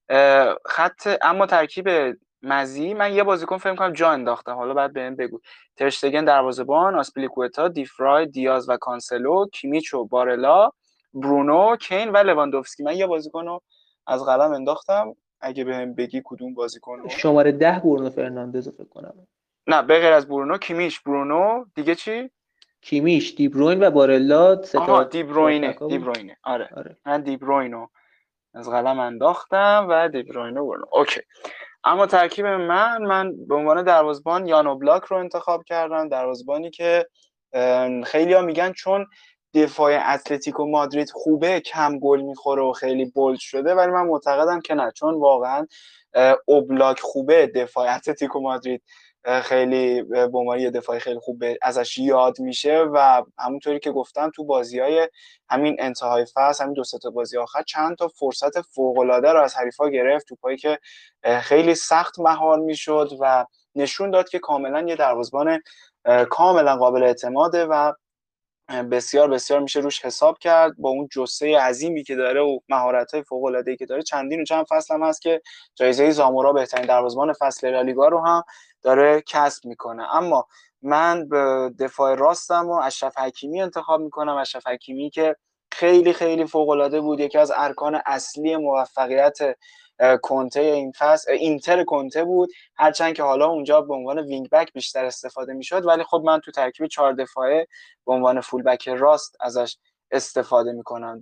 اما ترکیب مزی من یه بازیکن فکر کنم جا انداختم، حالا بعد بهم بگو. ترشتگن دروازه‌بان، آسپیلیکوئتا، دیفرای، دیاز و کانسلو، کیمیچ و بارلا، برونو، کین و لواندوفسکی. من یه بازیکن رو از قلم انداختم، اگه بهم بگی کدوم بازیکن رو. شماره 10 برونو فرناندز فکر کنم. نه به غیر از برونو، کیمیش، برونو، دیگه چی؟ کیمیش، دیبروین و بارلا. آها دیبروینه. آره. من دیبروینو از قلم انداختم و دیبروینو برونو. اوکی. اما ترکیب من به عنوان دروازه‌بان یان اوبلاک رو انتخاب کردم. دروازه‌بانی که خیلی‌ها میگن چون دفاع اتلتیکو مادرید خوبه کم گل میخوره و خیلی بولد شده، ولی من معتقدم که نه، چون واقعا اوبلاک خوبه دفاع اتلتیکو مادرید خیلی به عنوان یه دفاعی خیلی خوبه ازش یاد میشه و همونطوری که گفتم تو بازی‌های همین انتهای فصل، همین 2 تا بازی آخر چند تا فرصت فوق‌العاده رو از حریفا گرفت، توپایی که خیلی سخت مهار میشد و نشون داد که کاملا یه دروازه‌بان کاملا قابل اعتماده و بسیار بسیار میشه روش حساب کرد با اون جثه عظیمی که داره و مهارت‌های فوق‌العاده‌ای که داره. چندین و چند فصل هم هست که جایزه زامورا بهترین دروازه‌بان فصل لالیگا رو هم داره کسب میکنه. اما من به دفاع راستم و اشرف حکیمی انتخاب میکنم. اشرف حکیمی که خیلی خیلی فوق‌العاده بود، یکی از ارکان اصلی موفقیت کنته این فصل، اینتر کنته بود، هرچند که حالا اونجا به عنوان وینگ بک بیشتر استفاده میشد، ولی خب من تو ترکیب 4 دفاعه به عنوان فول بک راست ازش استفاده میکنم.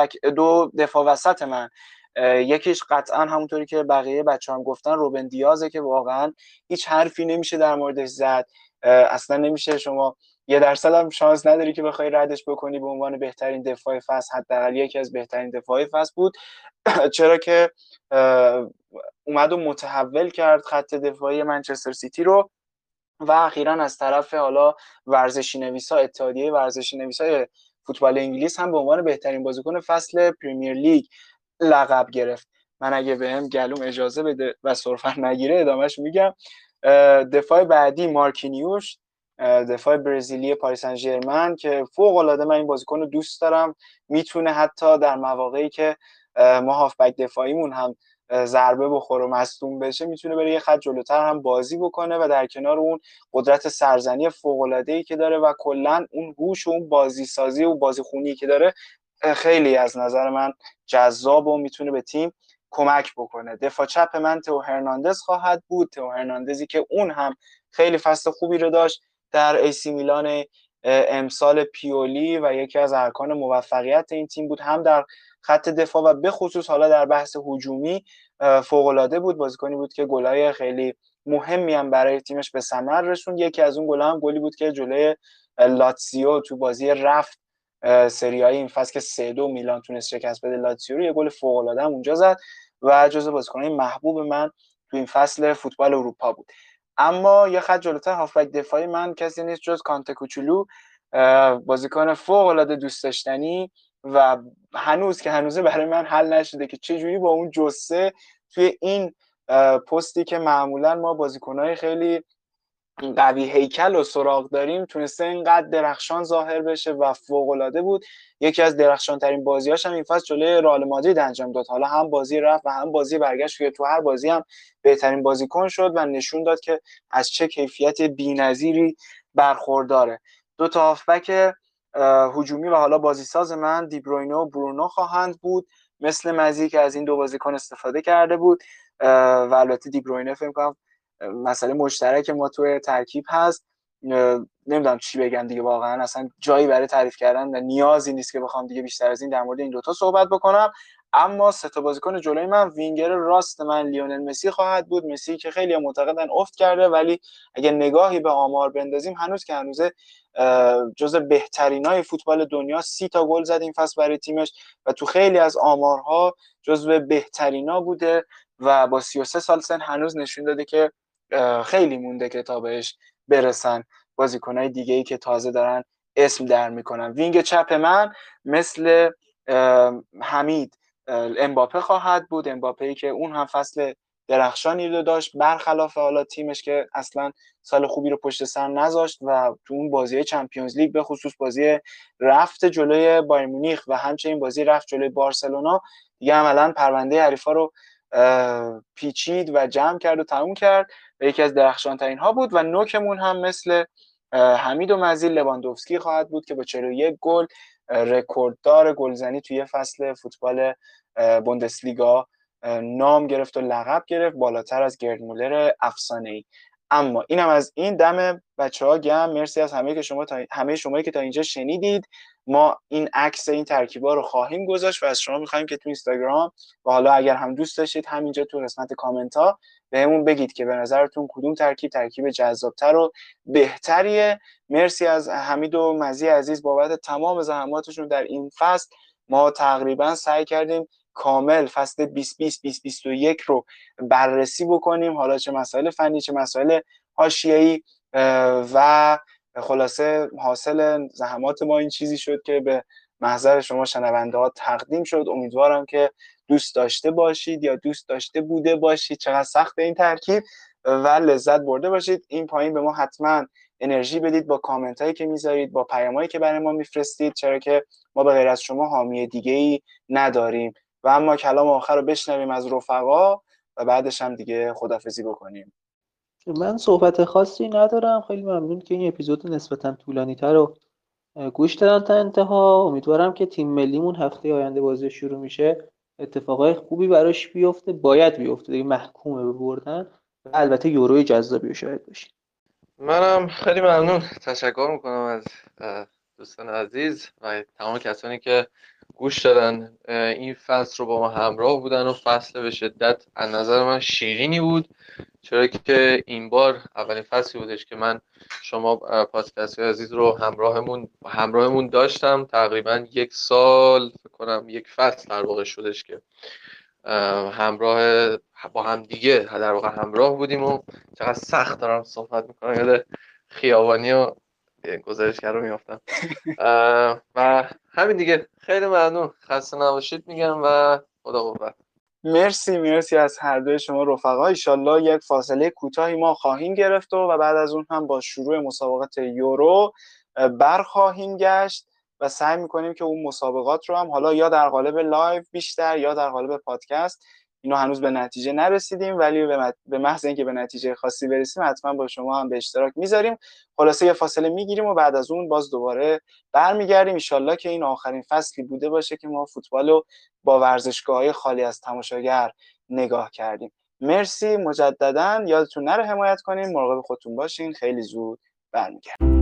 دو دفاع وسط من، یکیش قطعا همونطوری که بقیه بچه هم گفتن روبن دیازه که واقعا هیچ حرفی نمیشه در موردش زد. اصلا نمیشه، شما 1% هم شانس نداری که بخوای ردش بکنی به عنوان بهترین دفاع فصل. حداقل یکی از بهترین دفاع فصل بود. چرا که اومد و متحول کرد خط دفاعی منچستر سیتی رو. و اخیراً از طرف حالا ورزشی نویسا، اتحادیه ورزشی نویسای فوتبال انگلیس هم به عنوان بهترین بازیکن فصل پریمیر لیگ لقب گرفت. من اگه بهم گلوم اجازه بده و سرفن نگیره ادامهش میگم. دفاع بعدی مارکینیوش، دفاع برزیلی پاریس سن ژرمن که فوق العاده من این بازیکن رو دوست دارم. میتونه حتی در مواقعی که ما هافبک دفاعیمون هم ضربه بخوره و مصدوم بشه میتونه بره یه خط جلوتر هم بازی بکنه و در کنار اون قدرت سرزنی فوق العاده ای که داره و کلا اون هوش و اون بازی سازی و بازی خونی که داره خیلی از نظر من جذاب و میتونه به تیم کمک بکنه. دفاع چپ من تو هرناندز خواهد بود. تو هرناندزی که اون هم خیلی فصل خوبی رو داشت در ایسی میلان امسال پیولی و یکی از ارکان موفقیت این تیم بود، هم در خط دفاع و به خصوص حالا در بحث هجومی فوق العاده بود. بازیکنی بود که گلای خیلی مهمی هم برای تیمش به ثمر رسوند. یکی از اون گل‌ها هم گلی بود که جلوی لاتزیو تو بازی رفت سری آی این فصل که 3-2 میلان تونست شکست بده لاتزیو رو، یه گل فوق العاده هم اونجا زد و جزو بازیکن‌های محبوب من تو این فصل فوتبال اروپا بود. اما یه خط جلوتر هافبک دفاعی من کسی نیست جز کانته کوچولو، بازیکن فوق العاده دوست داشتنی و هنوز که هنوزه برای من حل نشده که چجوری با اون جثه توی این پستی که معمولا ما بازیکن‌های خیلی قوی هیکل و سراغ داریم تونسته اینقدر درخشان ظاهر بشه و فوق‌العاده بود. یکی از درخشان ترین بازیاش هم این فصل جلوی رئال مادرید انجام داد. حالا هم بازی رفت و هم بازی برگشت که تو هر بازی هم بهترین بازیکن شد و نشون داد که از چه کیفیت بی‌نظیری برخورداره. دو تا هافبک هجومی و حالا بازیساز من دیبروینه و برونو خواهند بود. مثل مزی که از این دو بازیکن استفاده کرده بود و البته دیبروینه فکر کنم مسئله مشترک ما توی ترکیب هست. نمیدونم چی بگم دیگه، واقعا اصلا جایی برای تعریف کردن و نیازی نیست که بخوام دیگه بیشتر از این در مورد این دوتا صحبت بکنم. اما سه تا بازیکن جلوی من، وینگر راست من لیونل مسی خواهد بود. مسی که خیلی معتقدن افت کرده، ولی اگه نگاهی به آمار بندازیم هنوز که هنوزه جزو بهترینای فوتبال دنیا، 30 تا گل زد این فصل برای تیمش و تو خیلی از آمارها جزو بهترینا بوده و با 33 سال سن هنوز نشون داده که خیلی مونده که تا بهش برسن بازیکنای دیگه‌ای که تازه دارن اسم در میکنن. وینگ چپ من مثل حمید امباپه خواهد بود. امباپه‌ای که اون هم فصل درخشانی رو داشت برخلاف حالا تیمش که اصلا سال خوبی رو پشت سر نذاشت و تو اون بازی چمپیونز لیگ به خصوص بازی رفت جلوی بایر مونیخ و همچنین بازی رفت جلوی بارسلونا دیگه عملاً پرونده حریفا رو پیچید و جمع کرد و تموم کرد و یکی از درخشان ترین ها بود. و نوکمون هم مثل حمید و مزیل لواندوفسکی خواهد بود که با 41 گل رکورددار گلزنی توی فصل فوتبال بوندسلیگا نام گرفت و لقب گرفت، بالاتر از گرد مولر افسانه‌ای. اما اینم از این. دم بچه‌ها گرم. مرسی از همه شمایی که تا اینجا شنیدید. ما این عکس این ترکیبا رو خواهیم گذاشت و از شما می‌خوایم که تو اینستاگرام و حالا اگر هم دوست داشتید همینجا تو قسمت کامنت ها بهمون بگید که به نظرتون کدوم ترکیب جذابتر و بهتریه. مرسی از حمید و مزی عزیز بابت تمام زحماتشون در این فصل. ما تقریبا سعی کردیم کامل فصل 2020-2021 رو بررسی بکنیم، حالا چه مسائل فنی چه مسائل حاشیه‌ای، و خلاصه حاصل زحمات ما این چیزی شد که به محضر شما شنونده ها تقدیم شد. امیدوارم که دوست داشته باشید یا دوست داشته بوده باشید چقدر سخت این ترکیب و لذت برده باشید. این پایین به ما حتما انرژی بدید با کامنت هایی که میذارید، با پیامایی که برای ما میفرستید، چرا که ما به غیر از شما حامی دیگه ای نداریم. و اما کلام آخر رو بشنویم از رفقا و بعدش هم دیگه خدافظی بکنیم. من صحبت خاصی ندارم. خیلی ممنون که این اپیزود نسبتا طولانی تر رو گوش دادن تا انتها. امیدوارم که تیم ملیمون هفته آینده بازی شروع میشه اتفاقای خوبی براش بیفته، باید بیفته دیگه، محکومه به بردن و البته یوروی جذابی رو شاهد باشیم. منم خیلی ممنون، تشکر میکنم از دوستان عزیز و تمام کسانی که گوش دادن، این فصل رو با ما همراه بودن و فصل به شدت از نظر من شیرینی بود، چرا که این بار اولین فصلی بودش که من شما پادکست عزیز رو همراهمون داشتم. تقریبا 1 سال فکر کنم 1 فصل در واقع شدش که همراه با هم دیگه در واقع همراه بودیم و چقدر سخت دارم صحبت میکنم، یاد خیابانی و گزارشگر رو میافتم. و همین دیگه، خیلی ممنون، خسته نباشید میگم و خدا قوت. مرسی از هر دوی شما رفقا. ایشالله یک فاصله کوتاهی ما خواهیم گرفت و بعد از اون هم با شروع مسابقات یورو برخواهیم گشت و سعی میکنیم که اون مسابقات رو هم حالا یا در قالب لایو بیشتر یا در قالب پادکست، اینو هنوز به نتیجه نرسیدیم ولی به محض اینکه به نتیجه خاصی برسیم حتما با شما هم به اشتراک میذاریم. خلاصه یه فاصله میگیریم و بعد از اون باز دوباره برمیگردیم. ایشالله که این آخرین فصلی بوده باشه که ما فوتبالو با ورزشگاه‌های خالی از تماشاگر نگاه کردیم. مرسی مجدداً، یادتون نره حمایت کنین، مراقب خودتون باشین، خیلی زود برمیگردیم.